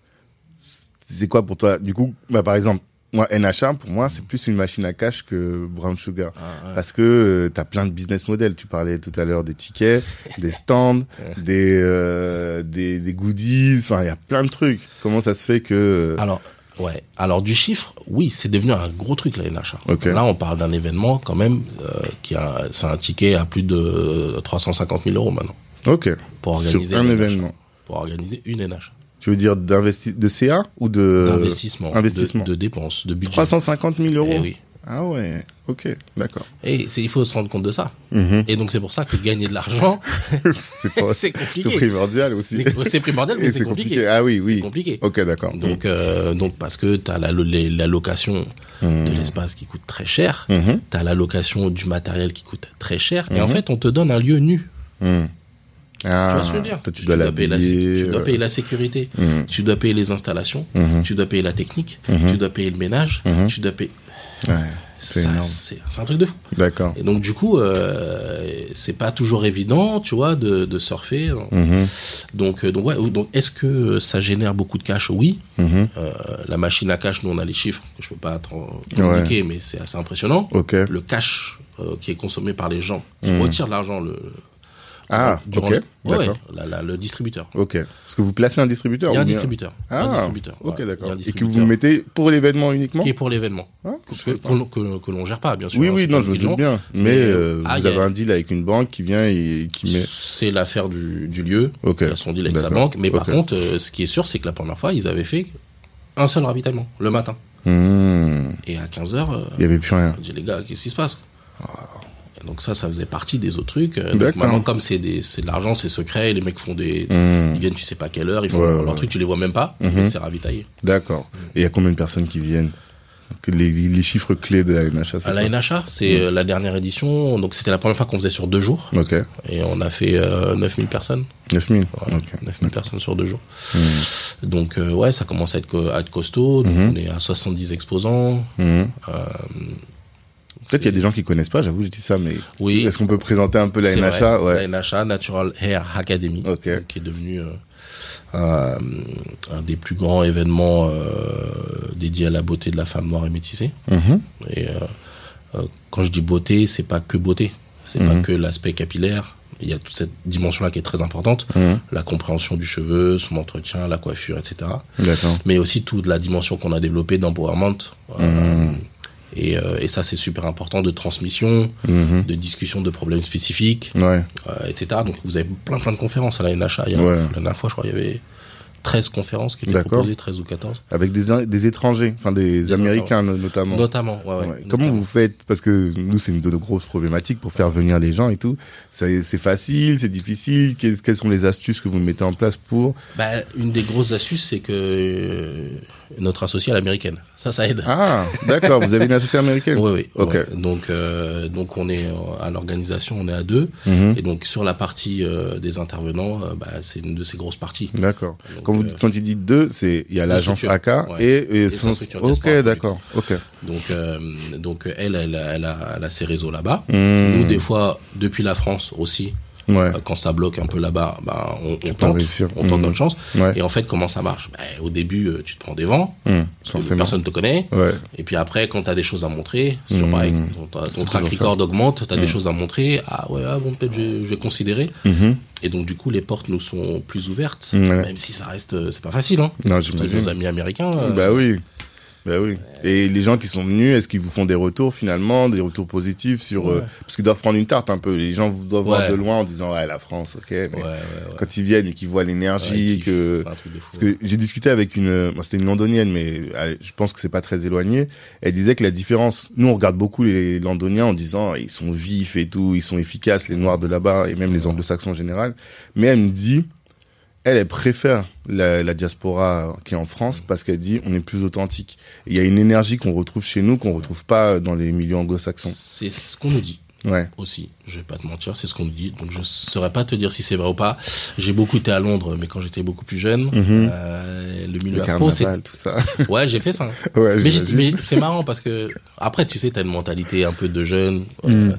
c'est quoi pour toi? Du coup, bah, par exemple, moi, N H A, pour moi, c'est plus une machine à cash que Brown Sugar. Ah, ouais. Parce que euh, t'as plein de business models. Tu parlais tout à l'heure des tickets, des stands, des, euh, des, des goodies. Enfin, il y a plein de trucs. Comment ça se fait que...
Alors, ouais. Alors, du chiffre, oui, c'est devenu un gros truc, la N H A.
Okay.
Là, on parle d'un événement, quand même, euh, qui a, c'est un ticket à plus de trois cent cinquante mille euros maintenant.
Ok.
Pour organiser
sur un événement.
Pour organiser une N H A.
Tu veux dire d'investi- de C A ou de...
D'investissement.
Investissement.
De, de dépenses, de budget.
trois cent cinquante mille euros.
Eh oui.
Ah ouais, ok, d'accord.
Et c'est, il faut se rendre compte de ça.
Mm-hmm.
Et donc c'est pour ça que gagner de l'argent,
c'est, pas,
c'est compliqué.
C'est primordial aussi.
C'est, c'est primordial, mais c'est, c'est compliqué. compliqué.
Ah oui, oui.
C'est compliqué.
Ok, d'accord.
Donc, euh, donc parce que t'as la, la, la location mm. de l'espace qui coûte très cher, mm-hmm. t'as la location du matériel qui coûte très cher, mm-hmm. et en fait on te donne un lieu nu.
Mm. Ah,
tu vois ce que je veux dire?
Toi, tu, tu, dois dois payer la,
tu dois payer la sécurité, mm. tu dois payer les installations, mm-hmm. tu dois payer la technique, mm-hmm. tu dois payer le ménage, mm-hmm. tu dois payer...
Ouais, c'est
ça,
énorme.
C'est, c'est un truc de fou.
D'accord.
Et donc, du coup, euh, c'est pas toujours évident, tu vois, de, de surfer. Mm-hmm. Donc, donc, ouais, donc, est-ce que ça génère beaucoup de cash? Oui. Mm-hmm. Euh, la machine à cash, nous, on a les chiffres, que je peux pas communiquer, ouais. mais c'est assez impressionnant.
Okay.
Le cash euh, qui est consommé par les gens, qui mm-hmm. retirent de l'argent, le...
Ah,
durant
ok.
Le, ouais, ouais, la, la, le distributeur.
Ok. Parce que vous placez un distributeur.
Il y a un
bien...
distributeur.
Ah,
un distributeur.
ok,
ouais,
d'accord.
Et
que vous mettez pour l'événement uniquement?
Qui est pour l'événement. Ah, que, que, que, que, que l'on gère pas, bien sûr.
Oui, oui, non, je me doute bien. Mais, mais euh,
ah,
vous avez a... un deal avec une banque qui vient et qui met...
C'est l'affaire du, du lieu.
Ok.
Il a son deal avec d'accord. sa banque. Mais okay. par contre, euh, ce qui est sûr, c'est que la première fois, ils avaient fait un seul ravitaillement, le matin.
Mmh.
Et à quinze heures, euh,
il y avait plus rien.
J'ai dit, les gars, qu'est-ce qui se passe? Oh. Donc ça, ça faisait partie des autres trucs. Donc maintenant, comme c'est des, c'est de l'argent, c'est secret, les mecs font des, mmh. ils viennent, tu sais pas quelle heure, ils font ouais, leur ouais. truc, tu les vois même pas, mmh. mais c'est ravitaillé.
D'accord. Mmh. Et il y a combien de personnes qui viennent? Les, les chiffres clés de la N H A, c'est
à la N H A, c'est mmh. la dernière édition. Donc c'était la première fois qu'on faisait sur deux jours.
Ok.
Et on a fait euh, neuf mille personnes.
neuf mille.
Ouais,
ok.
neuf mille personnes sur deux jours. Mmh. Donc euh, ouais, ça commence à être, co- à être costaud. Donc mmh. on est à soixante-dix exposants. Mmh. Euh,
Peut-être qu'il y a des gens qui connaissent pas, j'avoue, je dis ça, mais
oui.
est-ce qu'on peut présenter un peu la
c'est
N H A?
vrai.
Ouais.
La N H A, Natural Hair Academy,
okay.
qui est devenu euh, un, un des plus grands événements euh, dédiés à la beauté de la femme noire et métissée. Mm-hmm. Et euh, euh, quand je dis beauté, c'est pas que beauté, c'est mm-hmm. pas que l'aspect capillaire. Il y a toute cette dimension-là qui est très importante, mmh. la compréhension du cheveu, son entretien, la coiffure, et cetera.
D'accord.
Mais aussi toute la dimension qu'on a développée d'empowerment. Euh, mmh. Et, euh, et ça, c'est super important, de transmission, mmh. de discussion de problèmes spécifiques,
ouais.
euh, et cetera. Donc, vous avez plein, plein de conférences à la N H A. Il y a,
ouais.
La dernière fois, je crois, il y avait treize conférences qui étaient D'accord. proposées, treize ou quatorze.
Avec des, des étrangers, enfin des, des Américains étrangers. notamment.
Notamment, ouais, ouais. ouais.
Comment
notamment.
vous faites? Parce que nous, c'est une de nos grosses problématiques pour faire venir les gens et tout. C'est, c'est facile, c'est difficile. Quelles, quelles sont les astuces que vous mettez en place pour?
Bah, une des grosses astuces, c'est que euh, notre associée est américaine. Ça, ça aide.
Ah, d'accord. Vous avez une associée américaine?
Oui, oui.
Ok.
Ouais. Donc, euh, donc on est à l'organisation, on est à deux.
Mm-hmm.
Et donc sur la partie euh, des intervenants, euh, bah, c'est une de ces grosses parties.
D'accord.
Donc,
quand vous
euh,
quand tu dis deux, c'est il y a l'agence A K
ouais.
et, et,
et
son... Ok, d'accord. Ok.
Donc, euh, donc elle, elle, elle a, elle a ses réseaux là-bas.
Mmh.
Nous, des fois, depuis la France aussi.
Ouais.
Quand ça bloque un peu là-bas, bah, on,
tu
on tente, on tente
mmh.
notre chance.
Ouais.
Et en fait, comment ça marche? Bah, au début, tu te prends des vents,
mmh.
personne te connaît.
Ouais.
Et puis après, quand t'as des choses à montrer, c'est toujours
mmh.
pareil. Ton, ton track record augmente, t'as mmh. des choses à montrer. Ah ouais, ah, bon, peut-être je, je vais considérer.
Mmh.
Et donc du coup, les portes nous sont plus ouvertes,
mmh.
même si ça reste, c'est pas facile. Hein.
Non,
j'imagine. Nos amis américains.
Bah
euh,
oui. Ben oui. Et les gens qui sont venus, est-ce qu'ils vous font des retours finalement, des retours positifs sur
ouais.
euh, parce qu'ils doivent prendre une tarte un peu. Les gens doivent
ouais.
voir de loin en disant ouais la France, ok. Mais
ouais, ouais, ouais.
quand ils viennent et qu'ils voient l'énergie,
ouais,
que
un truc de fou,
parce que j'ai discuté avec une, bon, c'était une londonienne, mais elle, je pense que c'est pas très éloigné. Elle disait que la différence, nous on regarde beaucoup les londoniens en disant ils sont vifs et tout, ils sont efficaces, les Noirs de là-bas et même les Anglo-Saxons en général. Mais elle me dit Elle, elle préfère la, la diaspora qui est en France parce qu'elle dit on est plus authentique. Il y a une énergie qu'on retrouve chez nous qu'on retrouve pas dans les milieux anglo-saxons.
C'est ce qu'on nous dit.
Ouais.
Aussi, je vais pas te mentir, c'est ce qu'on nous dit. Donc je saurais pas te dire si c'est vrai ou pas. J'ai beaucoup été à Londres, mais quand j'étais beaucoup plus jeune, mm-hmm. euh, le milieu
le
afro, c'est
tout ça.
Ouais, j'ai fait ça.
Ouais,
mais, mais c'est marrant parce que après, tu sais, t'as une mentalité un peu de jeune. Mm. Euh,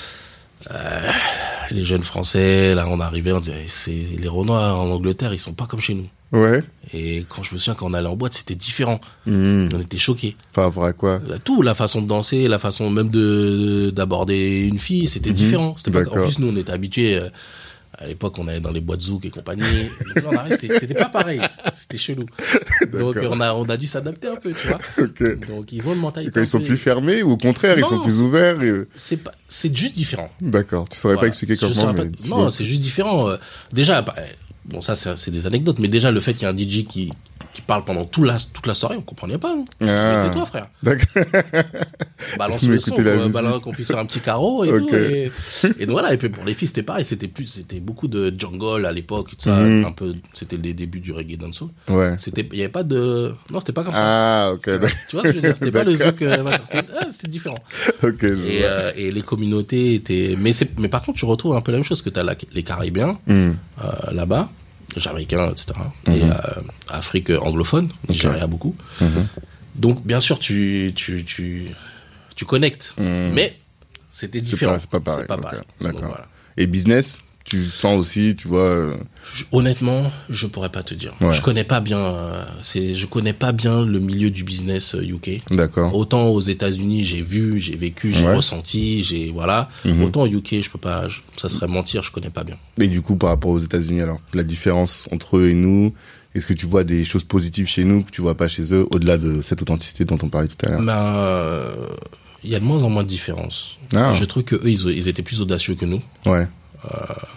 Euh, les jeunes Français, là, on arrivait, on disait, c'est les Renois en Angleterre, ils sont pas comme chez nous.
Ouais.
Et quand je me souviens, quand on allait en boîte, c'était différent.
Mmh.
On était choqués.
Par rapport à quoi?
Tout, la façon de danser, la façon même de d'aborder une fille, c'était mmh. différent. C'était pas, en plus, nous, on était habitués. Euh, à l'époque, on allait dans les boîtes zouk et compagnie. Donc là, on arrive, c'était pas pareil. C'était chelou. Donc, on a, on a dû s'adapter un peu, tu vois.
Okay.
Donc, ils ont une mentalité.
Ils sont plus fermés ou au contraire,
non,
ils sont plus ouverts et...
C'est pas, c'est juste différent.
D'accord. Tu saurais voilà. pas expliquer comment, mais...
Pas... Non, c'est juste différent. Euh, déjà, bah, bon, ça, c'est, c'est des anecdotes, mais déjà, le fait qu'il y ait un D J qui, qui parle pendant tout la, toute la soirée, on comprenait pas, nous. Ah. C'était toi, frère.
D'accord.
Balance le son, quoi, balance qu'on puisse faire un petit carreau et okay. tout. Et, et donc voilà, et puis pour les filles, c'était pareil, c'était plus, c'était beaucoup de jungle à l'époque, tout ça, mm. un peu, c'était les débuts du reggae dancehall.
Ouais.
C'était, il y avait pas de, non, c'était pas comme ça.
Ah, ok.
Tu vois ce que je veux dire? C'était pas le zouk, euh, c'était, ah, c'était différent.
Ok, je
et,
vois.
Euh, et les communautés étaient, mais c'est, mais par contre, tu retrouves un peu la même chose que t'as la, les Caraïbiens, mm. euh, là-bas. Jamaïcains, et cetera. Mm-hmm. Et euh, Afrique anglophone, Nigeria okay. beaucoup. Mm-hmm. Donc, bien sûr, tu, tu, tu, tu connectes. Mm. Mais c'était différent.
C'est pas, c'est pas pareil.
C'est pas pareil.
Okay. D'accord. Donc, voilà. Et business, tu sens aussi, tu vois... Euh...
Je, honnêtement, je pourrais pas te dire.
Ouais.
Je connais pas bien, euh, c'est, je connais pas bien le milieu du business U K.
D'accord.
Autant aux États-Unis, j'ai vu, j'ai vécu, j'ai ouais. ressenti, j'ai, voilà. Mm-hmm. Autant au U K, je peux pas, je, ça serait mentir, je connais pas bien.
Et du coup, par rapport aux États-Unis, alors, la différence entre eux et nous, est-ce que tu vois des choses positives chez nous que tu vois pas chez eux, au-delà de cette authenticité dont on parlait tout à l'heure?
Ben, euh, il y a de moins en moins de différences. Ah. Je trouve que eux, ils, ils étaient plus audacieux que nous.
Ouais.
Euh,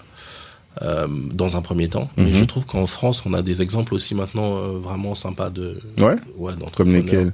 Euh, dans un premier temps, mm-hmm. mais je trouve qu'en France on a des exemples aussi maintenant euh, vraiment sympas de
ouais, ouais comme lesquels?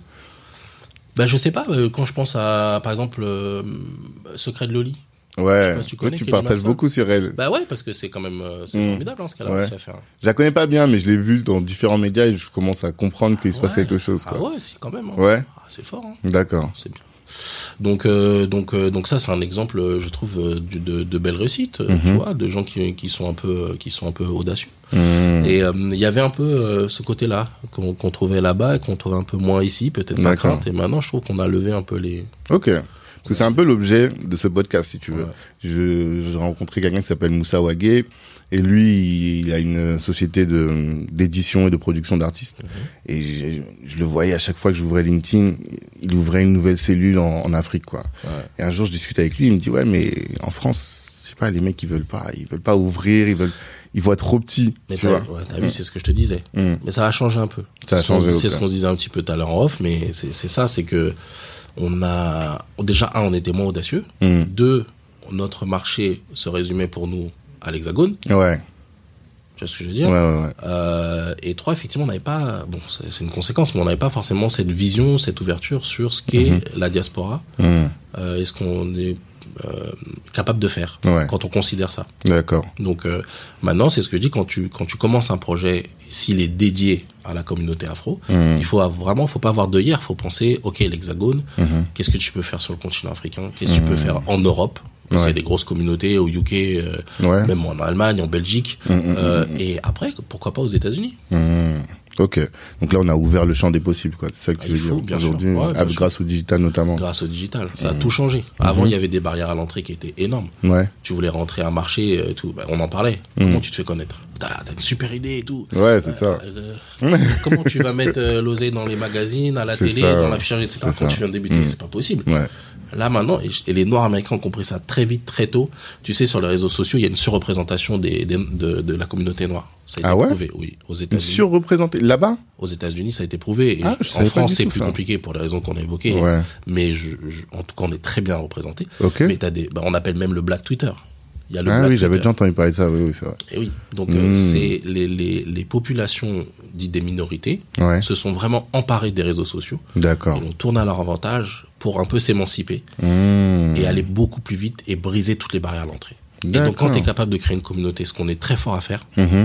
Ben je sais pas, euh, quand je pense à par exemple euh, Secret de Loli.
Ouais, je sais pas si tu, connais, ouais, tu partages beaucoup sur elle.
Bah ouais, parce que c'est quand même euh, c'est mm. formidable hein, ce qu'elle a
ouais.
réussi à faire.
Je la connais pas bien, mais je l'ai vue dans différents médias et je commence à comprendre qu'il ah, se passe ouais. quelque chose. Quoi.
Ah ouais, si quand même. Hein.
Ouais.
Ah, c'est fort. Hein.
D'accord.
C'est bien. Donc euh, donc euh, donc ça c'est un exemple je trouve euh, de, de de belles réussites mm-hmm. tu vois de gens qui qui sont un peu qui sont un peu audacieux mm. et il euh, y avait un peu euh, ce côté-là qu'on, qu'on trouvait là-bas et qu'on trouvait un peu moins ici peut-être pas crainte et maintenant je trouve qu'on a levé un peu les
ok parce que c'est un peu l'objet de ce podcast si tu veux ouais. je j'ai rencontré quelqu'un qui s'appelle Moussa Wagué et lui il a une société de d'édition et de production d'artistes mm-hmm. et je, je le voyais à chaque fois que j'ouvrais LinkedIn il ouvrait une nouvelle cellule en, en Afrique quoi ouais. et un jour je discute avec lui il me dit ouais mais en France je sais pas les mecs ils veulent pas ils veulent pas ouvrir ils veulent ils voient trop petits
mais
tu
t'as,
vois
ouais, t'as vu mm. c'est ce que je te disais mm. mais ça a changé un peu
ça a changé
c'est ce qu'on se disait un petit peu tout à l'heure en off mais c'est c'est ça c'est que on a déjà un on était moins audacieux mm. deux notre marché se résumait pour nous à l'Hexagone
ouais
tu vois ce que je veux dire
ouais, ouais, ouais.
Euh, et trois effectivement on n'avait pas bon c'est, c'est une conséquence mais on n'avait pas forcément cette vision cette ouverture sur ce qu'est mm-hmm. la diaspora mm. euh, et ce qu'on est euh, capable de faire
ouais.
quand on considère ça
d'accord
donc euh, maintenant c'est ce que je dis quand tu quand tu commences un projet s'il est dédié à la communauté afro mm. il faut avoir, vraiment faut pas avoir de hier faut penser ok l'Hexagone mm-hmm. qu'est-ce que tu peux faire sur le continent africain qu'est-ce que mm. tu peux faire en Europe. Ouais. C'est des grosses communautés au U K, euh, ouais. même en Allemagne, en Belgique, mmh, euh, mmh. et après, pourquoi pas aux États-Unis.
Mmh. Ok, donc là on a ouvert le champ des possibles, quoi. C'est ça que tu
il
veux
faut,
dire
bien
aujourd'hui,
sûr. Ouais, bien
grâce
sûr.
au digital notamment.
Grâce au digital, ça mmh. a tout changé. Avant, il mmh. y avait des barrières à l'entrée qui étaient énormes.
Ouais.
Tu voulais rentrer à un marché, et tout, ben, on en parlait. Mmh. Comment tu te fais connaître ? T'as, t'as une super idée et tout.
Ouais, c'est
euh,
ça.
Euh, comment tu vas mettre euh, l'oseille dans les magazines, à la
c'est
télé,
ça,
dans l'affichage, et cetera. Quand ça. Tu viens de débuter, mmh. c'est pas possible.
Ouais.
Là maintenant, et, et les Noirs américains ont compris ça très vite, très tôt. Tu sais, sur les réseaux sociaux, il y a une surreprésentation des, des de, de la communauté noire. Ça a été
ah ouais
prouvé, oui, aux États-Unis.
Une surreprésentée là-bas?
Aux États-Unis, ça a été prouvé. Et
ah,
je, en France, c'est plus ça. compliqué pour les raisons qu'on a évoquées.
Ouais.
Mais je, je, en tout cas, on est très bien représenté.
Okay.
Mais t'as des, bah, on appelle même le Black Twitter.
Il y a le ah oui, j'avais déjà entendu parler de ça, oui, oui, c'est vrai.
Et oui, donc mmh. euh, c'est les, les, les populations dites des minorités
ouais.
se sont vraiment emparées des réseaux sociaux.
D'accord.
Ils ont tourné à leur avantage pour un peu s'émanciper
mmh.
et aller beaucoup plus vite et briser toutes les barrières à l'entrée. D'accord. Et donc quand tu es capable de créer une communauté, ce qu'on est très fort à faire,
mmh.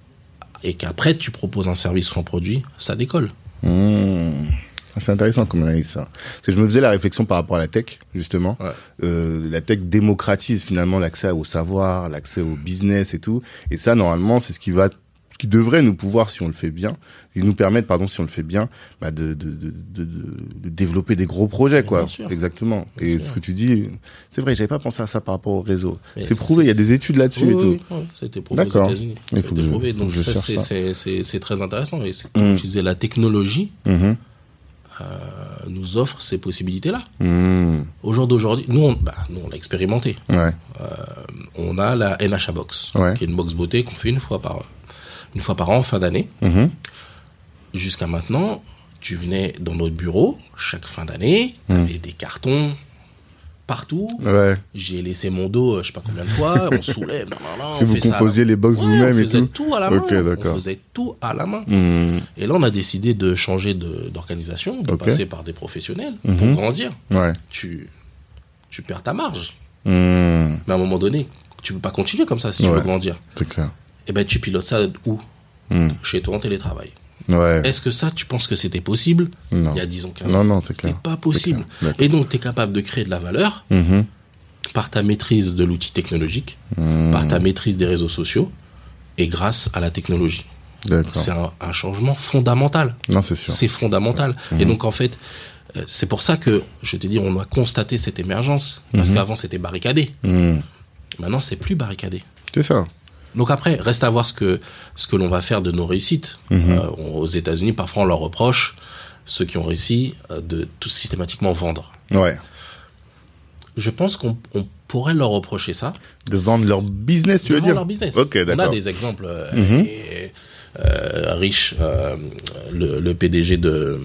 et qu'après tu proposes un service ou un produit, ça décolle.
Mmh. C'est intéressant comme analyse ça. Parce que je me faisais la réflexion par rapport à la tech, justement.
Ouais.
Euh, la tech démocratise finalement l'accès au savoir, l'accès au business et tout. Et ça, normalement, c'est ce qui va, ce qui devrait nous pouvoir, si on le fait bien, et nous permettre, pardon, si on le fait bien, bah de, de, de, de, de développer des gros projets, quoi.
Bien sûr.
Exactement.
Bien
et
sûr.
ce que tu dis, c'est vrai, j'avais pas pensé à ça par rapport au réseau.
Mais
c'est prouvé, il y a des études là-dessus
oui,
et tout.
Oui, oui, ça a été prouvé
D'accord.
aux États-Unis.
Il faut que je,
prouvé. Donc
faut que je
ça,
cherche
c'est,
ça.
c'est, c'est, c'est très intéressant. Et c'est, comme
mmh.
tu disais, la technologie,
mmh.
Euh, nous offre ces possibilités-là.
Mmh.
Au jour d'aujourd'hui, nous, on, bah, nous, on a expérimenté.
Ouais.
Euh, on a la N H A Box,
ouais.
qui est une box beauté qu'on fait une fois par, une fois par an, en fin d'année.
Mmh.
Jusqu'à maintenant, tu venais dans notre bureau, chaque fin d'année, tu avais mmh. des cartons partout.
Ouais.
J'ai laissé mon dos, je sais pas combien de fois, on soulève, non, non, non.
Si
on
vous
fait
composiez
ça,
les box
ouais,
vous-même et
tout. On faisait
tout.
tout à la main.
Okay, d'accord.
On faisait tout à la main.
Mmh.
Et là, on a décidé de changer de, d'organisation, de
okay.
passer par des professionnels
mmh.
pour grandir.
Ouais.
Tu, tu perds ta marge.
Mmh.
Mais à un moment donné, tu peux pas continuer comme ça si
ouais.
tu veux grandir.
C'est clair.
Et ben, tu pilotes ça où?
mmh.
Chez toi en télétravail.
Ouais.
Est-ce que ça, tu penses que c'était possible?
Non.
Il y a dix ans, quinze ans.
Non, non, c'est clair.
C'était pas possible. Et donc, tu es capable de créer de la valeur
mmh.
par ta maîtrise de l'outil technologique,
mmh.
par ta maîtrise des réseaux sociaux et grâce à la technologie.
D'accord.
C'est un, un changement fondamental.
Non, c'est sûr.
C'est fondamental.
Mmh.
Et donc, en fait, euh, c'est pour ça que, je t'ai dit, on a constaté cette émergence. Parce mmh. qu'avant, c'était barricadé.
Mmh.
Maintenant, c'est plus barricadé.
C'est ça.
Donc après, reste à voir ce que, ce que l'on va faire de nos réussites.
Mmh.
Euh, aux États-Unis, parfois, on leur reproche, ceux qui ont réussi, euh, de tout systématiquement vendre.
Ouais.
Je pense qu'on on pourrait leur reprocher ça.
De vendre leur business, tu
de
veux dire?
leur business.
Ok, d'accord.
On a des exemples euh,
mmh.
et, euh, riches. Euh, le, le P D G de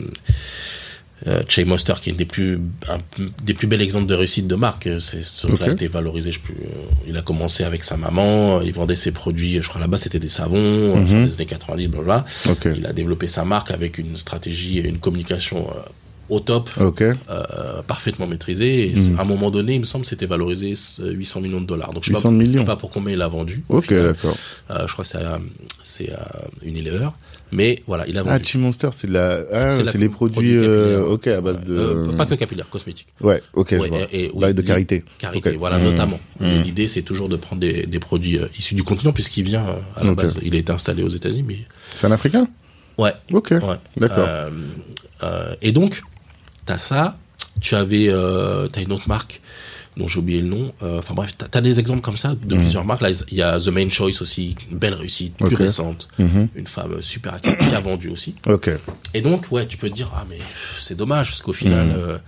euh, Shea Moster, qui est un des plus, un, des plus bels exemples de réussite de marque. C'est, ce truc-là
okay.
a été valorisé. Je sais plus, euh, il a commencé avec sa maman. Il vendait ses produits. Je crois là-bas c'était des savons.
Mmh.
Fin des années quatre-vingt-dix, blablabla.
Okay.
Il a développé sa marque avec une stratégie et une communication euh, au top,
okay.
euh, parfaitement maîtrisé. Et
mmh.
à un moment donné, il me semble que c'était valorisé huit cents millions de dollars. Donc je ne sais, sais pas pour combien il a vendu.
Ok,
final.
d'accord.
Euh, je crois que c'est à, c'est à Unilever. Mais voilà, il a vendu.
Ah, Shea Moster, c'est, la... ah, c'est,
c'est
la...
les
produits, produits euh, ok, à base de...
Euh, pas que capillaire, cosmétique.
Ouais, ok,
ouais,
je vois.
Et, et,
oui, de carité.
Carité,
okay.
voilà, mmh. notamment.
Mmh.
L'idée, c'est toujours de prendre des, des produits euh, issus du continent, puisqu'il vient euh, à la okay. base. Il a été installé aux États-Unis, mais...
C'est un Africain?
Ouais.
Ok,
ouais.
d'accord.
Euh, euh, et donc... T'as ça, tu avais, euh, t'as une autre marque dont j'ai oublié le nom. Enfin euh, bref, t'as, t'as des exemples comme ça de mmh. plusieurs marques. Là, il y a The Main Choice aussi, une belle réussite, okay. plus récente, mmh. une femme super active qui a vendu aussi.
Ok.
Et donc, ouais, tu peux te dire, ah mais c'est dommage parce qu'au final, mmh. euh,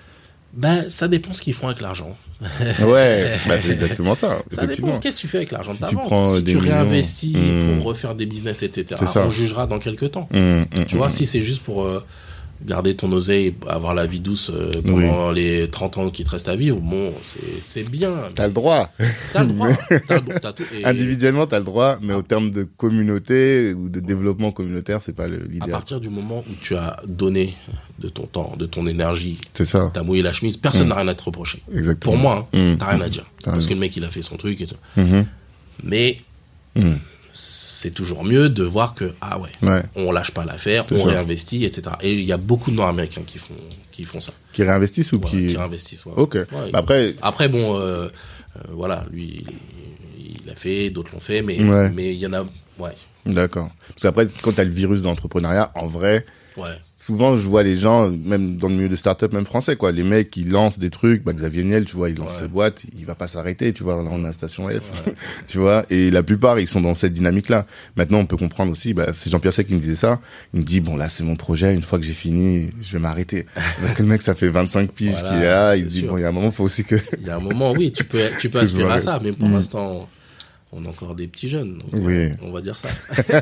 ben ça dépend ce qu'ils font avec l'argent.
Ouais, bah c'est exactement ça.
Ça dépend. Qu'est-ce que tu fais avec l'argent de ta
si
vente? Si tu
millions,
réinvestis
mmh.
pour refaire des business, et cetera. On jugera dans quelques temps.
Mmh, mmh,
tu vois,
mmh.
si c'est juste pour euh, garder ton oseille, avoir la vie douce euh, pendant oui. les trente ans qui te restent à vivre, bon, c'est, c'est bien.
T'as le droit.
T'as le droit. T'as, t'as tout, et...
Individuellement, t'as le droit, mais ah. au terme de communauté ou de développement communautaire, c'est pas le, l'idéal.
À partir du moment où tu as donné de ton temps, de ton énergie,
c'est ça.
T'as mouillé la chemise, personne mmh. n'a rien à te reprocher.
Exactement.
Pour moi, hein,
mmh.
t'as rien à dire.
T'as
parce
raison.
que le mec, il a fait son truc et tout.
Mmh.
Mais... Mmh. c'est toujours mieux de voir que, ah ouais,
ouais.
on lâche pas l'affaire,
c'est
on
ça.
réinvestit, et cetera. Et il y a beaucoup de Nord-Américains qui font, qui font ça.
Qui réinvestissent ou
ouais,
qui...
Qui réinvestissent, ouais.
Ok.
Ouais,
bah après...
Après, bon, euh, euh, voilà, lui, il, il l'a fait, d'autres l'ont fait, mais
ouais.
mais il y en a, ouais.
D'accord. Parce qu'après, quand t'as le virus de l'entrepreneuriat, en vrai,
Ouais.
Souvent, je vois les gens, même dans le milieu de start-up, même français, quoi. Les mecs, ils lancent des trucs. Bah, Xavier Niel, tu vois, il lance
Ouais.
ses boîtes. Il va pas s'arrêter, tu vois. Là, on a Station F.
Ouais.
Tu vois. Et la plupart, ils sont dans cette dynamique-là. Maintenant, on peut comprendre aussi, bah, c'est Jean-Pierre Sec qui me disait ça. Il me dit, bon, là, c'est mon projet. Une fois que j'ai fini, je vais m'arrêter. Parce que le mec, ça fait vingt-cinq piges
Voilà,
qu'il est là. Il
c'est
dit,
sûr.
bon, il y a un moment, faut aussi que...
Il y a un moment, oui, tu peux, tu peux
Que je
aspirer à
m'arrête.
ça, mais pour
Mm.
l'instant, on est encore des petits jeunes. Donc,
Oui.
euh, on va dire ça.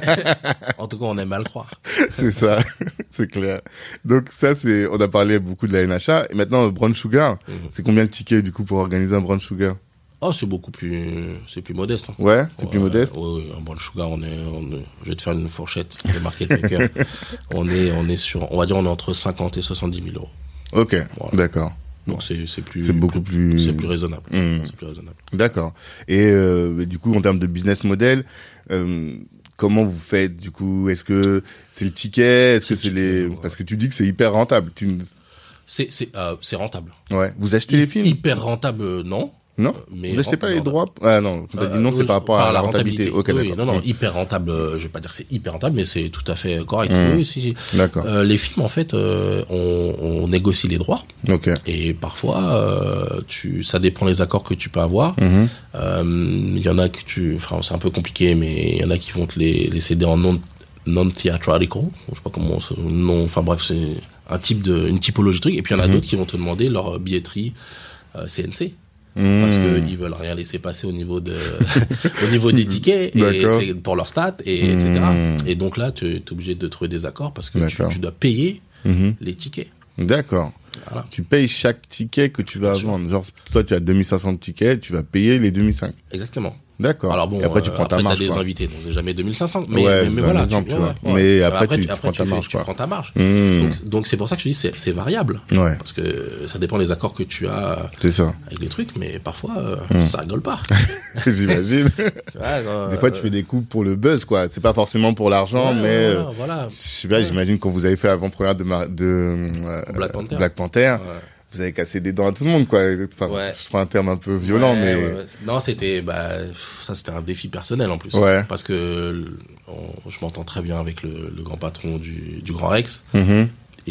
En tout cas, on aime à le croire.
C'est ça. C'est clair. Donc, ça, c'est, on a parlé beaucoup de la N H A. Et maintenant, Brown Sugar.
Mhm.
C'est combien le ticket, du coup, pour organiser un Brown Sugar?
Oh, c'est beaucoup plus, c'est plus modeste. Hein.
Ouais, c'est plus
Ouais,
modeste.
Oui, oui, un bon sugar, on est, on est, je vais te faire une fourchette de market maker. on est, on est sur, on va dire, on est entre cinquante et soixante-dix mille euros.
Ok.
Voilà.
D'accord.
Donc c'est, c'est plus,
C'est beaucoup plus-
c'est plus raisonnable.
Mm.
C'est plus raisonnable.
D'accord. Et euh, mais du coup, en termes de business model, euh, comment vous faites du coup? Est-ce que c'est le ticket? Est-ce que
C'est
c'est
le ticket,
les
ouais.
Parce que tu dis que c'est hyper rentable. Tu...
C'est, c'est, euh, c'est rentable.
Ouais. Vous achetez les films?
Hyper rentable, euh, non.
Non.
Mais
Vous achetez pas les
rentable.
droits? Ah non. Tu as dit
Euh,
non, c'est
oui,
par rapport
par
à la rentabilité. Ok,
Oui,
d'accord.
non, non,
Mm.
hyper rentable. euh, Je vais pas dire que c'est hyper rentable, mais c'est tout à fait correct.
Mm.
Oui, si, si.
D'accord.
Euh, les films, en fait, euh, on, on négocie les droits.
Ok.
Et parfois, euh, tu, ça dépend les accords que tu peux avoir.
Mhm.
Euh, Il y en a que tu, enfin, c'est un peu compliqué, mais il y en a qui vont te les, les céder en non, non theatrical. Je sais pas comment, non, enfin bref, c'est un type de, une typologie de truc. Et puis il y en a
Mhm.
d'autres qui vont te demander leur billetterie euh, C N C.
Mm.
Parce que ils veulent rien laisser passer au niveau de, au niveau des tickets, et
D'accord.
c'est pour leur stats, et
Mm.
etc. Et donc là, tu es obligé de trouver des accords parce que tu,
D'accord.
tu dois payer
Mhm.
les tickets.
D'accord.
Voilà.
Tu payes chaque ticket que tu vas
Bien sûr.
vendre. Genre, toi, tu as deux mille cinq cents tickets, tu vas payer les deux mille cinq.
Exactement.
D'accord.
Alors bon,
Et après, tu
euh,
prends ta
après,
marge,
t'as des
quoi.
invités, donc c'est jamais deux mille cinq cents. Mais,
Ouais,
mais, mais
c'est un
voilà.
exemple, tu vois.
ouais, ouais.
Mais après, tu- tu
après,
prends ta
fais-
marge,
tu
quoi.
prends ta marge.
Mmh.
Donc, donc c'est pour ça que je dis c'est c'est variable.
Ouais,
Parce que ça dépend des accords que tu as
c'est ça.
avec les trucs, mais parfois euh,
Mmh.
ça rigole pas.
J'imagine.
Tu vois, euh,
Des fois, tu fais des coups pour le buzz, quoi. C'est pas forcément pour l'argent,
ouais,
mais
ouais,
euh,
voilà, voilà.
je sais pas, j'imagine quand vous avez fait l'avant-première de, Mar- de euh,
Black Panther.
Black Panther,
Ouais.
vous avez cassé des dents à tout le monde, quoi. Enfin,
Ouais.
je prends un terme un peu violent,
Ouais,
mais
ouais, ouais. Non, c'était bah ça c'était un défi personnel en plus.
Ouais.
Parce que on- je m'entends très bien avec le, le grand patron du, du Grand Rex,
Mhm.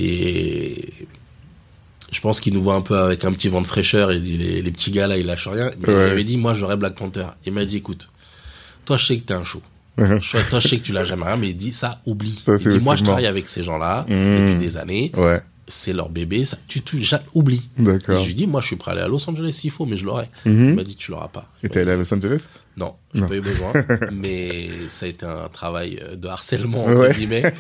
et je pense qu'il nous voit un peu avec un petit vent de fraîcheur, et il dit les, les petits gars là ils lâchent rien. Mais
Ouais.
j'avais dit moi j'aurais Black Panther. Il m'a dit écoute, toi je sais que t'es un show.
Mhm.
Je- Toi je sais que tu l'as jamais rien, mais il dit ça oublie.
Ça,
Il
c'est
dit moi
aussi
je
mort.
travaille avec ces gens là
Mhm.
depuis des années.
Ouais,
C'est leur bébé, ça, tu, tu ja- oublie. Et
d'accord.
je lui dis, moi, je suis prêt à aller à Los Angeles s'il faut, mais je l'aurai.
Mhm.
Il m'a dit, tu l'auras pas.
Et t'es allé à Los Angeles?
Non, j'ai
Non.
pas eu besoin, mais ça a été un travail de harcèlement, entre
Ouais.
guillemets.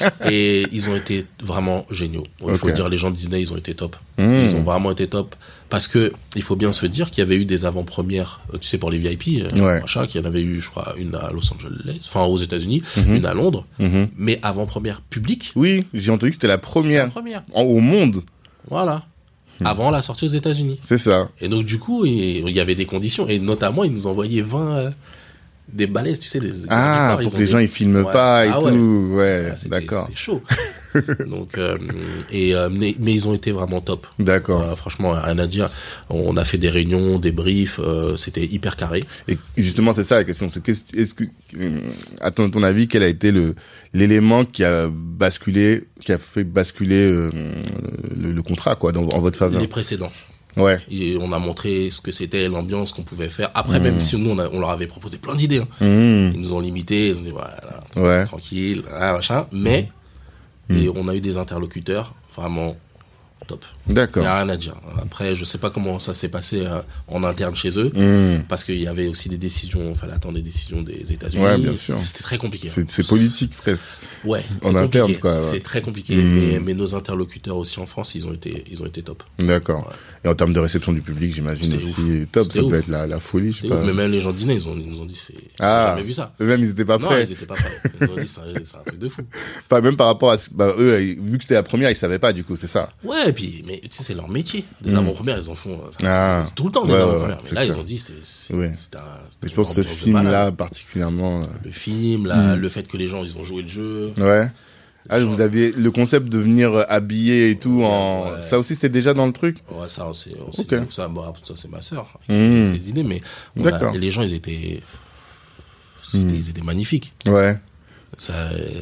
Et ils ont été vraiment géniaux. Il faut
Ok.
dire, les gens de Disney, ils ont été top.
Mhm.
Ils ont vraiment été top. Parce que, il faut bien se dire qu'il y avait eu des avant-premières, euh, tu sais, pour les V I P, euh,
Ouais.
machin, qu'il y en avait eu, je crois, une à Los Angeles, enfin, aux États-Unis,
Mhm.
une à Londres,
Mhm.
mais avant-première publique,
Oui, j'ai entendu que c'était la
la
première
première.
en- au monde.
Voilà.
Hmm.
Avant la sortie aux États-Unis.
C'est ça.
Et donc, du coup, il il y avait des conditions. Et notamment, ils nous envoyaient vingt euh, des balaises, tu sais, des, des
Ah,
auditeurs, ils
pour
ont
que les
des-
gens ils filment
Ouais.
pas et
Ah ouais.
tout. Ouais,
Ah, c'était-
d'accord.
C'était chaud. donc, euh, et, euh, mais, mais ils ont été vraiment top.
D'accord.
Euh, franchement, rien à dire. On a fait des réunions, des briefs, euh, c'était hyper carré.
Et justement, c'est ça la question. C'est qu'est-ce, est-ce que, euh, à ton, ton avis, quel a été le l'élément qui a basculé, qui a fait basculer euh, le, le contrat, quoi, dans, en votre faveur?
Les précédents.
Ouais.
Et on a montré ce que c'était, l'ambiance qu'on pouvait faire. Après,
Mhm.
même si nous, on, a- on leur avait proposé plein d'idées. Hein.
Mmh.
Ils nous ont limité, ils ont dit, voilà,
Ouais.
tranquille, ah, machin. Mais,
Mhm.
et on a eu des interlocuteurs vraiment top. Il
D'accord.
n'y a rien à dire. Après, je sais pas comment ça s'est passé euh, en interne chez eux,
Mmh.
parce qu'il y avait aussi des décisions, il fallait attendre des décisions des États-Unis.
Ouais, bien sûr.
C'était très compliqué.
C'est, c'est politique presque.
Ouais,
en
c'est
interne,
compliqué.
quoi, ouais.
C'est très compliqué,
Mm.
mais, mais nos interlocuteurs aussi en France, ils ont été, ils ont été top.
D'accord.
Ouais.
Et en termes de réception du public, j'imagine
C'était
aussi top.
C'était
Ça doit
ouf.
être la, la folie, je sais
C'est
pas.
ouf, mais même les gens de Disney, ils, ont, ils nous ont dit, c'est,
Ah.
j'ai jamais vu ça.
Eux-mêmes, ils étaient pas
Non,
prêts.
ils étaient pas prêts. Ils nous ont dit, c'est un, c'est un truc de fou.
Enfin, même par rapport à, ce- bah, eux, ils- vu que c'était la première, ils savaient pas, du coup, c'est ça.
Ouais, et puis, mais tu sais, c'est leur métier. Des
Mm.
avant-premières, ils en font, euh, enfin,
Ah.
c'est tout le temps des
Ouais, ouais,
avant-premières.
ouais,
mais
c'est
là,
clair.
ils ont dit, c'est, c'est,
Ouais.
c'est un, c'est
Mais je pense que ce
une ambiance de malade.
film-là, particulièrement, euh,
Le film, là,
Mm.
le fait que les gens, ils ont joué le jeu.
ouais. Ah,
Genre-
vous aviez le concept de venir habiller et tout en,
Ouais.
ça aussi, c'était déjà dans le truc?
Ouais, ça, on s'est, on s'est
Ok.
dit, ça, bon, ça, c'est ma sœur, qui
Mm.
a ses idées, mais on a-
D'accord.
les gens, ils étaient, c'était-
Mm.
ils étaient magnifiques.
Ouais.
Ça, euh,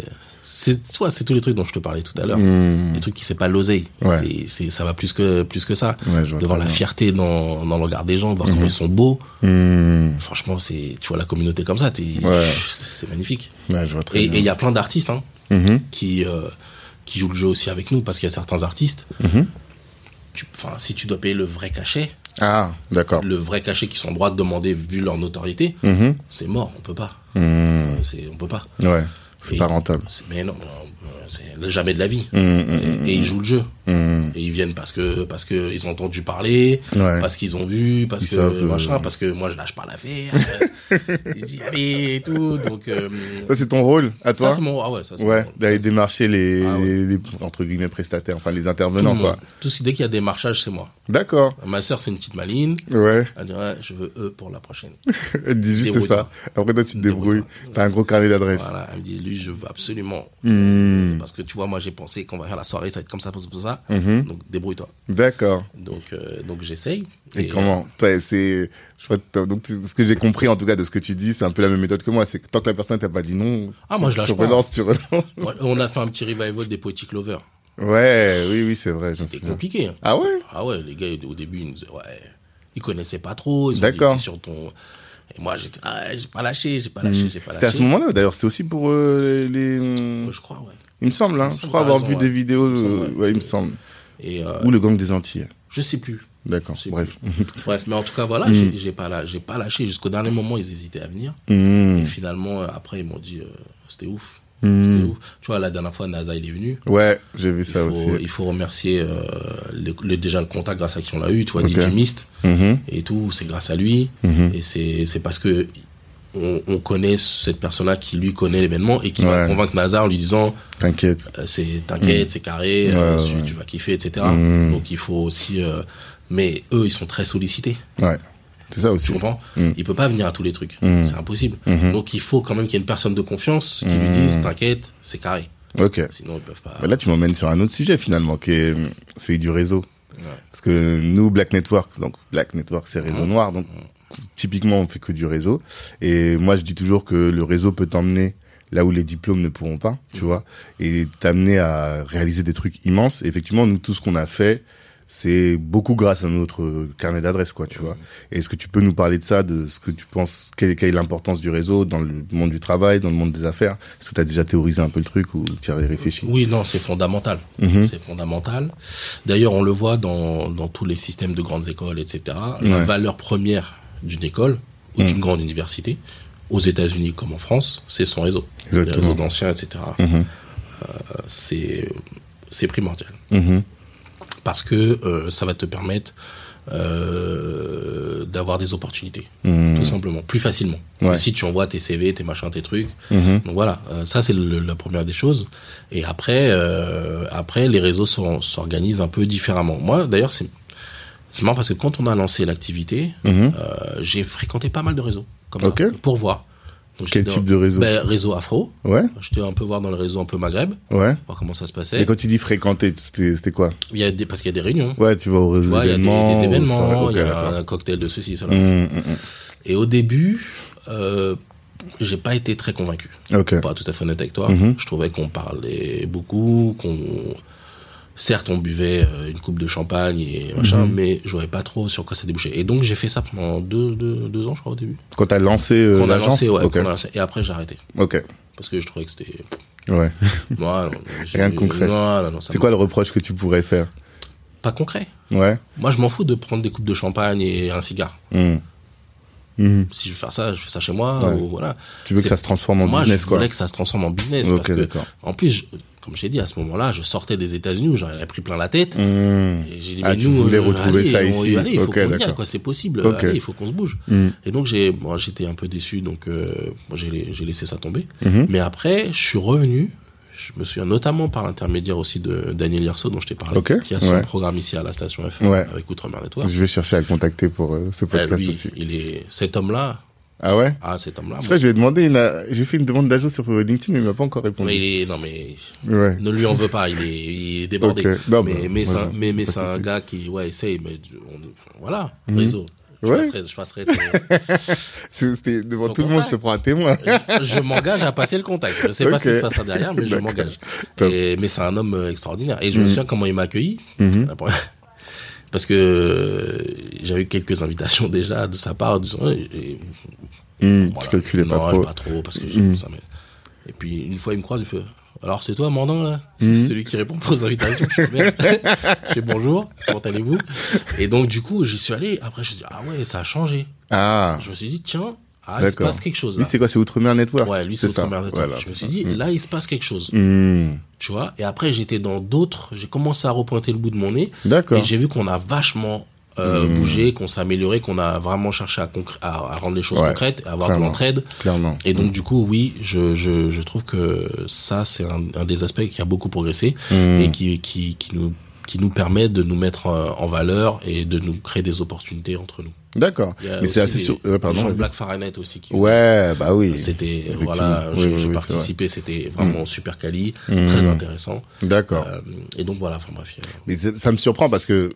c'est, tu vois, c'est tous les trucs dont je te parlais tout à l'heure.
Mmh.
Les trucs qui c'est pas l'oseille.
Ouais.
C'est, c'est, ça va plus que, plus que ça.
Ouais, je vois
de voir la
bien.
fierté dans, dans le regard des gens, de voir
Mmh.
comment ils sont beaux.
Mmh.
Franchement, c'est, tu vois la communauté comme ça, t'es,
Ouais.
c'est, c'est magnifique.
Ouais, je vois très
Et
bien.
il y a plein d'artistes, hein,
Mmh.
qui, euh, qui jouent le jeu aussi avec nous, parce qu'il y a certains artistes,
Mmh.
tu, enfin, si tu dois payer le vrai cachet,
Ah, d'accord.
le vrai cachet qu'ils sont en droit de demander vu leur notoriété,
Mmh.
c'est mort, on peut pas.
Mmh.
C'est, on peut pas.
Ouais, c'est
Et-
pas rentable.
c'est- Mais non, non, c'est jamais de la vie.
Mmh, mmh,
Et, et ils jouent le jeu.
mmh.
Et ils viennent parce que parce que ils ont entendu parler,
Ouais.
parce qu'ils ont vu, parce
Ils
que
savent, euh,
machin, parce que moi je lâche pas l'affaire. Je dis allez et tout. Donc euh,
Ça, c'est ton rôle, à toi?
ça c'est mon ah ouais ça c'est
Ouais,
mon rôle.
d'aller démarcher les,
Ah ouais.
les, les, entre guillemets, prestataires, enfin, les
Tout le
intervenants,
monde.
quoi.
Tout ce dès qu'il y a des marchages c'est moi.
D'accord.
Ma sœur c'est une petite maline.
Ouais.
Elle dit ouais, je veux eux pour la prochaine.
Elle dit juste
Débrouille-toi.
ça. Après, toi, tu te débrouilles.
Débrouille-toi.
T'as un gros carnet d'adresses.
Voilà, elle me dit lui je veux absolument
Mmh.
parce que tu vois moi j'ai pensé qu'on va faire la soirée ça va être comme ça comme ça, comme ça.
Mhm.
Donc débrouille-toi.
D'accord.
Donc euh, donc j'essaye.
Et, comment toi, c'est, je crois, que t'as- donc tu- ce que j'ai compris en tout cas de ce que tu dis, c'est un peu la même méthode que moi. C'est que tant que la personne t'a pas dit non,
Ah,
tu,
moi, je lâche
tu
pas.
relances, tu relances.
Ouais, on a fait un petit revival des Poetic Lovers.
Ouais, oui, oui, c'est vrai. j'en
C'était
souviens.
compliqué. Hein.
Ah ouais.
Ah ouais, les gars, au début, ils nous disaient, ouais, ils connaissaient pas trop. Ils ont
D'accord.
dit, sur ton... Et moi, j'étais, ah, j'ai pas lâché, j'ai pas lâché,
Mhm.
j'ai pas lâché.
C'était à ce moment-là, d'ailleurs. C'était aussi pour euh, les. les-
Ouais, je crois, ouais.
Il me semble, hein.
Il me
Je
semble,
crois
t'as
avoir
raison,
vu
ouais.
des vidéos.
Il me semble,
euh,
ouais.
ouais, il me semble.
Et, euh,
Ou le gang des Antilles.
je sais plus.
D'accord.
Je sais
Bref.
Bref, mais en tout cas, voilà,
Mhm.
j'ai, j'ai pas, la- j'ai pas lâché. Jusqu'au dernier moment, ils hésitaient à venir.
Mhm.
Et finalement, euh, après, ils m'ont dit, euh, c'était ouf.
Mhm.
C'était ouf. Tu vois, la dernière fois, NASA, il est venu.
Ouais, j'ai vu
Il
ça
faut,
aussi.
il faut remercier euh, le, le- déjà le contact grâce à qui on l'a eu, tu vois,
Ok.
D J Mist
Mhm.
et tout, c'est grâce à lui.
Mhm.
Et c'est, c'est parce que on, on connaît cette personne-là qui lui connaît l'événement et qui va
Ouais.
convaincre Nazar en lui disant
T'inquiète.
euh, c'est t'inquiète, c'est carré,
Ouais,
euh,
ouais,
tu,
ouais.
tu vas kiffer, et cetera.
Mhm.
Donc il faut aussi. euh, mais eux, ils sont très sollicités.
Ouais. C'est ça aussi.
Tu comprends?
Mhm.
Il peut pas venir à tous les trucs.
Mhm.
C'est impossible.
Mhm.
Donc il faut quand même qu'il y ait une personne de confiance qui lui
Mhm.
dise t'inquiète, c'est carré.
Ok.
Sinon ils peuvent pas.
Bah là, tu m'emmènes sur un autre sujet finalement, qui est euh, celui du réseau.
Ouais.
Parce que nous, Black Network, donc Black Network, c'est réseau
Mhm.
noir, donc typiquement, on fait que du réseau. Et moi, je dis toujours que le réseau peut t'emmener là où les diplômes ne pourront pas, tu vois, et t'amener à réaliser des trucs immenses. Et effectivement, nous, tout ce qu'on a fait, c'est beaucoup grâce à notre carnet d'adresses, quoi, tu vois. Et est-ce que tu peux nous parler de ça, de ce que tu penses, quelle, quelle est l'importance du réseau dans le monde du travail, dans le monde des affaires? Est-ce que tu as déjà théorisé un peu le truc ou tu as réfléchi?
Oui, non, c'est fondamental.
Mhm.
C'est fondamental. D'ailleurs, on le voit dans, dans tous les systèmes de grandes écoles, et cetera. La
Ouais.
valeur première d'une école ou
Mhm.
d'une grande université, aux États-Unis comme en France, c'est son réseau. Les
Exactement.
réseaux d'anciens, et cetera.
Mhm.
Euh, c'est, c'est primordial.
Mhm.
Parce que euh, ça va te permettre euh, d'avoir des opportunités,
Mhm.
tout simplement, plus facilement.
Ouais.
Que si tu envoies tes C V, tes machins, tes trucs.
Mhm.
Donc voilà, euh, ça c'est le- la première des choses. Et après, euh, après les réseaux s'or- s'organisent un peu différemment. Moi, d'ailleurs, c'est c'est marrant parce que quand on a lancé l'activité,
Mhm.
euh, j'ai fréquenté pas mal de réseaux, comme
Ok.
ça, pour voir. Donc,
Quel
j'étais
type
dans-
de réseau?
Ben, réseau afro.
Ouais,
J'étais un peu voir dans le réseau un peu Maghreb,
ouais.
voir comment ça se passait.
Et quand tu dis fréquenter, c'était c'était quoi?
Il y a des, parce qu'il y a des réunions.
Ouais, tu vas aux
Tu vois, il y a des,
événements.
des
aux
événements,
soirées.
il y
Ok,
a
d'accord.
un cocktail de ceci, cela.
Hum, hum, hum.
Et au début, euh, j'ai pas été très convaincu.
Ok.
Pour être tout à fait honnête avec toi,
Mhm.
je trouvais qu'on parlait beaucoup, qu'on certes on buvait euh, une coupe de champagne et machin,
Mhm.
mais je voyais pas trop sur quoi ça débouchait. Et donc j'ai fait ça pendant deux, deux, deux ans, je crois, au début.
Quand t'as lancé euh,
Qu'on a
l'agence?
lancé, ouais,
Ok.
qu'on a lancé. Et après j'ai arrêté
Ok.
parce que je trouvais que c'était
Ouais.
non, non, j'ai-
Rien de concret.
Non, non, non, ça
C'est
m'a-
quoi le reproche que tu pourrais faire?
pas concret.
Ouais.
Moi je m'en fous de prendre des coupes de champagne et un cigare.
Hum. Mhm.
Si je veux faire ça, je fais ça chez moi.
Ouais.
Ou, voilà.
Tu veux que
C'est-
ça se transforme en
Moi,
business,
je
quoi.
voulais que ça se transforme en business.
Ok,
parce que,
d'accord.
en plus, je- comme j'ai dit, à ce moment-là, je sortais des États-Unis où j'en avais pris plein la tête.
Hum.
Et j'ai dit,
Ah,
mais
tu
nous,
voulais
euh,
retrouver
allez,
ça
on-
ici.
Allez, il faut
Ok,
qu'on y aille,
d'accord.
quoi. C'est possible.
Ok.
Allez, il faut qu'on se bouge.
Hum.
Et donc, j'ai, moi, j'étais un peu déçu, donc, euh, moi, j'ai, j'ai laissé ça tomber.
Mhm.
Mais après, je suis revenu. Je me souviens notamment par l'intermédiaire aussi de Daniel Yerso, dont je t'ai parlé,
Ok,
qui a son
ouais.
programme ici à la station F M
Ouais.
avec Outre-mer Network.
Je vais chercher à le contacter pour euh, ce
Euh,
podcast
lui,
aussi.
il est, cet homme-là,
Ah ouais?
ah, cet homme-là.
C'est
moi,
vrai, je lui ai demandé, il a... j'ai fait une demande d'ajout sur LinkedIn, mais il m'a pas encore répondu.
mais il est, non, mais,
Ouais.
ne lui en veux pas, il est, il est débordé.
Ok. Non,
mais
bah,
mais
moi,
c'est un,
je-
mais, mais
pas de
c'est un
souci.
gars qui, ouais, essaye, mais on- enfin, voilà,
Mhm.
réseau. Je
ouais.
passerai, je passerai ton...
C'était devant tout contact. Le monde, je te prends un témoin.
je, je m'engage à passer le contact. Je sais okay. pas ce qui se passera derrière, mais je m'engage. Et, mais c'est un homme extraordinaire. Et je mmh. me souviens comment il m'a accueilli. Mmh. Parce que j'avais eu quelques invitations déjà de sa part. De... Et...
Mmh, voilà. Tu calculais
non,
pas trop.
pas trop, parce que mmh. ça, mais... Et puis, une fois, il me croise, il fait, alors, c'est toi, Mandant, là? Mmh. C'est celui qui répond aux invitations. Je fais, merde. Je fais bonjour, comment allez-vous? Et donc, du coup, j'y suis allé. Après, je me suis dit, ah ouais, ça a changé.
Ah.
Je me suis dit, tiens, ah, il se passe quelque chose, là.
Lui, c'est quoi? C'est Outremer Network?
Ouais, lui, c'est, c'est Outremer Network. Voilà, je me suis dit, mmh. là, il se passe quelque chose.
Mmh.
Tu vois? Et après, j'étais dans d'autres, j'ai commencé à repointer le bout de mon nez.
D'accord.
Et j'ai vu qu'on a vachement, Euh, mmh. bouger, qu'on s'est amélioré, qu'on a vraiment cherché à, concr- à, à rendre les choses ouais, concrètes, à avoir clairement, de l'entraide.
Clairement.
Et donc, mmh. du coup, oui, je, je, je trouve que ça, c'est un, un des aspects qui a beaucoup progressé mmh. et qui, qui, qui, nous, qui nous permet de nous mettre en valeur et de nous créer des opportunités entre nous.
D'accord. Mais c'est assez sûr. Euh, pardon.
Le Black Fahrenheit aussi. Qui
ouais, bah oui.
C'était, voilà, oui, j'ai, oui, j'ai oui, participé, c'était vraiment mmh. super quali, mmh. très intéressant.
D'accord.
Euh, et donc, voilà, enfin bref.
Mais ça me surprend parce que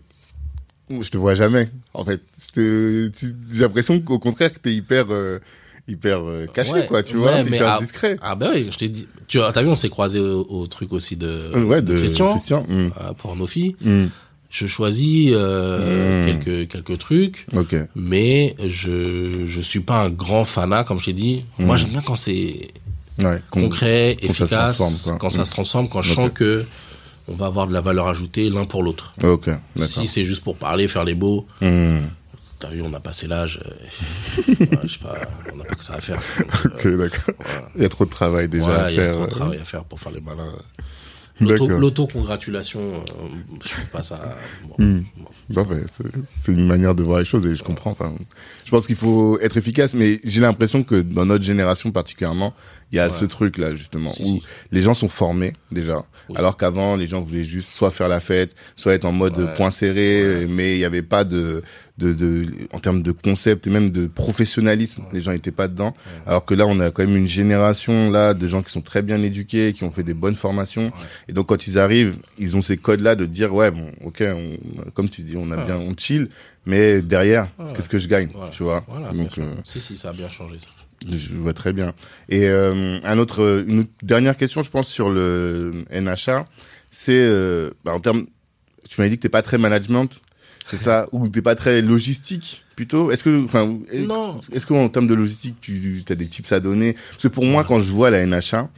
je te vois jamais, en fait. Tu, j'ai l'impression qu'au contraire que t'es hyper, euh, hyper euh, caché, ouais, quoi, tu ouais, vois, hyper
ah,
discret.
Ah ben oui, je t'ai dit. Tu as, t'as vu, on s'est croisé au, au truc aussi de,
ouais, de,
de Christian,
Christian mm.
euh, pour nos filles.
Mm.
Je choisis euh, mm. quelques quelques trucs,
okay.
mais je je suis pas un grand fanat, comme je t'ai dit. Mm. Moi, j'aime bien quand c'est
ouais,
concret,
quand
efficace,
ça se
quand
mm.
ça se transforme, quand je
okay.
sens que on va avoir de la valeur ajoutée l'un pour l'autre.
Ok, d'accord.
Si c'est juste pour parler, faire les beaux,
mmh.
t'as vu, on a passé l'âge, euh, ouais, je sais pas, on n'a pas que ça à faire. Donc,
ok, euh, d'accord. Voilà. Il y a trop de travail déjà
ouais,
à
il
faire.
Il y a trop de travail à faire pour faire les malins. L'auto, l'auto-congratulation, euh, je trouve pas ça... Bon,
mmh.
bon.
Bon, ben, c'est, c'est une manière de voir les choses et je comprends. Enfin, je pense qu'il faut être efficace, mais j'ai l'impression que dans notre génération particulièrement, il y a ouais. ce truc-là, justement, si, où si. les gens sont formés, déjà. Oui. Alors qu'avant, les gens voulaient juste soit faire la fête, soit être en mode ouais. point serré, ouais. mais il y avait pas de, de, de, en termes de concept et même de professionnalisme. Ouais. Les gens étaient pas dedans. Ouais. Alors que là, on a quand même une génération, là, de gens qui sont très bien éduqués, qui ont fait des bonnes formations. Ouais. Et donc, quand ils arrivent, ils ont ces codes-là de dire, ouais, bon, ok, on, comme tu dis, on a ouais. bien, on chill, mais derrière, ouais. qu'est-ce que je gagne, ouais. tu vois?
Voilà, donc, euh, si, si, ça a bien changé, ça.
Je vois très bien. Et euh, un autre, une dernière question, je pense, sur le N H A, c'est euh, bah, en termes, tu m'as dit que t'es pas très management, c'est ça, ou t'es pas très logistique plutôt. Est-ce que, enfin,
non.
Est-ce qu'en termes de logistique, tu as des tips à donner? Parce que pour moi, ouais. quand je vois la N H A,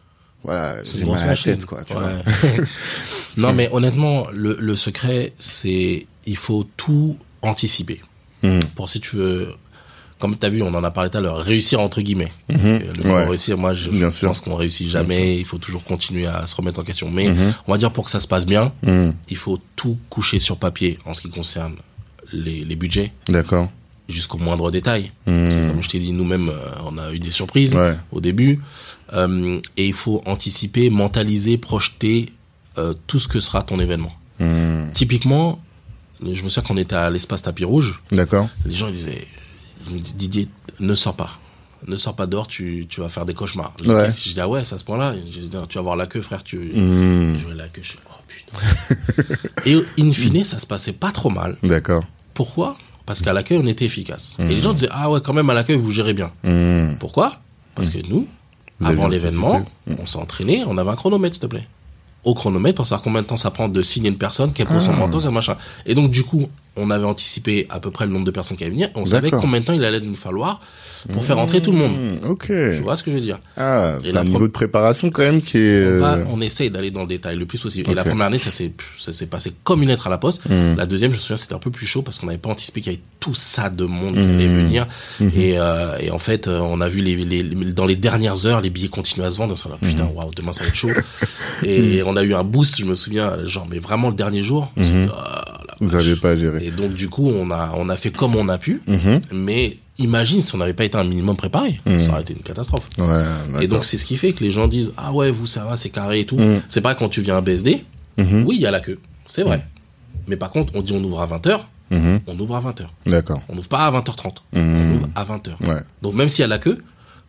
voilà, c'est j'ai mal à la tête, quoi. Tu ouais. vois.
Non, mais honnêtement, le, le secret, c'est il faut tout anticiper.
Mmh.
Pour si tu veux. Comme tu as vu, on en a parlé tout à l'heure, réussir entre guillemets.
Mmh,
le mot
ouais.
réussir, moi, je, je pense qu'on réussit jamais. Il faut toujours continuer à se remettre en question. Mais
mmh.
on va dire pour que ça se passe bien,
mmh.
il faut tout coucher sur papier en ce qui concerne les, les budgets.
D'accord.
Jusqu'au moindre détail.
Mmh.
Parce que, comme je t'ai dit, nous-mêmes, on a eu des surprises
ouais.
au début. Euh, et il faut anticiper, mentaliser, projeter euh, tout ce que sera ton événement.
Mmh.
Typiquement, je me souviens qu'on était à l'espace tapis rouge.
D'accord.
Les gens ils disaient... Je me dis, Didier, ne sors pas. Ne sors pas dehors, tu, tu vas faire des cauchemars. Je,
ouais.
dis, je dis, ah ouais, c'est à ce point-là. Je dis, tu vas voir la queue, frère. Tu
mmh.
je vois la queue, je dis, oh putain. Et in fine, ça se passait pas trop mal.
D'accord.
Pourquoi? Parce qu'à l'accueil, on était efficace.
Mmh.
Et les gens disaient, ah ouais, quand même, à l'accueil, vous gérez bien.
Mmh.
Pourquoi? Parce mmh. que nous, vous avant l'événement, mmh. on s'est entraîné, on avait un chronomètre, s'il te plaît. Au chronomètre, pour savoir combien de temps ça prend de signer une personne, quel pose ah. son manteau, quel machin. Et donc, du coup, on avait anticipé à peu près le nombre de personnes qui allaient venir. On D'accord. savait combien de temps il allait nous falloir pour mmh, faire rentrer tout le monde.
Ok.
Tu vois ce que je veux dire?
Ah, et c'est un pro- niveau de préparation quand même qui est...
On, va, on essaye d'aller dans le détail le plus possible. Okay. Et la première année, ça s'est, ça s'est passé comme une lettre à la poste. Mmh. La deuxième, je me souviens, c'était un peu plus chaud parce qu'on n'avait pas anticipé qu'il y avait tout ça de monde mmh. qui allait venir. Mmh. Et, euh, et en fait, on a vu les, les, les, dans les dernières heures, les billets continuaient à se vendre. On s'est dit, putain, waouh, wow, demain ça va être chaud. Et mmh. on a eu un boost, je me souviens, genre, mais vraiment le dernier jour. On s'est dit, oh,
vous n'avez pas à gérer.
Et donc, du coup, on a, on a fait comme on a pu.
Mmh.
Mais imagine si on n'avait pas été un minimum préparé.
Mmh.
Ça aurait été une catastrophe.
Ouais,
et donc, c'est ce qui fait que les gens disent, ah ouais, vous, ça va, c'est carré et tout. Mmh. C'est pas quand tu viens à B S D. Mmh. Oui, il y a la queue. C'est vrai. Mmh. Mais par contre, on dit on ouvre à vingt heures. Mmh. On ouvre à vingt heures.
D'accord.
On n'ouvre pas à vingt heures trente.
Mmh.
On ouvre à vingt heures.
Ouais.
Donc, même s'il y a la queue,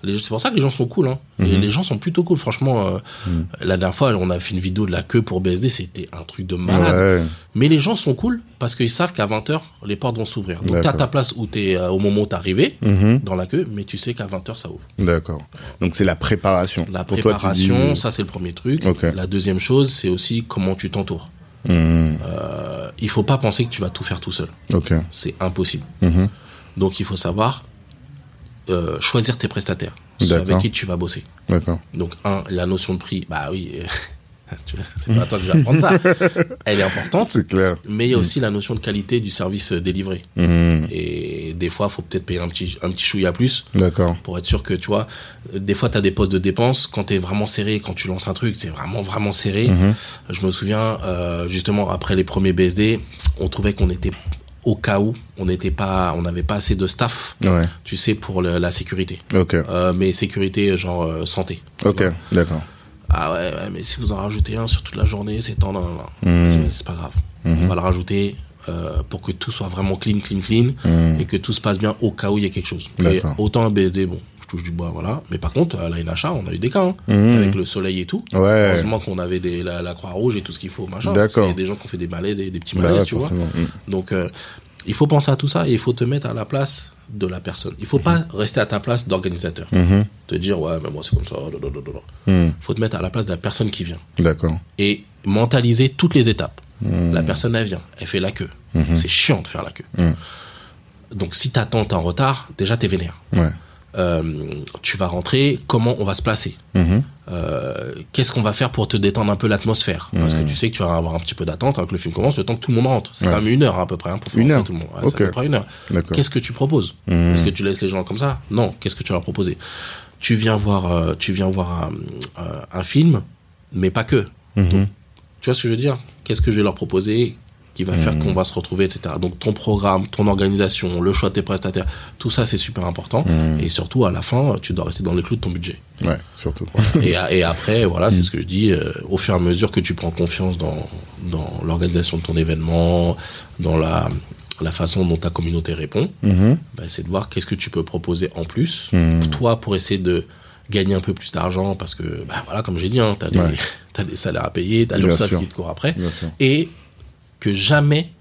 Les, c'est pour ça que les gens sont cool. Hein. Mm-hmm. Les, les gens sont plutôt cool. Franchement, euh, mm. la dernière fois, on a fait une vidéo de la queue pour B S D. C'était un truc de malade. Ouais. Mais les gens sont cool parce qu'ils savent qu'à vingt heures, les portes vont s'ouvrir. Donc, D'accord. t'as ta place où t'es euh, au moment où t'es arrivé mm-hmm. dans la queue, mais tu sais qu'à vingt heures, ça ouvre.
D'accord. Donc, c'est la préparation.
La
pour
préparation,
toi, tu dis...
ça, c'est le premier truc.
Okay.
La deuxième chose, c'est aussi comment tu t'entoures. Mm. Euh, il faut pas penser que tu vas tout faire tout seul.
Okay.
C'est impossible.
Mm-hmm. Donc,
il faut savoir euh, choisir tes prestataires. Ceux avec qui tu vas bosser.
D'accord.
Donc, un, la notion de prix, bah oui, c'est pas à toi que je vais apprendre ça. Elle est importante.
C'est clair.
Mais il y a aussi mmh. la notion de qualité du service délivré. Mmh. Et des fois, il faut peut-être payer un petit, un petit chouïa plus.
D'accord.
Pour être sûr que, tu vois, des fois, tu as des postes de dépenses. Quand tu es vraiment serré, quand tu lances un truc, c'est vraiment, vraiment serré. Mmh. Je me souviens, euh, justement, après les premiers B S D, on trouvait qu'on était... au cas où on n'était pas, on n'avait pas assez de staff,
ouais.
tu sais, pour le, la sécurité.
Ok.
Euh, mais sécurité genre euh, santé.
Ok, d'accord.
Ah ouais, ouais, mais si vous en rajoutez un sur toute la journée, c'est temps, non, non, non.
Mmh.
C'est pas grave.
Mmh.
On va le rajouter euh, pour que tout soit vraiment clean, clean, clean, mmh. et que tout se passe bien au cas où il y a quelque chose.
D'accord.
Et autant un B S D, bon, je touche du bois, voilà. Mais par contre, à la N H A, on a eu des cas, hein, mmh. avec le soleil et tout.
Ouais.
Heureusement qu'on avait des, la, la Croix-Rouge et tout ce qu'il faut, machin.
D'accord.
Il y a des gens qui ont fait des malaises et des petits malaises, bah, tu
forcément.
vois.
Mmh.
Donc, euh, il faut penser à tout ça et il faut te mettre à la place de la personne. Il faut mmh. pas rester à ta place d'organisateur. Mmh. Te dire, ouais, mais moi c'est comme ça. Il mmh. faut te mettre à la place de la personne qui vient.
D'accord.
Et mentaliser toutes les étapes.
Mmh.
La personne, elle vient, elle fait la queue. Mmh. C'est chiant de faire la queue. Mmh. Donc si t'attends, t'es en retard, déjà t'es vénère.
Ouais.
Euh, tu vas rentrer, comment on va se placer, mmh. euh, qu'est-ce qu'on va faire pour te détendre un peu l'atmosphère, mmh. parce que tu sais que tu vas avoir un petit peu d'attente avant que le film commence, le temps que tout le monde rentre, c'est ouais. quand même une heure hein, à peu près hein, pour faire
une
rentrer tout le monde, ouais,
okay.
ça à peu près une heure.
D'accord.
Qu'est-ce que tu proposes, mmh. est-ce que tu laisses les gens comme ça? Non, qu'est-ce que tu vas leur proposer? Tu viens voir, euh, tu viens voir un, euh, un film, mais pas que. Mmh. Donc, tu vois ce que je veux dire? Qu'est-ce que je vais leur proposer qui va mmh. faire qu'on va se retrouver, et cetera. Donc ton programme, ton organisation, le choix de tes prestataires, tout ça c'est super important. Mmh. Et surtout à la fin, tu dois rester dans les clous de ton budget.
Ouais, surtout.
et, et après, voilà, mmh. c'est ce que je dis. Euh, au fur et à mesure que tu prends confiance dans dans l'organisation de ton événement, dans la la façon dont ta communauté répond, mmh. bah, c'est de voir qu'est-ce que tu peux proposer en plus, mmh. toi pour essayer de gagner un peu plus d'argent parce que bah voilà, comme j'ai dit, hein, t'as des ouais. t'as des salaires à payer, t'as l'U R S S A F qui te court après, et que jamais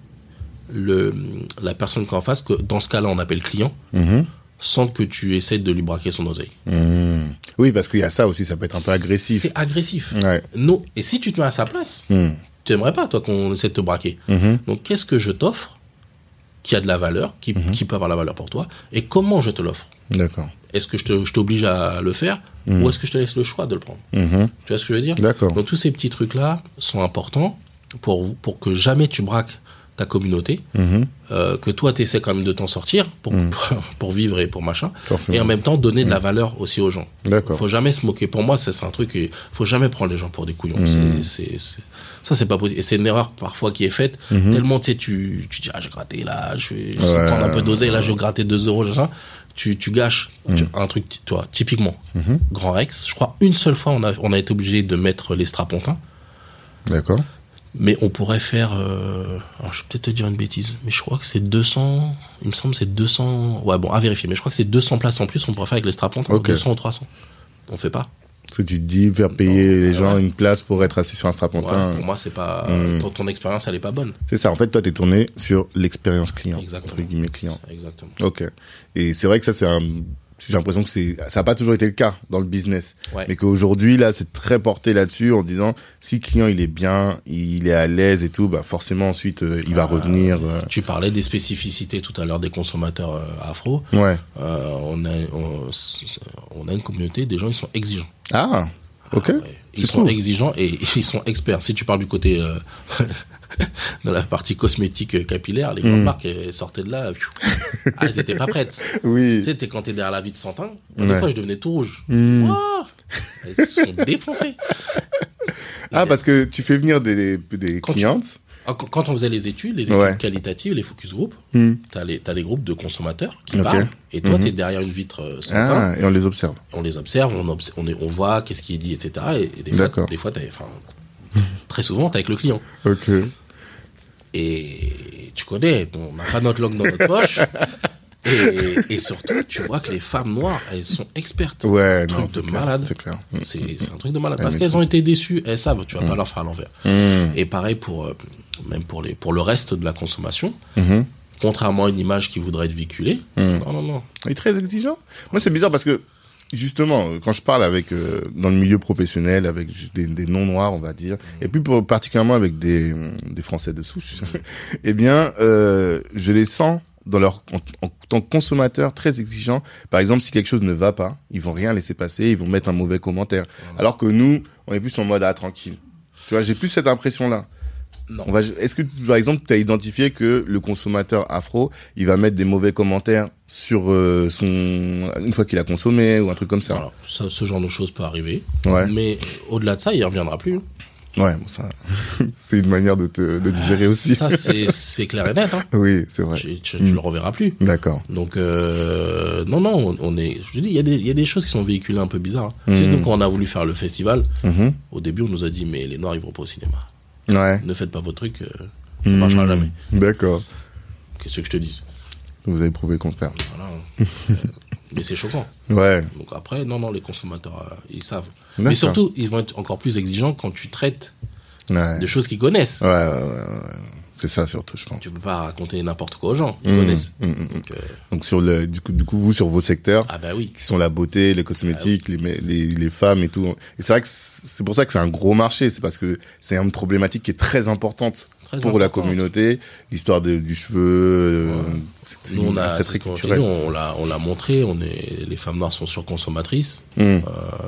le, la personne qu'en face, que dans ce cas-là on appelle client, mmh. sente que tu essaies de lui braquer son oseille.
Mmh. Oui, parce qu'il y a ça aussi, ça peut être un peu agressif.
C'est agressif.
Ouais.
Non. Et si tu te mets à sa place, mmh. tu aimerais pas, toi, qu'on essaie de te braquer. Mmh. Donc, qu'est-ce que je t'offre qui a de la valeur, qui, mmh. qui peut avoir la valeur pour toi, et comment je te l'offre?
D'accord.
Est-ce que je, te, je t'oblige à le faire, mmh. ou est-ce que je te laisse le choix de le prendre? Mmh. Tu vois ce que je veux dire?
D'accord.
Donc, tous ces petits trucs-là sont importants pour, pour que jamais tu braques ta communauté, mmh. euh, que toi tu essaies quand même de t'en sortir pour, mmh. pour, pour vivre et pour machin, Forcément. Et en même temps donner mmh. de la valeur aussi aux gens.
D'accord.
Faut jamais se moquer. Pour moi, c'est, c'est un truc, il faut jamais prendre les gens pour des couillons. Mmh. C'est, c'est, c'est, ça, c'est pas possible. Et c'est une erreur parfois qui est faite. Mmh. Tellement, tu sais, tu, tu dis, ah, j'ai gratté là, je vais, je vais ouais, prendre un peu d'oseille, là, je vais gratter deux euros, machin. Tu, tu gâches mmh. tu, un truc, toi, typiquement. Mmh. Grand Rex, je crois, une seule fois, on a, on a été obligé de mettre les strapontins.
D'accord.
Mais on pourrait faire... Euh, alors, je vais peut-être te dire une bêtise, mais je crois que c'est deux cents... Il me semble que c'est deux cents... Ouais, bon, à vérifier. Mais je crois que c'est deux cents places en plus, on pourrait faire avec les strapontins. Okay. deux cents ou trois cents. On fait pas.
Parce que tu te dis, faire payer non, les gens ouais. une place pour être assis sur un strapontin...
Ouais, pour moi, c'est pas... Mmh. Ton, ton expérience, elle est pas bonne.
C'est ça. En fait, toi, t'es tourné sur l'expérience client.
Exactement.
Entre guillemets, client.
Exactement.
Ok. Et c'est vrai que ça, c'est un... J'ai l'impression que c'est, ça n'a pas toujours été le cas dans le business.
Ouais.
Mais qu'aujourd'hui, là, c'est très porté là-dessus en disant, si le client, il est bien, il est à l'aise et tout, bah, forcément, ensuite, euh, il va euh, revenir. Euh...
Tu parlais des spécificités tout à l'heure des consommateurs euh, afro.
Ouais.
Euh, on a, on, on a une communauté, des gens, ils sont exigeants.
Ah, ok. Ah, ouais.
Ils sont cool. exigeants et ils sont experts. Si tu parles du côté, euh, dans la partie cosmétique capillaire, les grandes mmh. marques elles sortaient de là, ah, elles étaient pas prêtes.
Oui.
Tu sais, quand t'es derrière la vie de Santin,
ouais.
des fois je devenais tout rouge.
Mmh.
Oh, elles se sont défoncées.
Ah, parce que tu fais venir des, des
quand
clientes.
Tu, quand on faisait les études, les études ouais. qualitatives, les focus group, mmh. t'as les, t'as des groupes de consommateurs qui okay. parlent, et toi mmh. t'es derrière une vitre Santin.
Ah, et on les observe.
On les observe, on, obs- on, est, on voit qu'est-ce qui est dit, et cetera. Et, et des fois, des fois t'as, enfin, très souvent, t'es avec le client.
Ok.
Et tu connais, on n'a pas notre langue dans notre poche. Et, et surtout, tu vois que les femmes noires, elles sont expertes.
Ouais,
un truc
non,
de
c'est clair,
malade.
C'est clair.
C'est, c'est un truc de malade.
Elles
Parce qu'elles ont été déçues, elles savent, tu vas
mm.
pas leur faire à l'envers.
Mm.
Et pareil pour, euh, même pour les, pour le reste de la consommation.
Mm-hmm.
Contrairement à une image qui voudrait être véhiculée.
Mm.
Non, non, non.
Il est très exigeant. Moi, c'est bizarre parce que, justement, quand je parle avec, euh, dans le milieu professionnel, avec des, des non-noirs, on va dire, mm. et puis pour, particulièrement avec des, des Français de souche, mm. eh bien, euh, je les sens dans leur, en, en tant que consommateurs très exigeants. Par exemple, si quelque chose ne va pas, ils vont rien laisser passer, ils vont mettre un mauvais commentaire. Mm. Alors que nous, on est plus en mode, ah, tranquille. Tu vois, j'ai plus cette impression-là.
Non.
On va, est-ce que, par exemple, tu as identifié que le consommateur afro, il va mettre des mauvais commentaires sur euh, son, une fois qu'il a consommé ou un truc comme ça?
Alors, ça, ce genre de choses peut arriver.
Ouais.
Mais au-delà de ça, il reviendra plus.
Ouais, bon, ça, c'est une manière de te, de digérer aussi.
Ça, c'est, c'est clair et net, hein.
Oui, c'est vrai.
Tu, tu,
mm.
tu le reverras plus.
D'accord.
Donc, euh, non, non, on, on est, je te dis, il y a des, il y a des choses qui sont véhiculées un peu bizarres. Hein. Mm. Tu sais, nous, quand on a voulu faire le festival, mm-hmm. au début, on nous a dit, mais les Noirs, ils vont pas au cinéma.
Ouais.
Ne faites pas vos trucs, euh, ça ne mmh, marchera jamais.
D'accord.
Qu'est-ce que je te dis?
Vous avez prouvé le contraire.
Voilà. euh, mais c'est choquant.
Ouais.
Donc après, non, non, les consommateurs, euh, ils savent.
D'accord.
Mais surtout, ils vont être encore plus exigeants quand tu traites
ouais.
de choses qu'ils connaissent.
Ouais, ouais, ouais, ouais. C'est ça surtout, je pense.
Tu peux pas raconter n'importe quoi aux gens, ils
mmh,
connaissent.
Mmh,
Donc, euh...
Donc sur le, du coup, du coup, vous sur vos secteurs,
ah bah oui,
qui sont la beauté, les cosmétiques, ah oui. les, les les femmes et tout. Et c'est vrai que c'est pour ça que c'est un gros marché, c'est parce que c'est une problématique qui est très importante très pour importante. La communauté, l'histoire de, du cheveu. Ouais. Euh, c'est
Nous on a,
très, très culturel.
Dit, on l'a, on l'a montré. On est, les femmes noires sont surconsommatrices. Mmh. Euh,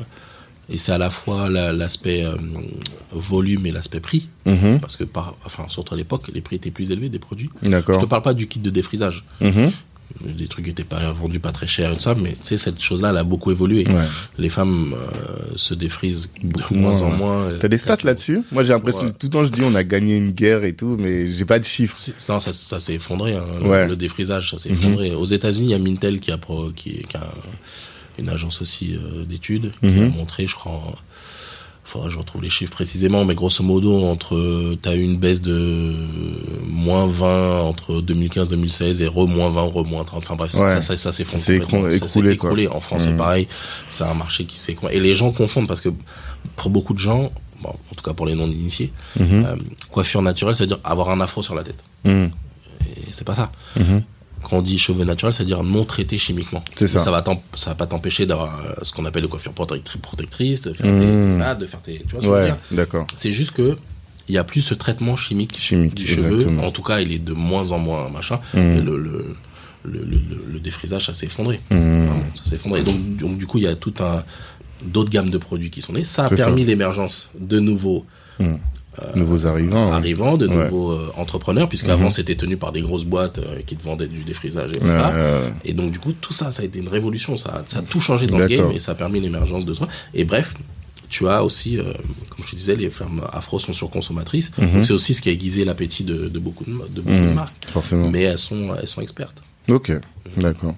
Et c'est à la fois la, l'aspect euh, volume et l'aspect prix. Mmh. Parce que, par, enfin, surtout à l'époque, les prix étaient plus élevés des produits.
D'accord.
Je te parle pas du kit de défrisage. Mmh. Des trucs qui étaient pas vendus pas très cher et tout ça, mais tu sais, cette chose-là, elle a beaucoup évolué. Ouais. Les femmes euh, se défrisent beaucoup de moins en moins.
T'as des stats là-dessus? Moi, j'ai l'impression, ouais. tout le temps, je dis on a gagné une guerre et tout, mais j'ai pas de chiffres.
C'est, non, ça, ça s'est effondré. Hein,
ouais.
le, le défrisage, ça s'est effondré. Mmh. Aux États-Unis, il y a Mintel qui a, pro, qui, qui a une agence aussi euh, d'études, mmh. qui a montré, je crois, en, faudra que je retrouve les chiffres précisément, mais grosso modo, entre, t'as eu une baisse de moins vingt entre deux mille quinze deux mille seize et re moins vingt, re moins trente. Enfin bref, ouais. ça, ça, ça s'effondre
c'est complètement. Écroulé,
ça s'est écroulé.
Quoi.
En France, mmh. c'est pareil. C'est un marché qui s'est, et les gens confondent parce que pour beaucoup de gens, bon, en tout cas pour les non-initiés, mmh. euh, coiffure naturelle, c'est-à-dire avoir un afro sur la tête. Mmh. Et c'est pas ça. Mmh. Quand on dit cheveux naturels, c'est-à-dire non traités chimiquement. C'est ça. Ça va, ça va pas t'empêcher d'avoir euh, ce qu'on appelle les coiffures protectrices, de faire mmh. tes, ah, de faire tes, tu vois ce que je veux dire.
D'accord.
C'est juste que il y a plus ce traitement chimique,
chimique
du cheveu.
Exactement.
En tout cas, il est de moins en moins machin. Mmh. Et le, le, le, le, le défrisage, ça s'est effondré. Mmh. Vraiment, ça s'est effondré. Et donc, donc, du coup, il y a tout un d'autres gammes de produits qui sont nés. Ça a c'est permis ça. L'émergence de nouveaux. Mmh.
Euh, nouveaux arrivants,
arrivants, de ouais. nouveaux euh, entrepreneurs, puisqu'avant mm-hmm. c'était tenu par des grosses boîtes euh, qui te vendaient du défrisage et tout ouais, ça. Euh... Et donc du coup tout ça, ça a été une révolution, ça, ça a tout changé dans D'accord. le game et ça a permis l'émergence de soi. Et bref, tu as aussi, euh, comme je te disais, les femmes afro sont surconsommatrices, mm-hmm. donc c'est aussi ce qui a aiguisé l'appétit de, de beaucoup de, de, beaucoup mm-hmm. de marques.
Forcément.
Mais elles sont, elles sont expertes.
Ok, mm-hmm. d'accord.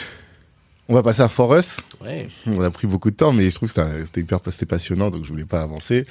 On va passer à Forest.
Ouais.
On a pris beaucoup de temps, mais je trouve que c'était, c'était hyper c'était passionnant, donc je voulais pas avancer.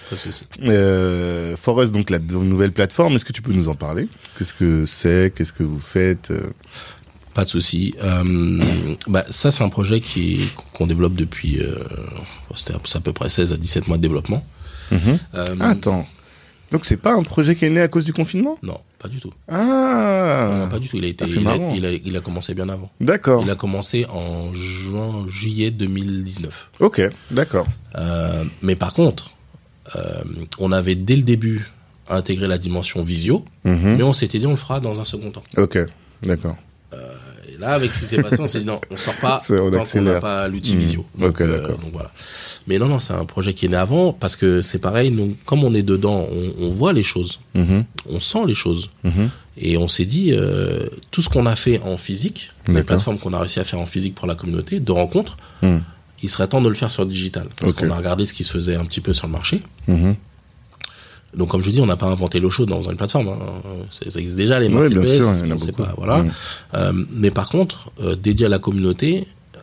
Euh, Forest, donc la nouvelle plateforme, est-ce que tu peux nous en parler? Qu'est-ce que c'est? Qu'est-ce que vous faites?
Pas de souci. Euh, bah ça, c'est un projet qui qu'on développe depuis. Euh, c'était à peu près seize à dix-sept mois de développement.
Mm-hmm. Euh, ah, attends. Donc c'est pas un projet qui est né à cause du confinement?
Non, pas du tout.
Ah.
Non, pas du tout. Il a été,
ah,
il, a, il, a, il a commencé bien avant.
D'accord.
Il a commencé en juin, juillet deux mille dix-neuf.
Ok, d'accord.
Euh, mais par contre, euh, on avait dès le début intégré la dimension visio, mm-hmm. mais on s'était dit on le fera dans un second temps.
Ok, d'accord.
Euh, et là, avec ce qui s'est passé, on s'est dit non, on sort pas
on
tant qu'on n'a pas l'outil mmh. visio. Donc,
ok, d'accord.
Euh, donc voilà. Mais non, non, c'est un projet qui est né avant parce que c'est pareil. Nous, comme on est dedans, on, on voit les choses, mmh. on sent les choses, mmh. et on s'est dit euh, tout ce qu'on a fait en physique, d'accord. les plateformes qu'on a réussi à faire en physique pour la communauté, de rencontres, mmh. il serait temps de le faire sur le digital parce okay. qu'on a regardé ce qui se faisait un petit peu sur le marché. Mmh. Donc, comme je dis, on n'a pas inventé l'eau chaude dans une plateforme. Hein. Ça existe déjà, les marketplaces.
Oui, bien sûr, il y en a beaucoup.
Pas, voilà. Mmh. Euh, mais par contre, euh, dédié à la communauté,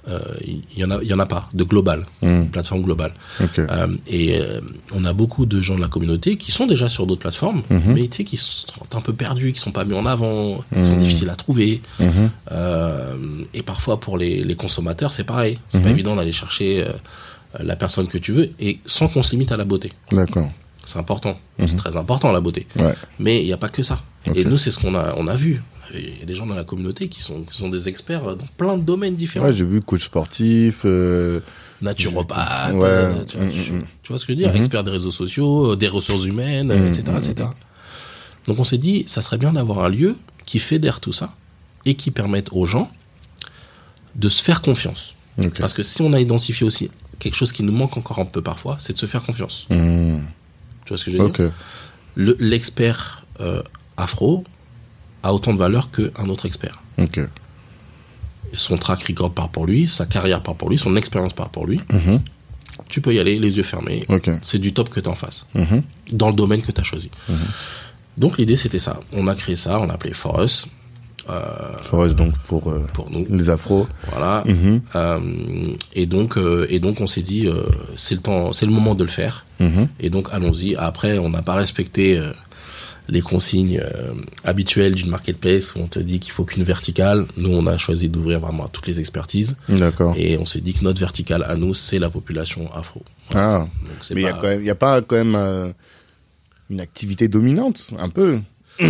euh, il y en a, il y en a pas de global, mmh. plateforme globale.
Okay.
Euh, et euh, on a beaucoup de gens de la communauté qui sont déjà sur d'autres plateformes, mmh. mais tu sais qui sont un peu perdus, qui sont pas mis en avant, qui mmh. sont difficiles à trouver. Mmh. Euh, et parfois pour les, les consommateurs, c'est pareil. C'est mmh. pas évident d'aller chercher euh, la personne que tu veux et sans qu'on se limite à la beauté.
D'accord.
C'est important, mmh. c'est très important la beauté.
Ouais.
Mais il n'y a pas que ça. Okay. Et nous, c'est ce qu'on a, on a vu. Il y a des gens dans la communauté qui sont, qui sont des experts dans plein de domaines différents.
Ouais, j'ai vu coach sportif, euh...
naturopathe,
ouais.
euh, tu, vois,
mmh,
tu,
mmh.
tu vois ce que je veux dire, mmh. expert des réseaux sociaux, des ressources humaines, mmh, et cetera, et cetera. Donc on s'est dit, ça serait bien d'avoir un lieu qui fédère tout ça et qui permette aux gens de se faire confiance. Okay. Parce que si on a identifié aussi quelque chose qui nous manque encore un peu parfois, c'est de se faire confiance. Mmh. Tu vois ce que je veux
okay.
dire? Le, l'expert euh, afro a autant de valeur qu'un autre expert.
Okay.
Son track record part pour lui, sa carrière part pour lui, son expérience part pour lui.
Mm-hmm.
Tu peux y aller, les yeux fermés.
Okay.
C'est du top que tu en fasses.
Mm-hmm.
Dans le domaine que tu as choisi.
Mm-hmm.
Donc l'idée, c'était ça. On a créé ça, on a appelé For Us.
Euh, For Us, donc, pour, euh,
pour nous.
Les afros.
Voilà.
Mm-hmm.
Euh, et, donc, euh, et donc, on s'est dit, euh, c'est le temps, c'est le moment de le faire.
Mm-hmm.
Et donc, allons-y. Après, on n'a pas respecté... Euh, les consignes euh, habituelles d'une marketplace où on te dit qu'il faut qu'une verticale. Nous, on a choisi d'ouvrir vraiment à toutes les expertises.
D'accord.
Et on s'est dit que notre verticale à nous, c'est la population afro.
Ah. Donc, c'est mais il pas... y a quand même, il y a pas quand même euh, une activité dominante, un peu.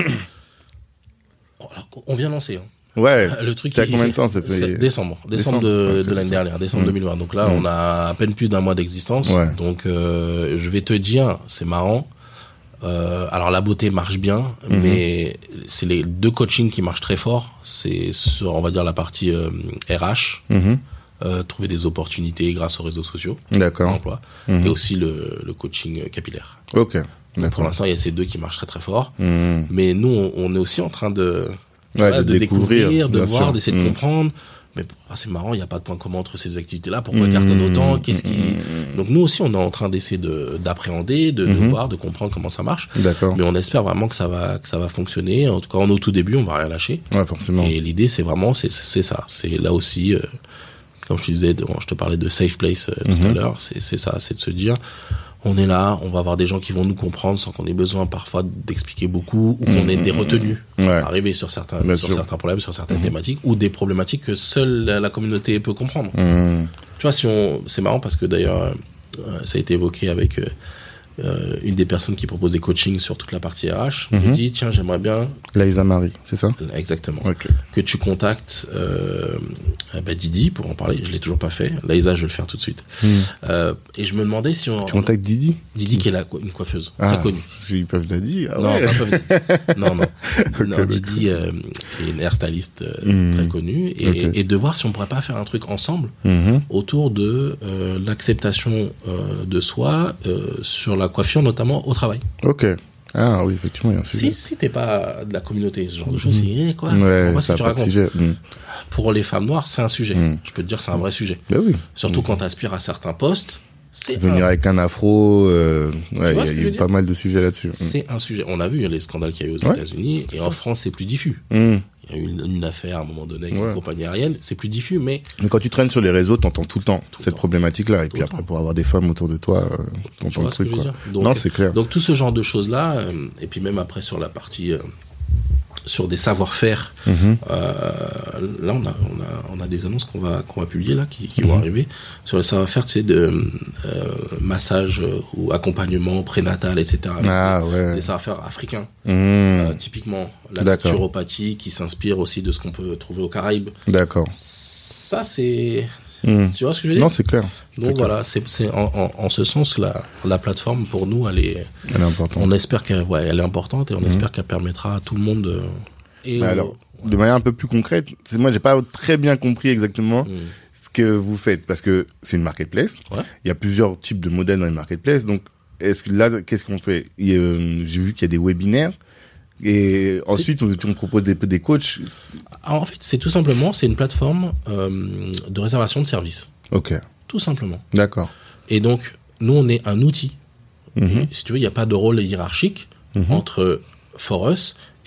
On vient lancer. Hein.
Ouais.
Le truc.
C'est à combien de temps ça fait...
Décembre. Décembre, décembre de, de l'année dernière, décembre mmh. deux mille vingt. Donc là, mmh. on a à peine plus d'un mois d'existence.
Ouais.
Donc, euh, je vais te dire, c'est marrant. Euh, alors la beauté marche bien, mmh. mais c'est les deux coachings qui marchent très fort. C'est sur, on va dire, la partie euh, R H, mmh. euh, trouver des opportunités grâce aux réseaux sociaux,
d'accord,
emploi, mmh. et aussi le, le coaching capillaire.
Ok.
Donc, pour l'instant, il y a ces deux qui marchent très très fort.
Mmh.
Mais nous, on, on est aussi en train de,
ouais,
vois,
de,
de
découvrir,
découvrir, de voir,
sûr.
d'essayer mmh. de comprendre. Mais ah, c'est marrant, il n'y a pas de point commun entre ces activités-là. Pourquoi mmh, cartonne autant? Qu'est-ce qui... Mmh. Donc nous aussi, on est en train d'essayer de, d'appréhender, de, mmh. de voir, de comprendre comment ça marche.
D'accord.
Mais on espère vraiment que ça va, que ça va fonctionner. En tout cas, on est au tout début, on va rien lâcher.
Ouais, forcément.
Et l'idée, c'est vraiment, c'est, c'est ça. C'est là aussi, euh, comme je te disais, je te parlais de safe place euh, tout mmh. à l'heure. C'est, c'est ça, c'est de se dire, on est là, on va avoir des gens qui vont nous comprendre sans qu'on ait besoin parfois d'expliquer beaucoup ou qu'on mmh, ait des retenues.
Ouais.
Ça peut arriver sur certains, sur certains problèmes, sur certaines mmh. thématiques ou des problématiques que seule la, la communauté peut comprendre. Mmh. Tu vois, si on, c'est marrant parce que d'ailleurs, euh, ça a été évoqué avec euh, euh, une des personnes qui propose des coachings sur toute la partie R H. Mmh. Elle dit, tiens, j'aimerais bien...
Laïsa Marie, c'est ça?
Exactement.
Okay.
Que tu contactes euh, bah Didi pour en parler. Je l'ai toujours pas fait. Laïsa, je vais le faire tout de suite. Mmh. Euh, et je me demandais si on...
Tu contactes Didi?
Didi mmh. qui est la, une coiffeuse
ah,
très connue.
Ils peuvent Didi. Ah
non,
ouais.
pas peuvent... non, non. Okay, non Didi, euh, qui est une hairstyliste euh, mmh. très connue. Et, okay. et de voir si on pourrait pas faire un truc ensemble mmh. autour de euh, l'acceptation euh, de soi euh, sur la coiffure, notamment au travail.
Ok. Ah oui, effectivement, il y a un sujet.
Si, si t'es pas de la communauté, ce genre de choses, mmh. c'est quoi?
Ouais,
ça
tu racontes. Sujet. Mmh.
Pour les femmes noires, c'est un sujet. Mmh. Je peux te dire, c'est un vrai sujet.
Ben oui.
Surtout
mmh.
quand t'aspires à certains postes. C'est
Venir
un...
avec un afro, euh, ouais, il y a eu pas mal de sujets là-dessus.
C'est mmh. un sujet. On a vu les scandales qu'il y a eu aux
ouais,
États-Unis, et en France, c'est plus diffus.
Mmh.
Il y a eu une, une affaire à un moment donné avec
ouais.
une compagnie aérienne, c'est plus diffus, mais...
Mais quand tu traînes sur les réseaux, t'entends tout le temps
tout
cette
temps.
problématique-là, et
tout
puis après, pour avoir des femmes autour de toi, euh, t'entends le truc, quoi.
Donc,
non, c'est clair.
Donc tout ce genre de choses-là, euh, et puis même après sur la partie... Euh, sur des savoir-faire, mmh. euh, là on a, on a, on a des annonces qu'on va, qu'on va publier là, qui, qui mmh. vont arriver, sur le savoir-faire, tu sais, de euh, massage euh, ou accompagnement prénatal, et cetera.
Ah,
des,
ouais.
des savoir-faire africains, mmh. euh, typiquement la
D'accord.
naturopathie qui s'inspire aussi de ce qu'on peut trouver aux Caraïbes.
D'accord.
Ça c'est...
Mmh.
Tu vois ce que je veux dire?
Non, c'est clair.
Donc
c'est
voilà,
clair.
c'est, c'est en, en, en ce sens la, la plateforme pour nous, elle est,
elle est importante.
On espère qu'elle, ouais, elle est importante et on mmh. espère qu'elle permettra à tout le monde. De, et
bah
on,
alors, ouais. de manière un peu plus concrète, c'est, moi j'ai pas très bien compris exactement mmh. ce que vous faites parce que c'est une marketplace.
Ouais.
Il y a plusieurs types de modèles dans les marketplaces. Donc, est-ce que là, qu'est-ce qu'on fait? Il, euh, J'ai vu qu'il y a des webinaires. Et ensuite, on, on propose des, des coachs.
Alors, en fait, c'est tout simplement, c'est une plateforme euh, de réservation de services.
Ok.
Tout simplement.
D'accord.
Et donc, nous, on est un outil.
Mm-hmm.
Et, si tu veux, il n'y a pas de rôle hiérarchique mm-hmm. entre For Us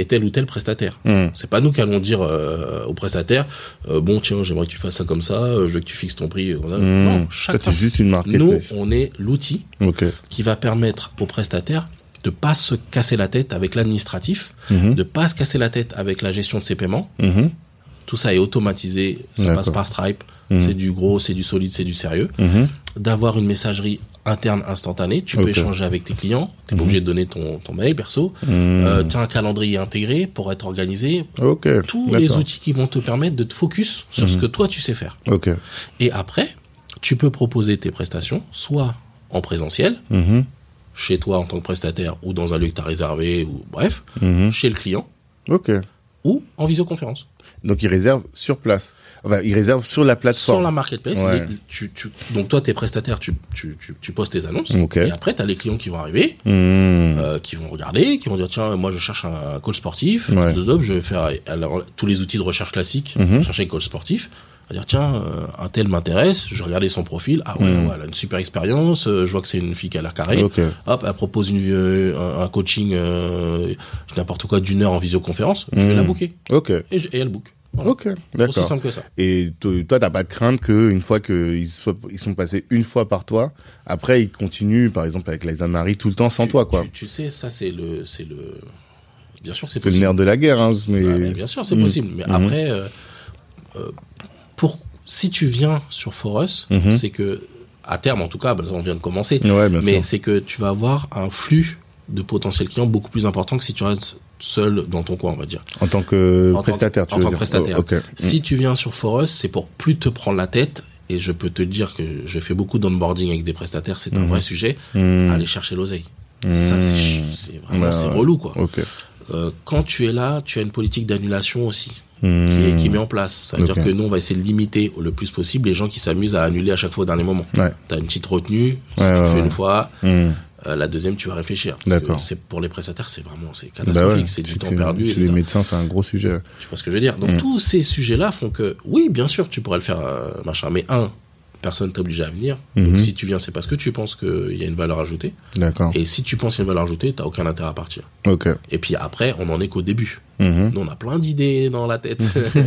et tel ou tel prestataire.
Mmh.
C'est pas nous qui allons dire euh, au prestataire euh, bon tiens j'aimerais que tu fasses ça comme ça, euh, je veux que tu fixes ton prix. Mmh. Non, chaque
ça, c'est juste une marketplace.
Nous on est l'outil
okay.
qui va permettre au prestataire de pas se casser la tête avec l'administratif, mmh. de pas se casser la tête avec la gestion de ses paiements. Mmh. Tout ça est automatisé, ça D'accord. passe par Stripe, mmh. c'est du gros, c'est du solide, c'est du sérieux. Mmh. D'avoir une messagerie interne instantanée, tu okay. peux échanger avec tes clients, t'es mmh. pas obligé de donner ton, ton mail perso, mmh. euh, tu as un calendrier intégré pour être organisé,
okay.
tous
D'accord.
les outils qui vont te permettre de te focus sur mmh. ce que toi tu sais faire.
Okay.
Et après, tu peux proposer tes prestations, soit en présentiel,
mmh.
chez toi en tant que prestataire, ou dans un lieu que tu as réservé, ou bref,
mmh.
chez le client,
okay.
ou en visioconférence.
Donc, ils réservent sur place. Enfin, ils réservent sur la plateforme.
Sur la marketplace.
Ouais.
Les, tu, tu, donc, toi, t'es prestataire, tu, tu, tu, tu postes tes annonces.
Okay.
Et après, t'as les clients qui vont arriver, mmh. euh, qui vont regarder, qui vont dire, tiens, moi, je cherche un coach sportif.
Ouais.
Je vais faire alors, tous les outils de recherche classiques, mmh. chercher coach sportif. À dire, tiens, euh, un tel m'intéresse, je regardais son profil, ah ouais, mmh. ouais, elle a une super expérience, euh, je vois que c'est une fille qui a l'air carrée.
Okay.
Hop, elle propose une, euh, un, un coaching, euh, n'importe quoi, d'une heure en visioconférence, mmh. je vais la booker.
Okay.
Et, je, et elle book. Voilà.
Ok, d'accord.
Aussi simple que ça.
Et toi, t'as pas de crainte que une fois qu'ils soient, ils sont passés une fois par toi, après ils continuent, par exemple avec Liza Marie, tout le temps sans
tu,
toi, quoi.
Tu, tu sais, ça c'est le, c'est le. Bien sûr que c'est,
c'est
possible.
C'est le nerf de la guerre, hein. Mais,
ah, mais bien sûr, c'est mmh. possible. Mais mmh. après, euh, euh, pour si tu viens sur Forus, mmh. c'est que à terme, en tout cas, bah, on vient de commencer.
Ouais, bien
mais
sûr.
c'est que tu vas avoir un flux de potentiels clients beaucoup plus important que si tu restes seul dans ton coin, on va dire.
En tant que
en
prestataire,
tant,
tu veux
En tant
dire.
que prestataire.
Oh, okay.
Si
mmh.
tu viens sur Forus, c'est pour plus te prendre la tête. Et je peux te dire que je fais beaucoup d'onboarding avec des prestataires, c'est un mmh. vrai sujet. Mmh. Aller chercher l'oseille. Mmh. Ça, c'est, c'est vraiment bah, c'est ouais. relou, quoi.
Okay.
Euh, quand tu es là, tu as une politique d'annulation aussi. Mmh. Qui, est, qui est mis en place. Ça veut okay. dire que nous, on va essayer de limiter le plus possible les gens qui s'amusent à annuler à chaque fois au dernier moment.
Ouais.
T'as une petite retenue, si
ouais,
tu
ouais,
fais
ouais.
une fois, mmh. euh, la deuxième, tu vas réfléchir.
D'accord.
C'est, pour les prestataires, c'est vraiment c'est catastrophique, bah ouais, c'est du temps perdu.
Chez les médecins, c'est un gros sujet.
Tu vois ce que je veux dire? Donc, mmh. tous ces sujets-là font que, oui, bien sûr, tu pourrais le faire, euh, machin, mais un, personne t'est obligé à venir. Mmh. Donc, si tu viens, c'est parce que tu penses qu'il y a une valeur ajoutée.
D'accord.
Et si tu penses qu'il y a une valeur ajoutée, t'as aucun intérêt à partir.
Ok.
Et puis après, on en est qu'au début.
Mmh.
Nous, on a plein d'idées dans la tête.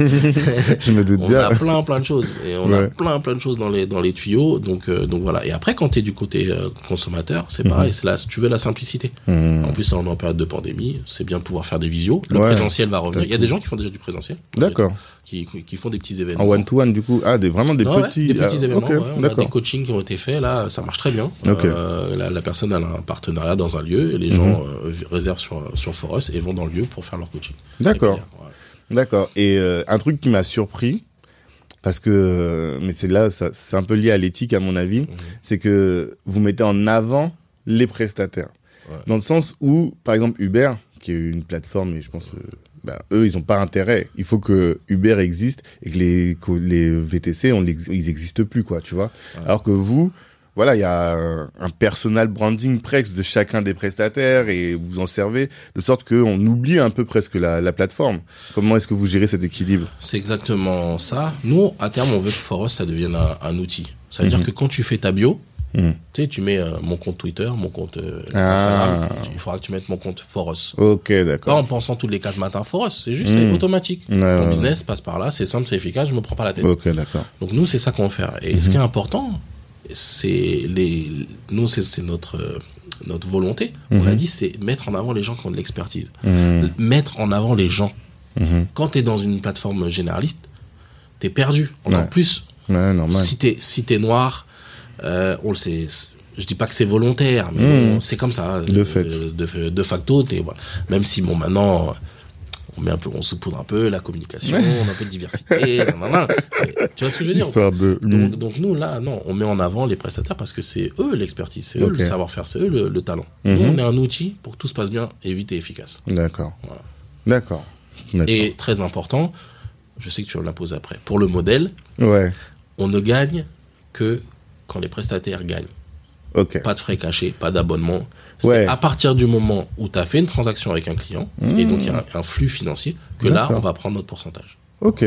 Je me doute
on
bien.
On a plein, plein de choses. Et on ouais. a plein, plein de choses dans les, dans les tuyaux. Donc, euh, donc voilà. Et après, quand t'es du côté euh, consommateur, c'est mmh. pareil. C'est là, tu veux la simplicité. Mmh. En plus, là, on est en période de pandémie. C'est bien de pouvoir faire des visios. Le ouais. présentiel va revenir. Il y a des gens qui font déjà du présentiel.
D'accord.
Qui, qui font des petits événements.
En one-to-one, du coup. Ah, des, vraiment des
ouais,
petits,
ouais, des petits
ah,
événements.
Okay.
Ouais. On a des coachings qui ont été faits. Là, ça marche très bien.
Okay.
Euh, la, la personne a un partenariat dans un lieu et les mmh. gens euh, réservent sur, sur Forus et vont dans le lieu pour faire leur coaching.
D'accord. D'accord. Et euh, un truc qui m'a surpris, parce que, mais c'est là, ça, c'est un peu lié à l'éthique à mon avis, mmh. c'est que vous mettez en avant les prestataires. Ouais. Dans le sens où, par exemple, Uber, qui est une plateforme, et je pense, euh, bah, eux, ils ont pas intérêt. Il faut que Uber existe et que les, que les V T C, on les, ils existent plus, quoi, tu vois. Ouais. Alors que vous, voilà, il y a un, un personal branding presque de chacun des prestataires et vous en servez de sorte qu'on oublie un peu presque la, la plateforme. Comment est-ce que vous gérez cet équilibre?
C'est exactement ça. Nous, à terme, on veut que Forus, ça devienne un, un outil. Ça veut mm-hmm. dire que quand tu fais ta bio, mm. tu sais, tu mets euh, mon compte Twitter, mon compte euh,
ah.
Instagram, il faudra que tu mettes mon compte Forus.
Ok, d'accord.
Pas en pensant tous les quatre matins Forus, c'est juste, mm. c'est automatique.
Ouais,
Ton
ouais,
business
ouais.
passe par là, c'est simple, c'est efficace, je me prends pas la tête.
Ok, d'accord.
Donc nous, c'est ça qu'on fait. Et mm-hmm. ce qui est important, c'est les, nous, c'est, c'est notre, euh, notre volonté. Mm-hmm. On l'a dit, c'est mettre en avant les gens qui ont de l'expertise. Mm-hmm. Mettre en avant les gens. Mm-hmm. Quand t'es dans une plateforme généraliste, t'es perdu. Encore
ouais.
plus.
Ouais, normal.
Si t'es, si t'es noir, euh, on le sait. Je dis pas que c'est volontaire, mais mmh. bon, c'est comme ça.
De fait.
De, de, de facto, t'es, voilà. Même si, bon, maintenant, on met un peu, on saupoudre un peu la communication, ouais. on a un peu de diversité, nan, nan, nan. Tu vois ce que je veux dire?
Histoire de...
donc, mmh. donc, nous, là, non, on met en avant les prestataires parce que c'est eux l'expertise, c'est eux okay. le savoir-faire, c'est eux le, le talent. Mmh. Nous, on est un outil pour que tout se passe bien et vite et efficace.
D'accord.
Voilà.
D'accord. D'accord.
Et très important, je sais que tu vas me la poser après. Pour le modèle,
ouais.
on ne gagne que quand les prestataires gagnent.
Okay.
Pas de frais cachés, pas d'abonnement. C'est
ouais.
à partir du moment où tu as fait une transaction avec un client, mmh. et donc il y a un, un flux financier, que D'accord. là, on va prendre notre pourcentage.
Ok.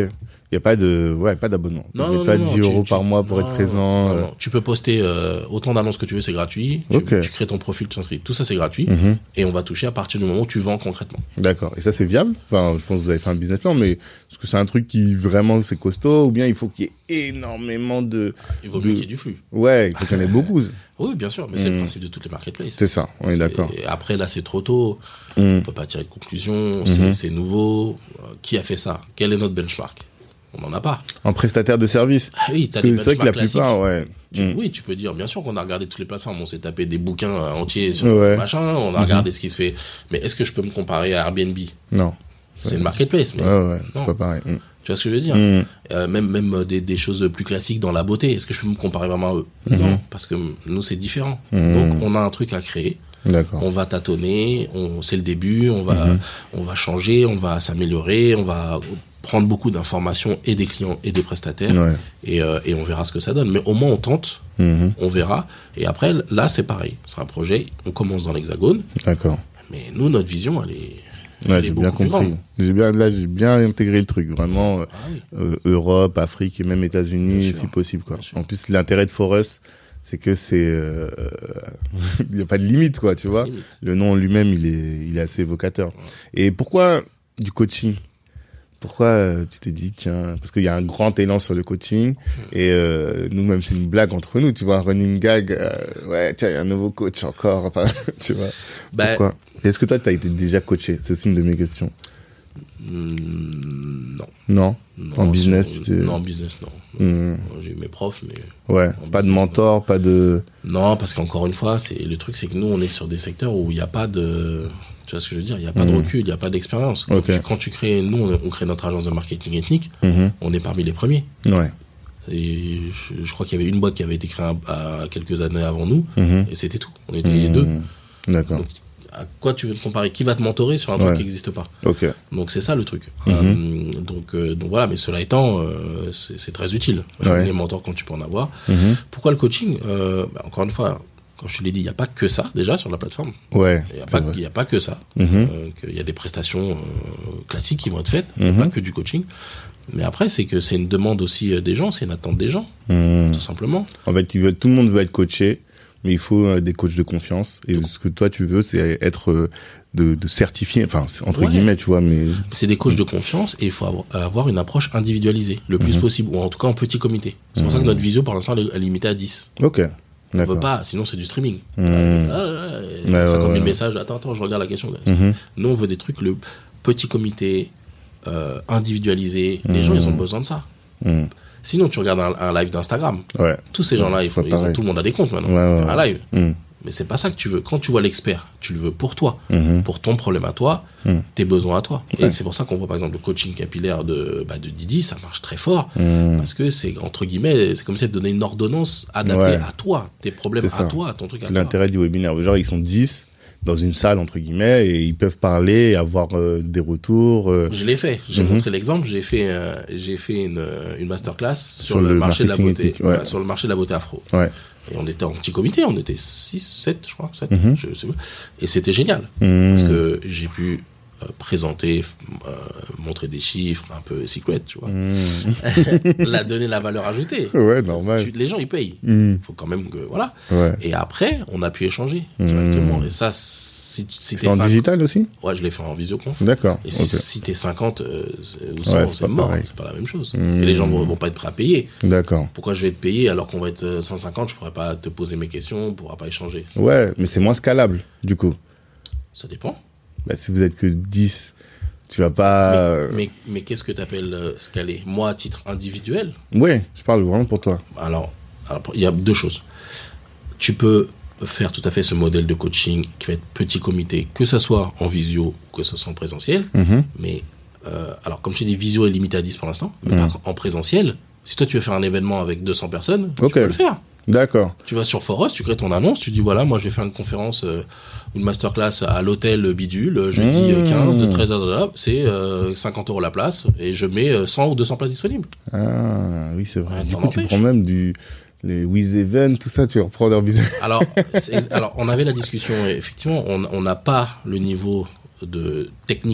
Il n'y a pas de, ouais, pas d'abonnement.
Non,
Il n'y a
non,
pas
non,
dix
non,
euros
tu,
par
tu,
mois pour
non,
être présent.
Non, non. Tu peux poster euh, autant d'annonces que tu veux, c'est gratuit. Tu,
Okay.
tu crées ton profil, tu t'inscris. Tout ça, c'est gratuit.
Mm-hmm.
Et on va toucher à partir du moment où tu vends concrètement.
D'accord. Et ça, c'est viable? Enfin, je pense que vous avez fait un business plan, mais est-ce que c'est un truc qui vraiment c'est costaud ou bien il faut qu'il y ait énormément de...
Il vaut
de...
mieux qu'il y ait du flux.
Ouais, il faut qu'il y en ait beaucoup.
Oui, bien sûr, mais mm. c'est le principe de toutes les marketplaces.
C'est ça, on est, est d'accord.
Et après, là, c'est trop tôt. Mm. On peut pas tirer de conclusion.
Mm-hmm.
C'est, c'est nouveau. Euh, qui a fait ça? Quel est notre benchmark? On n'en a pas.
En prestataire de service.
Ah oui, t'as
des
benchmarks
classiques. C'est vrai que la
classiques.
plupart, ouais.
Tu,
mm.
Oui, tu peux dire, bien sûr qu'on a regardé toutes les plateformes, on s'est tapé des bouquins entiers sur
ouais.
le machin, on a mm-hmm. regardé ce qui se fait. Mais est-ce que je peux me comparer à Airbnb?
Non.
C'est
ouais.
une marketplace, mais
ouais, ouais, c'est pas pareil. Mm.
Tu vois ce que je veux dire? mm. euh, Même même des, des choses plus classiques dans la beauté, est-ce que je peux me comparer vraiment à eux? mm-hmm. Non, parce que nous c'est différent. Mm. Donc on a un truc à créer.
D'accord.
On va tâtonner, on, c'est le début, on va mm-hmm. on va changer, on va s'améliorer, on va prendre beaucoup d'informations et des clients et des prestataires
ouais.
et, euh, et on verra ce que ça donne. Mais au moins on tente, mm-hmm. on verra. Et après là c'est pareil, c'est un projet, on commence dans l'Hexagone.
D'accord.
Mais nous notre vision elle est
Ouais, j'ai bien compris. J'ai bien, là, j'ai bien intégré le truc. Vraiment, ah, oui. euh, Europe, Afrique et même États-Unis, si possible, quoi. En plus, l'intérêt de Forest, c'est que c'est, euh, il y a pas de limite, quoi, tu vois. Limite. Le nom lui-même, il est, il est assez évocateur. Ouais. Et pourquoi du coaching? Pourquoi euh, tu t'es dit, tiens, parce qu'il y a un grand élan sur le coaching, et euh, nous-mêmes, c'est une blague entre nous, tu vois, un running gag, euh, ouais, tiens, il y a un nouveau coach encore, enfin, tu vois. Bah, pourquoi? Est-ce que toi, tu as été déjà coaché? C'est aussi une de mes questions.
Mmh, non.
Non, non en business
sur,
tu
Non, en business, non. Mmh. J'ai eu mes profs, mais...
Ouais, pas de mentor, non. pas de...
Non, parce qu'encore une fois, c'est le truc, c'est que nous, on est sur des secteurs où il n'y a pas de... Tu vois ce que je veux dire? Il n'y a pas mmh. de recul, il n'y a pas d'expérience. Quand, okay. tu, quand tu crées... Nous, on, on crée notre agence de marketing ethnique, mmh. on est parmi les premiers.
Ouais.
Et je, je crois qu'il y avait une boîte qui avait été créée à, à quelques années avant nous, mmh. et c'était tout. On était les
mmh.
deux.
D'accord.
Donc, à quoi tu veux te comparer? Qui va te mentorer sur un truc
ouais.
qui n'existe pas?
Okay.
Donc c'est ça le truc.
Mm-hmm.
Euh, donc euh, donc voilà, mais cela étant, euh, c'est, c'est très utile.
Ouais.
Les mentors quand tu peux en avoir.
Mm-hmm.
Pourquoi le coaching? euh, bah, Encore une fois, comme je te l'ai dit, il n'y a pas que ça déjà sur la plateforme.
Ouais.
Il n'y a pas il y a pas que ça.
Mm-hmm.
Euh, il y a des prestations euh, classiques qui vont être faites,
mm-hmm.
pas que du coaching. Mais après, c'est que c'est une demande aussi des gens, c'est une attente des gens,
mm.
tout simplement.
En fait, ils veulent, tout le monde veut être coaché, mais il faut euh, des coachs de confiance. Et donc, ce que toi tu veux, c'est être euh, de, de certifié, enfin entre ouais. guillemets, tu vois. Mais
c'est des coachs de confiance et il faut avoir, avoir une approche individualisée le plus mm-hmm. possible, ou en tout cas en petit comité. C'est pour mm-hmm. ça que notre visio, pour l'instant, elle est limitée à dix.
Ok.
On veut pas, sinon c'est du streaming.
Mmh.
Ah,
ouais,
cinquante mille
ouais, ouais.
messages. Attends, attends, je regarde la question.
Mmh.
Nous, on veut des trucs, le petit comité, euh, individualisé. Les mmh. gens, ils ont besoin de ça.
Mmh.
Sinon, tu regardes un, un live d'Instagram.
Ouais.
Tous ces gens-là, ils font, ils ont, tout le monde a des comptes maintenant.
Ouais, ouais,
un live.
Mmh.
Mais c'est pas ça que tu veux. Quand tu vois l'expert, tu le veux pour toi,
mmh.
pour ton problème à toi, mmh. tes besoins à toi.
Ouais.
Et c'est pour ça qu'on voit par exemple le coaching capillaire de, bah, de Didi, ça marche très fort,
mmh.
parce que c'est entre guillemets, c'est comme si de donner une ordonnance adaptée ouais. à toi, tes problèmes à toi, ton truc à
c'est
toi.
C'est l'intérêt du webinaire. Genre ils sont dix dans une salle entre guillemets et ils peuvent parler, avoir euh, des retours. Euh...
Je l'ai fait. J'ai mmh. montré l'exemple. J'ai fait, euh, j'ai fait une, une masterclass sur, sur le, le marché de la beauté, éthique, ouais. euh, sur le marché de la beauté afro.
Ouais.
Et on était en petit comité, on était six, sept, je crois, sept,
mmh.
je sais pas. Et c'était génial.
Mmh.
Parce que j'ai pu euh, présenter, euh, montrer des chiffres, un peu secret, tu vois. Mmh. La donner la valeur ajoutée.
Ouais, normal.
Tu, les gens, ils payent.
Mmh.
Faut quand même que, voilà.
Ouais.
Et après, on a pu échanger
mmh.
directement. Et ça, si, si
c'est en cinquante... digital aussi?
Ouais, je l'ai fait en visioconf.
D'accord.
Et si,
okay.
si t'es cinquante euh, ou cent,
ouais,
c'est,
c'est
mort.
Pareil.
C'est pas la même chose.
Mmh.
Et les gens vont, vont pas être prêts à payer.
D'accord.
Pourquoi je vais te payer alors qu'on va être cent cinquante, je pourrais pas te poser mes questions, on pourra pas échanger.
Ouais, mais c'est moins scalable, du coup.
Ça dépend.
Bah, si vous êtes que dix, tu vas pas...
Mais, mais, mais qu'est-ce que t'appelles euh, scaler? Moi, à titre individuel?
Ouais, je parle vraiment pour toi.
Alors, alors, il y a deux choses. Tu peux faire tout à fait ce modèle de coaching qui va être petit comité, que ça soit en visio ou que ce soit en présentiel.
Mm-hmm.
Mais, euh, alors, comme je dis, visio est limité à dix pour l'instant, mais
mm.
par, en présentiel, si toi tu veux faire un événement avec deux cents personnes, okay. tu peux le faire.
D'accord.
Tu vas sur Foros, tu crées ton annonce, tu dis voilà, moi je vais faire une conférence, euh, une masterclass à l'hôtel Bidule, jeudi mmh. quinze, de treize heures, c'est euh, cinquante euros la place, et je mets cent ou deux cents places disponibles.
Ah, oui, c'est vrai.
Ouais,
du coup, tu prends même du, les Wiz Event, tout ça, tu reprends leur business.
Alors, alors, on avait la discussion, et effectivement, on n'a pas le niveau de technique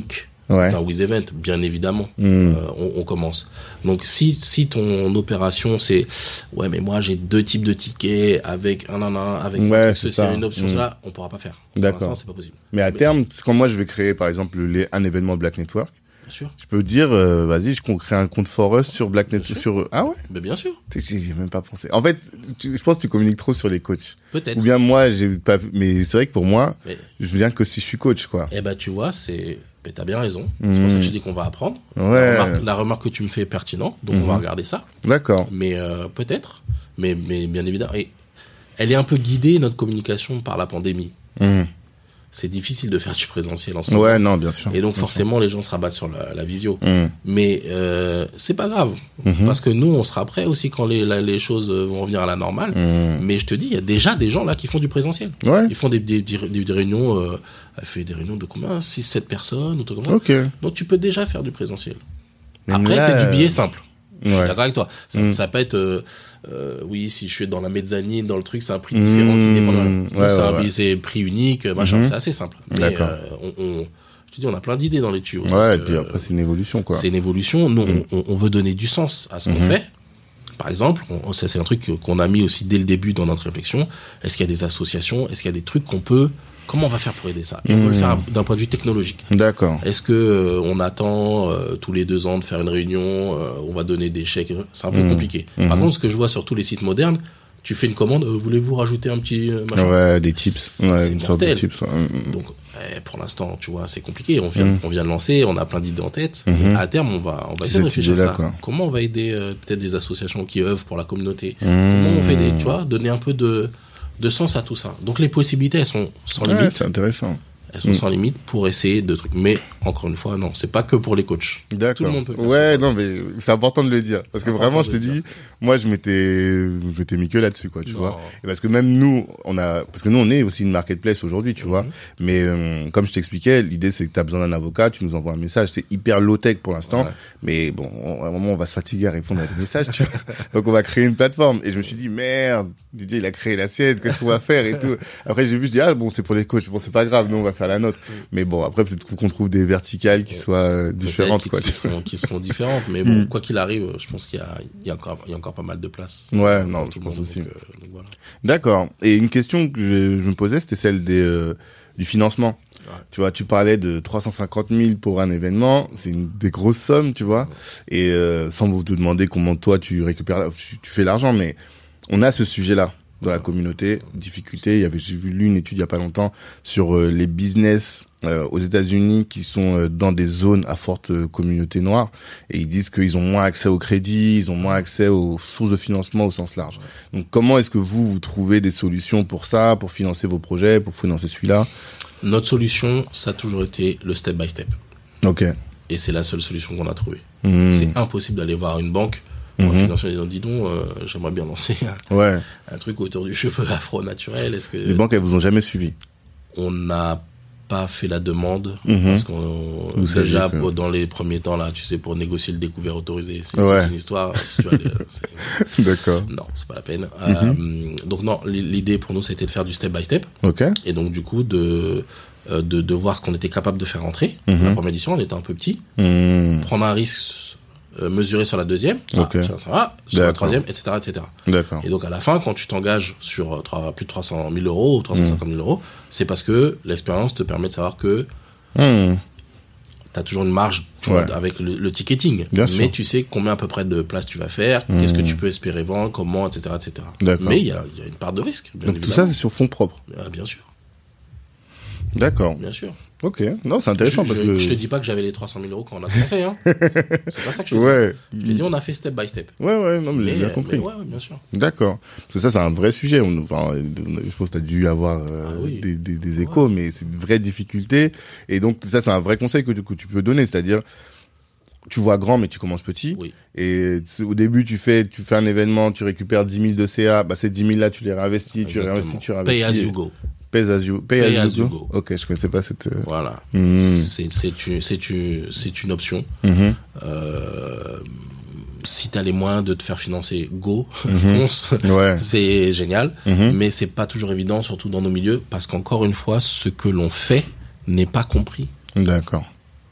Ouais.
d'un With Event, bien évidemment,
mmh.
euh, on, on commence. Donc si si ton opération c'est ouais mais moi j'ai deux types de tickets avec un un un avec
ouais,
un, ceci, une option
mmh.
cela, on pourra pas faire.
D'accord.
C'est pas possible.
Mais à
mais,
terme, quand moi je vais créer par exemple les, un événement Black Network,
bien sûr.
Je peux dire, euh, vas-y, je crée un compte for us sur Black Network. Sur... Ah ouais?
Mais bien sûr.
J'ai, j'ai même pas pensé. En fait, tu, je pense que tu communiques trop sur les coachs.
Peut-être.
Ou bien moi, j'ai pas vu. Mais c'est vrai que pour moi,
mais...
je viens que si je suis coach, quoi.
Eh ben, tu vois, c'est, ben, t'as bien raison.
Mmh.
C'est pour ça que je dis qu'on va apprendre.
Ouais.
La remarque, la remarque que tu me fais est pertinente. Donc, mmh. on va regarder ça.
D'accord.
Mais, euh, peut-être. Mais, mais, bien évidemment. Et elle est un peu guidée, notre communication, par la pandémie.
Mmh.
C'est difficile de faire du présentiel en ce moment.
Ouais, non, bien sûr.
Et donc,
bien
forcément,
sûr.
les gens se rabattent sur la, la visio.
Mmh.
Mais euh, c'est pas grave.
Mmh.
Parce que nous, on sera prêts aussi quand les, la, les choses vont revenir à la normale. Mmh. Mais je te dis, il y a déjà des gens là qui font du présentiel.
Ouais.
Ils font des, des, des, des réunions... Euh, elle fait des réunions de combien six sept personnes ou tout comme ça.
Ok.
Donc, tu peux déjà faire du présentiel.
Mais
Après,
là,
c'est du billet simple. Je suis
ouais.
d'accord avec toi. Ça,
mmh.
ça peut être... Euh, Euh, oui, si je suis dans la mezzanine, dans le truc, c'est un prix différent mmh, qui dépend. De...
Ouais,
c'est,
ouais,
un,
ouais.
c'est prix unique, machin. Mmh. C'est assez simple. Mais,
D'accord.
Euh, on, on, je te dis, on a plein d'idées dans les tuyaux.
Ouais,
donc,
et puis
euh,
après, c'est une évolution, quoi.
C'est une évolution. Nous,
mmh.
on, on veut donner du sens à ce qu'on mmh. fait. Par exemple, on, ça, c'est un truc qu'on a mis aussi dès le début dans notre réflexion. Est-ce qu'il y a des associations? Est-ce qu'il y a des trucs qu'on peut... Comment on va faire pour aider ça? Et mmh. on veut le faire d'un point de vue technologique.
D'accord.
Est-ce que euh, on attend euh, tous les deux ans de faire une réunion, euh, on va donner des chèques? C'est un peu mmh. compliqué. Mmh. Par contre, ce que je vois sur tous les sites modernes, tu fais une commande, euh, voulez-vous rajouter un petit euh, machin?
Ouais, des chips.
C'est,
ouais,
c'est
une
mortel.
sorte de chips. Ouais.
Donc, eh, pour l'instant, tu vois, c'est compliqué. On vient,
mmh.
on vient de lancer, on a plein d'idées en tête. Mmh. Mais à terme, on va, on va essayer de réfléchir à ça. Quoi. Comment on va aider euh, peut-être des associations qui œuvrent pour la communauté? mmh. Comment on fait des, tu vois, donner un peu de de sens à tout ça. Donc les possibilités, elles sont sans
ouais,
limite.
C'est intéressant.
Elles sont mmh. sans limite pour essayer de trucs. Mais encore une fois, non, c'est pas que pour les coachs.
D'accord.
Tout le monde peut faire
ouais,
ça.
non, mais c'est important de le dire parce
c'est
que vraiment, je te
dire.
dis, moi, je m'étais, je m'étais mis que là-dessus, quoi, tu non. vois. Et parce que même nous, on a, parce que nous, on est aussi une marketplace aujourd'hui, tu mmh. vois. Mais euh, comme je t'expliquais, l'idée, c'est que t'as besoin d'un avocat, tu nous envoies un message. C'est hyper low tech pour l'instant, ouais. mais bon, on, à un moment, on va se fatiguer à répondre à des messages, tu vois. Donc, on va créer une plateforme. Et je me suis dit, merde, Didier, il a créé la sienne, qu'est-ce qu'on va faire et tout. Après, j'ai vu, je dis, ah bon, c'est pour les coachs, bon, c'est pas grave, nous, on va faire la nôtre. Mais bon, après, peut-être qu'on trouve des verticales qui soient euh, différentes, quoi.
Qui seront, qui seront différentes, mais bon, mm. quoi qu'il arrive, je pense qu'il y a, il y a encore, il y a encore pas mal de place.
Ouais, non, je pense monde, aussi.
Donc, euh, donc voilà.
D'accord. Et une question que je, je me posais, c'était celle des, euh, du financement. Ouais. Tu vois, tu parlais de trois cent cinquante mille pour un événement, c'est une des grosses sommes, tu vois. Ouais. Et euh, sans vous te demander comment toi tu récupères, tu, tu fais l'argent, mais on a ce sujet-là dans la communauté, difficulté. Il y avait, j'ai vu lu une étude il y a pas longtemps sur euh, les business euh, aux États-Unis qui sont euh, dans des zones à forte euh, communauté noire, et ils disent qu'ils ont moins accès au crédit, ils ont moins accès aux sources de financement au sens large. Donc, comment est-ce que vous vous trouvez des solutions pour ça, pour financer vos projets, pour financer celui-là?
Notre solution, ça a toujours été le step by step.
Ok.
Et c'est la seule solution qu'on a trouvée.
Mmh.
C'est impossible d'aller voir une banque. En mmh. financier, disant, dis donc, euh, j'aimerais bien lancer un,
ouais.
un truc autour du cheveu afro naturel. Est-ce que
les banques, elles vous ont jamais suivi?
On n'a pas fait la demande
mmh.
parce qu'on vous déjà que... dans les premiers temps là, tu sais, pour négocier le découvert autorisé, c'est
ouais.
une histoire. Si tu vas aller, c'est...
D'accord.
Non, c'est pas la peine.
Mmh.
Euh, donc non, l'idée pour nous, c'était de faire du step by step.
Ok.
Et donc du coup de de, de voir ce qu'on était capable de faire rentrer.
Mmh.
La première édition, on était un peu petit.
Mmh.
Prendre un risque. Euh, mesurer sur la deuxième, ça,
okay.
ça, ça va, sur
D'accord.
la troisième, et cetera, et cetera.
D'accord.
Et donc à la fin, quand tu t'engages sur trois, plus de trois cent mille euros ou trois cent cinquante mille euros, c'est parce que l'expérience te permet de savoir que
mmh.
tu as toujours une marge tu ouais. vois, avec le, le ticketing,
Bien
mais
sûr.
tu sais combien à peu près de places tu vas faire, mmh. qu'est-ce que tu peux espérer vendre, comment, et cetera, et cetera.
D'accord.
Mais il y a, y a une part de risque. Bien
donc
évidemment.
Tout ça, c'est sur fonds propres.
Ah, bien sûr.
D'accord.
Bien sûr.
Ok, non, c'est intéressant
je,
parce
je,
que...
Je te dis pas que j'avais les trois cent mille euros quand on a commencé, hein. C'est pas ça que je te
ouais.
dis. Je te dis, on a fait step by step.
Ouais, ouais, non, mais, mais j'ai bien compris.
Mais ouais, ouais, bien sûr.
D'accord. Parce que ça, c'est un vrai sujet. On, enfin, je pense que t'as dû avoir euh, ah, oui. des, des, des échos, ouais. mais c'est une vraie difficulté. Et donc, ça, c'est un vrai conseil que, que tu peux donner. C'est-à-dire, tu vois grand, mais tu commences petit.
Oui.
Et au début, tu fais, tu fais un événement, tu récupères dix mille de C A, bah, ces dix mille là, tu les réinvestis,
Exactement.
tu réinvestis, tu réinvestis.
Pay as you go.
Pay as you, pay
pay
as
as
you
you
go.
go.
Ok, je connaissais pas cette. Euh...
Voilà.
Mmh.
C'est, c'est une, c'est une, c'est une option.
Mmh.
Euh, si t'as les moyens de te faire financer, go,
mmh.
fonce.
Ouais.
C'est génial.
Mmh.
Mais c'est pas toujours évident, surtout dans nos milieux, parce qu'encore une fois, ce que l'on fait n'est pas compris.
D'accord.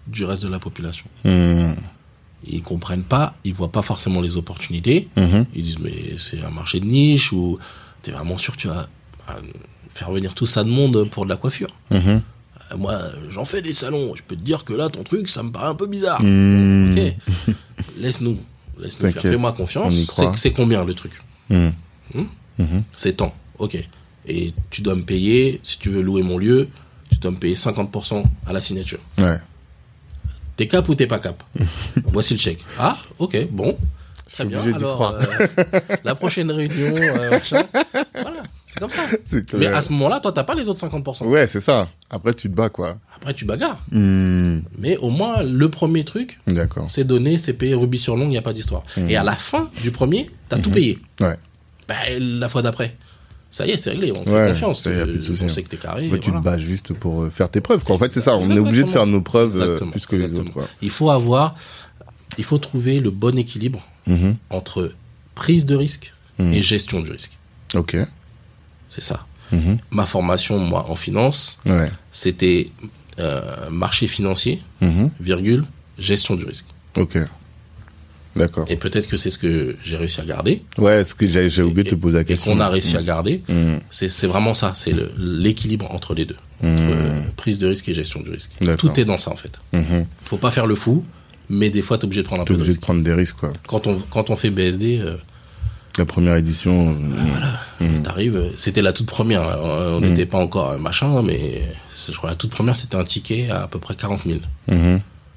du reste de la population.
Mmh.
Ils comprennent pas, ils voient pas forcément les opportunités.
Mmh.
Ils disent mais c'est un marché de niche ou t'es vraiment sûr que tu vas faire venir tout ça de monde pour de la coiffure.
Mmh.
Euh, moi, j'en fais des salons. Je peux te dire que là, ton truc, ça me paraît un peu bizarre.
Mmh.
Ok, laisse-nous, laisse-nous faire. Fais-moi confiance. C'est, c'est combien le truc?
Mmh.
Mmh.
Mmh.
C'est tant. Ok. Et tu dois me payer, si tu veux louer mon lieu, tu dois me payer cinquante pour cent à la signature.
Ouais.
T'es cap ou t'es pas cap? Voici le chèque. Ah, ok, bon. Très bien. Alors, euh, la prochaine réunion, euh, machin. Voilà, c'est comme ça. C'est Mais à ce moment-là, toi, t'as pas les autres cinquante pour cent.
Ouais, c'est ça. Après, tu te bats, quoi.
Après, tu bagarres.
Mmh.
Mais au moins, le premier truc,
D'accord.
c'est donné, c'est payé, rubis sur l'ongle, il n'y a pas d'histoire. Mmh. Et à la fin du premier, t'as mmh. tout payé.
Ouais.
Bah, la fois d'après, ça y est, c'est réglé, on te
ouais,
fait confiance.
Y a plus de soucis.
On sait que t'es carré.
Ouais, tu
voilà.
te bats juste pour faire tes preuves, quoi. En fait, c'est ça. On Exactement. est obligé de faire nos preuves
Exactement.
plus que les Exactement. autres, quoi.
Il faut avoir, il faut trouver le bon équilibre mmh. entre prise de risque mmh. et gestion du risque.
Ok.
C'est ça.
Mmh.
Ma formation, moi, en finance,
ouais.
c'était euh, marché financier, mmh. virgule, gestion du risque.
Ok. D'accord.
Et peut-être que c'est ce que j'ai réussi à garder.
Ouais, ce que j'ai, j'ai oublié de te poser la question.
Et qu'on a réussi
mmh.
à garder, mmh. c'est, c'est vraiment ça, c'est le, l'équilibre entre les deux.
Mmh.
Entre euh, prise de risque et gestion du risque.
D'accord.
Tout est dans ça, en fait.
Mmh.
Faut pas faire le fou, mais des fois, t'es obligé de prendre un
t'es
peu de risque.
obligé de prendre des risques, quoi.
Quand on, quand on fait B S D... Euh,
la première édition...
Euh, voilà, mmh. t'arrives... C'était la toute première, on n'était mmh. pas encore machin, mais je crois la toute première, c'était un ticket à à peu près quarante mille.
Mmh.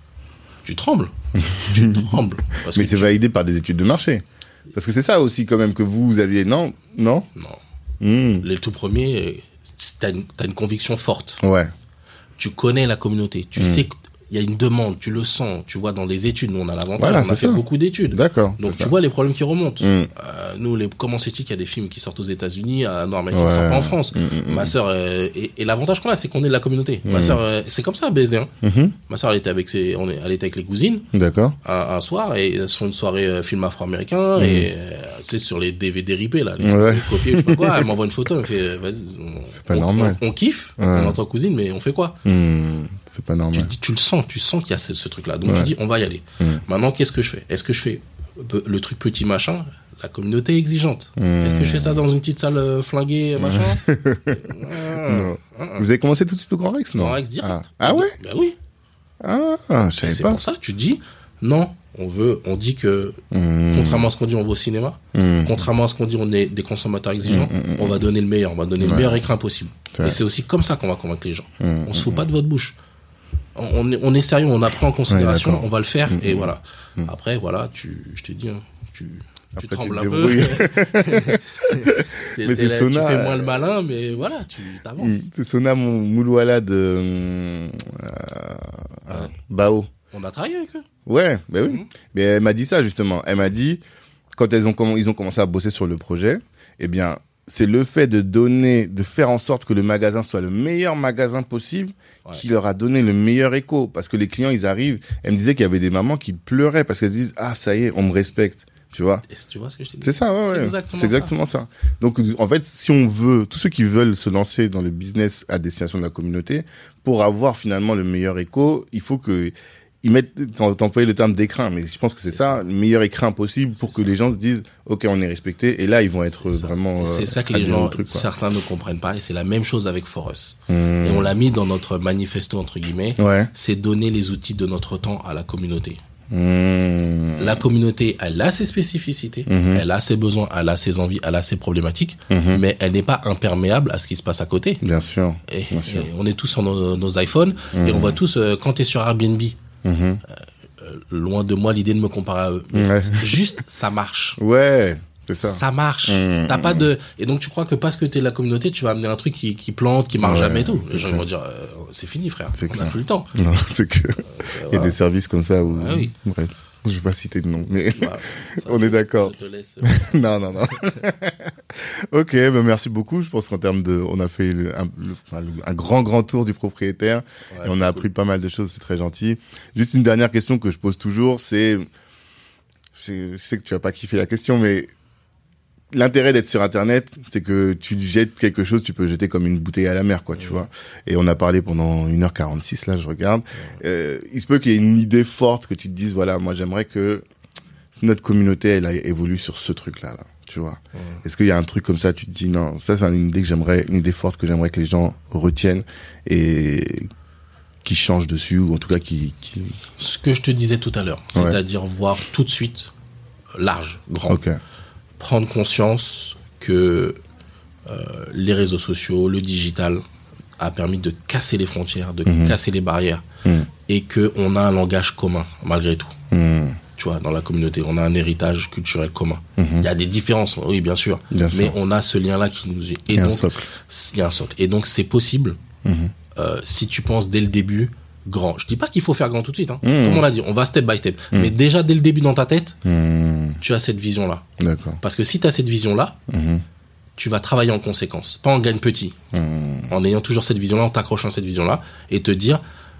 Tu trembles. tu trembles.
Parce mais que c'est tu... validé par des études de marché. Parce que c'est ça aussi, quand même, que vous, vous aviez... Non Non
Non.
Mmh.
Les tout premiers, t'as une, t'as une conviction forte.
Ouais.
Tu connais la communauté. Tu mmh. sais qu'il y a une demande. Tu le sens. Tu vois, dans les études, nous, on a l'avantage.
Voilà,
on a fait
ça.
beaucoup d'études.
D'accord.
Donc, tu ça. vois les problèmes qui remontent. Mmh. Euh, nous, les comment c'est-il qu'il y a des films qui sortent aux États-Unis, à Normal, ouais. qui sortent pas en France. Mmh, mmh. Ma sœur, euh, et, et l'avantage qu'on a, c'est qu'on est de la communauté. Mmh. Ma sœur, euh, c'est comme ça, B S D. Hein. Mmh. Ma sœur, elle était avec ses, on est, elle était avec les cousines.
D'accord.
Un, un soir, et elles sont une soirée euh, film afro-américain, mmh. et euh, c'est sur les D V D ripés, là, les,
ouais.
les copiés, je sais pas quoi. Elle m'envoie une photo, elle me fait, vas-y. On,
c'est pas
on,
normal.
On, on kiffe, ouais. on entend cousine, mais on fait quoi?
Mmh. C'est pas normal.
Tu, tu le sens, tu sens qu'il y a ce, ce truc-là. Donc,
ouais.
tu dis, on va y aller. Mmh. Maintenant, qu'est-ce que je fais? Est-ce que je fais le truc petit machin? La communauté est exigeante. Mmh. Est-ce que je fais ça dans une petite salle euh, flinguée, machin?
ah, non. Ah, Vous avez commencé tout de suite au Grand Rex, non?
Grand Rex direct.
Ah, ah ouais?
Ben oui.
Ah, je savais pas.
C'est pour ça que tu dis, non, on veut, on dit que, mmh. contrairement à ce qu'on dit, on va au cinéma. Mmh. Contrairement à ce qu'on dit, on est des consommateurs exigeants. Mmh. On va donner le meilleur, on va donner ouais. le meilleur écran possible. C'est Et c'est aussi comme ça qu'on va convaincre les gens. Mmh. On se fout pas de votre bouche. On est, on est sérieux, on a pris en considération, ouais, on va le faire, mmh. et voilà. Mmh. Après, voilà, tu, je t'ai dit, hein, tu, tu
Après,
trembles
tu
un peu.
mais c'est
là,
Sona.
Tu fais moins le malin, mais voilà, tu t'avances.
C'est Sona Moulouala de euh, euh, Bao.
On a travaillé avec eux.
Ouais, ben oui. Mmh. Mais elle m'a dit ça, justement. Elle m'a dit, quand elles ont, ils ont commencé à bosser sur le projet, eh bien, c'est le fait de donner, de faire en sorte que le magasin soit le meilleur magasin possible, ouais. qui leur a donné le meilleur écho. Parce que les clients, ils arrivent, elle me disait qu'il y avait des mamans qui pleuraient parce qu'elles disent, ah, ça y est, on me respecte. Tu vois?
Tu vois ce que je t'ai dit?
C'est ça, ouais,
c'est
ouais.
Exactement
c'est exactement ça. ça. Donc, en fait, si on veut, tous ceux qui veulent se lancer dans le business à destination de la communauté, pour avoir finalement le meilleur écho, il faut que, ils mettent, t'employer le terme d'écrin, mais je pense que c'est, c'est ça, ça, le meilleur écrin possible pour c'est que ça. les gens se disent, ok, on est respecté, et là, ils vont être
c'est
vraiment,
c'est ça que les gens, truc, certains ne comprennent pas, et c'est la même chose avec Forus.
Mmh.
Et on l'a mis dans notre manifesto, entre guillemets,
ouais.
c'est donner les outils de notre temps à la communauté.
Mmh.
La communauté, elle a ses spécificités, mmh. elle a ses besoins, elle a ses envies, elle a ses problématiques, mmh. mais elle n'est pas imperméable à ce qui se passe à côté.
Bien sûr.
Et,
bien sûr.
Et on est tous sur nos, nos iPhones, mmh. et on voit tous, euh, quand t'es sur Airbnb, Mmh. Euh, euh, loin de moi l'idée de me comparer à eux. Mais ouais. juste, ça marche.
Ouais, c'est ça.
Ça marche.
Mmh.
T'as pas de. Et donc tu crois que parce que t'es de la communauté, tu vas amener un truc qui, qui plante, qui marche ouais, jamais et tout. Les gens vont dire, euh, c'est fini, frère. C'est On clair. a plus le temps.
Non, c'est que. Euh, Il y a des services comme ça où.
Ah, oui.
Bref. Je vais pas citer de nom, mais
voilà,
on est d'accord.
Je te laisse.
non, non, non. Ok, ben merci beaucoup. Je pense qu'en termes de, on a fait un, un grand, grand tour du propriétaire ouais, et on a appris cool. pas mal de choses. C'est très gentil. Juste une dernière question que je pose toujours, c'est, je sais que tu vas pas kiffer la question, mais l'intérêt d'être sur Internet, c'est que tu jettes quelque chose, tu peux jeter comme une bouteille à la mer, quoi, tu mmh. vois. Et on a parlé pendant une heure quarante-six, là, je regarde. Mmh. Euh, il se peut qu'il y ait une idée forte que tu te dises, voilà, moi, j'aimerais que notre communauté, elle a évolue sur ce truc-là, là, tu vois. Mmh. Est-ce qu'il y a un truc comme ça, tu te dis, non, ça, c'est une idée que j'aimerais, une idée forte que j'aimerais que les gens retiennent et qui changent dessus, ou en tout cas qui, qui...
Ce que je te disais tout à l'heure, ouais. c'est-à-dire voir tout de suite large, grand.
Okay.
Prendre conscience que euh, les réseaux sociaux, le digital a permis de casser les frontières, de mmh. casser les barrières mmh. et qu'on a un langage commun malgré tout. Mmh. Tu vois, dans la communauté, on a un héritage culturel commun. Mmh. Il y a des différences, oui, bien sûr, bien mais sûr. On a ce lien-là qui nous est...
Et il y a donc, un socle.
Il y a un socle. Et donc, c'est possible mmh. euh, si tu penses dès le début grand. Je dis pas qu'il faut faire grand tout de suite, hein. Mmh. Comme on l'a dit, on va step by step. Mmh. Mais déjà, dès le début dans ta tête, mmh. tu as cette vision-là.
D'accord.
Parce que si tu as cette vision-là, mmh. tu vas travailler en conséquence. Pas en gagne petit. Mmh. En ayant toujours cette vision-là, en t'accrochant à cette vision-là, et te dire,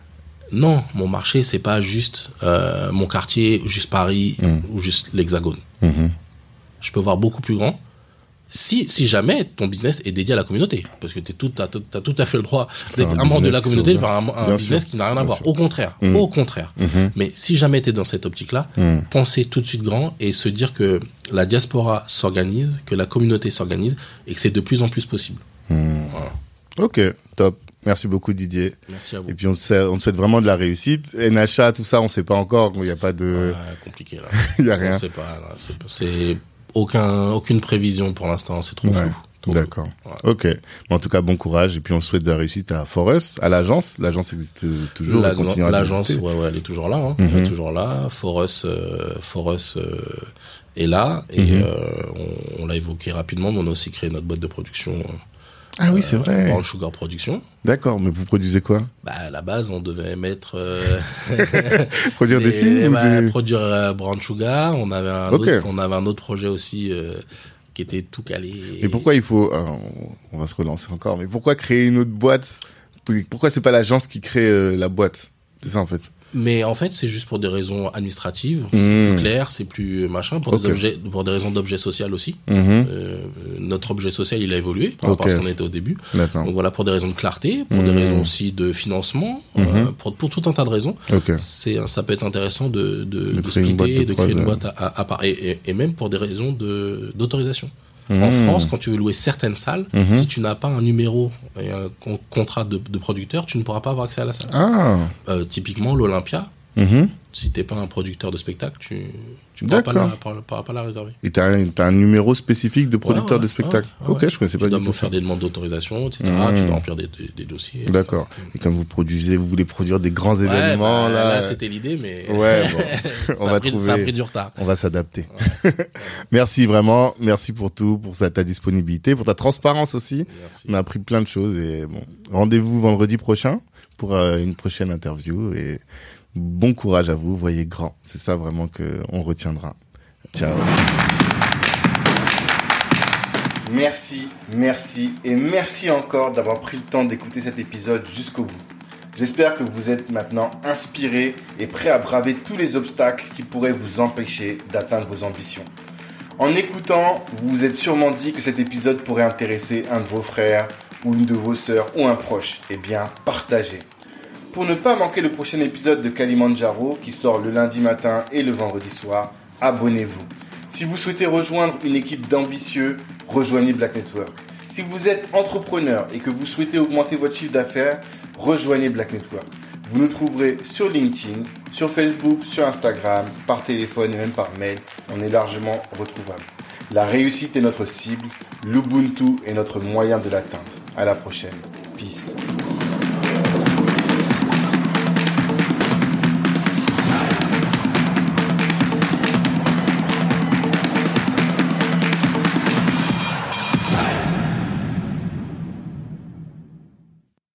non, mon marché, c'est pas juste euh, mon quartier, juste Paris, mmh. ou juste l'Hexagone. Mmh. Je peux voir beaucoup plus grand. Si, si jamais ton business est dédié à la communauté, parce que t'es tout, t'as, t'as tout à fait le droit d'être un, un membre de la communauté, de faire un, un business sûr. Qui n'a rien à voir. Sûr. Au contraire, mmh. au contraire. Mmh. Mais si jamais t'es dans cette optique-là, mmh. pensez tout de suite grand et se dire que la diaspora s'organise, que la communauté s'organise et que c'est de plus en plus possible.
Mmh. Voilà. Ok, top. Merci beaucoup Didier.
Merci à vous.
Et puis on te souhaite, on te souhaite vraiment de la réussite. N H A, tout ça, on sait pas encore. Il y a pas de.
Ouais, compliqué là.
Il y a rien.
On sait pas. Là, c'est, c'est aucun, aucune prévision pour l'instant. C'est trop
ouais.
flou. Trop
D'accord.
Flou. Ouais.
Ok. Mais en tout cas, bon courage. Et puis on souhaite de la réussite à Forus, à l'agence. L'agence existe toujours.
L'agence,
continue à
l'agence
exister.
ouais, ouais, elle est toujours là. Hein.
Mm-hmm.
Elle est toujours là. Forus, euh, Forus euh, est là et mm-hmm. euh, on, on l'a évoqué rapidement. Mais on a aussi créé notre boîte de production. Euh,
Ah oui, c'est vrai.
Brown Sugar Production.
D'accord, mais vous produisez quoi?
Bah, à la base, on devait mettre... Euh,
produire des, des films
bah,
ou des...
Produire euh, Brown Sugar. On avait un, okay. autre, on avait un autre projet aussi euh, qui était tout calé.
Et pourquoi il faut... Euh, on va se relancer encore, mais pourquoi créer une autre boîte? Pourquoi c'est pas l'agence qui crée euh, la boîte? C'est ça, en fait.
Mais en fait, c'est juste pour des raisons administratives. Mmh. C'est plus clair, c'est plus machin. Pour, okay. des, objets, pour des raisons d'objet social aussi. Mmh. Euh, notre objet social, il a évolué par rapport okay. à ce qu'on était au début.
D'accord.
Donc voilà, pour des raisons de clarté, pour mmh. des raisons aussi de financement, mmh. euh, pour, pour tout un tas de raisons.
Okay.
C'est, ça peut être intéressant de, de, de, de splitter et de créer une boîte à, à, à part. Et, et, et même pour des raisons de, d'autorisation. Mmh. En France, quand tu veux louer certaines salles, mmh. si tu n'as pas un numéro et un con- contrat de, de producteur, tu ne pourras pas avoir accès à la salle.
Ah.
Euh, typiquement, l'Olympia, mmh. si t'es pas un producteur de spectacle, tu tu pourras pas, la, pourras, pourras pas la réserver.
Et t'as un, t'as un numéro spécifique de producteur ouais, ouais, de spectacle.
Ouais, ouais,
ok, je connaissais
tu
pas du tout.
Tu dois faire des demandes d'autorisation, et cetera. Mmh. Tu dois remplir des, des, des dossiers.
D'accord. Et comme vous produisez, vous voulez produire des grands
ouais,
événements,
bah,
là.
Là, c'était l'idée, mais.
Ouais, bon. on va
pris,
trouver.
Ça a pris du retard.
On va s'adapter. Ouais. Merci vraiment. Merci pour tout, pour ta, ta disponibilité, pour ta transparence aussi. Merci. On a appris plein de choses et bon. Rendez-vous vendredi prochain pour euh, une prochaine interview et bon courage à vous. Voyez grand. C'est ça vraiment que on retiendra. Ciao. Merci, merci et merci encore d'avoir pris le temps d'écouter cet épisode jusqu'au bout. J'espère que vous êtes maintenant inspirés et prêts à braver tous les obstacles qui pourraient vous empêcher d'atteindre vos ambitions. En écoutant, vous vous êtes sûrement dit que cet épisode pourrait intéresser un de vos frères ou une de vos sœurs ou un proche. Eh bien, partagez. Pour ne pas manquer le prochain épisode de Kalimandjaro qui sort le lundi matin et le vendredi soir, abonnez-vous. Si vous souhaitez rejoindre une équipe d'ambitieux, rejoignez Black Network. Si vous êtes entrepreneur et que vous souhaitez augmenter votre chiffre d'affaires, rejoignez Black Network. Vous nous trouverez sur LinkedIn, sur Facebook, sur Instagram, par téléphone et même par mail. On est largement retrouvable. La réussite est notre cible, l'Ubuntu est notre moyen de l'atteindre. À la prochaine. Peace.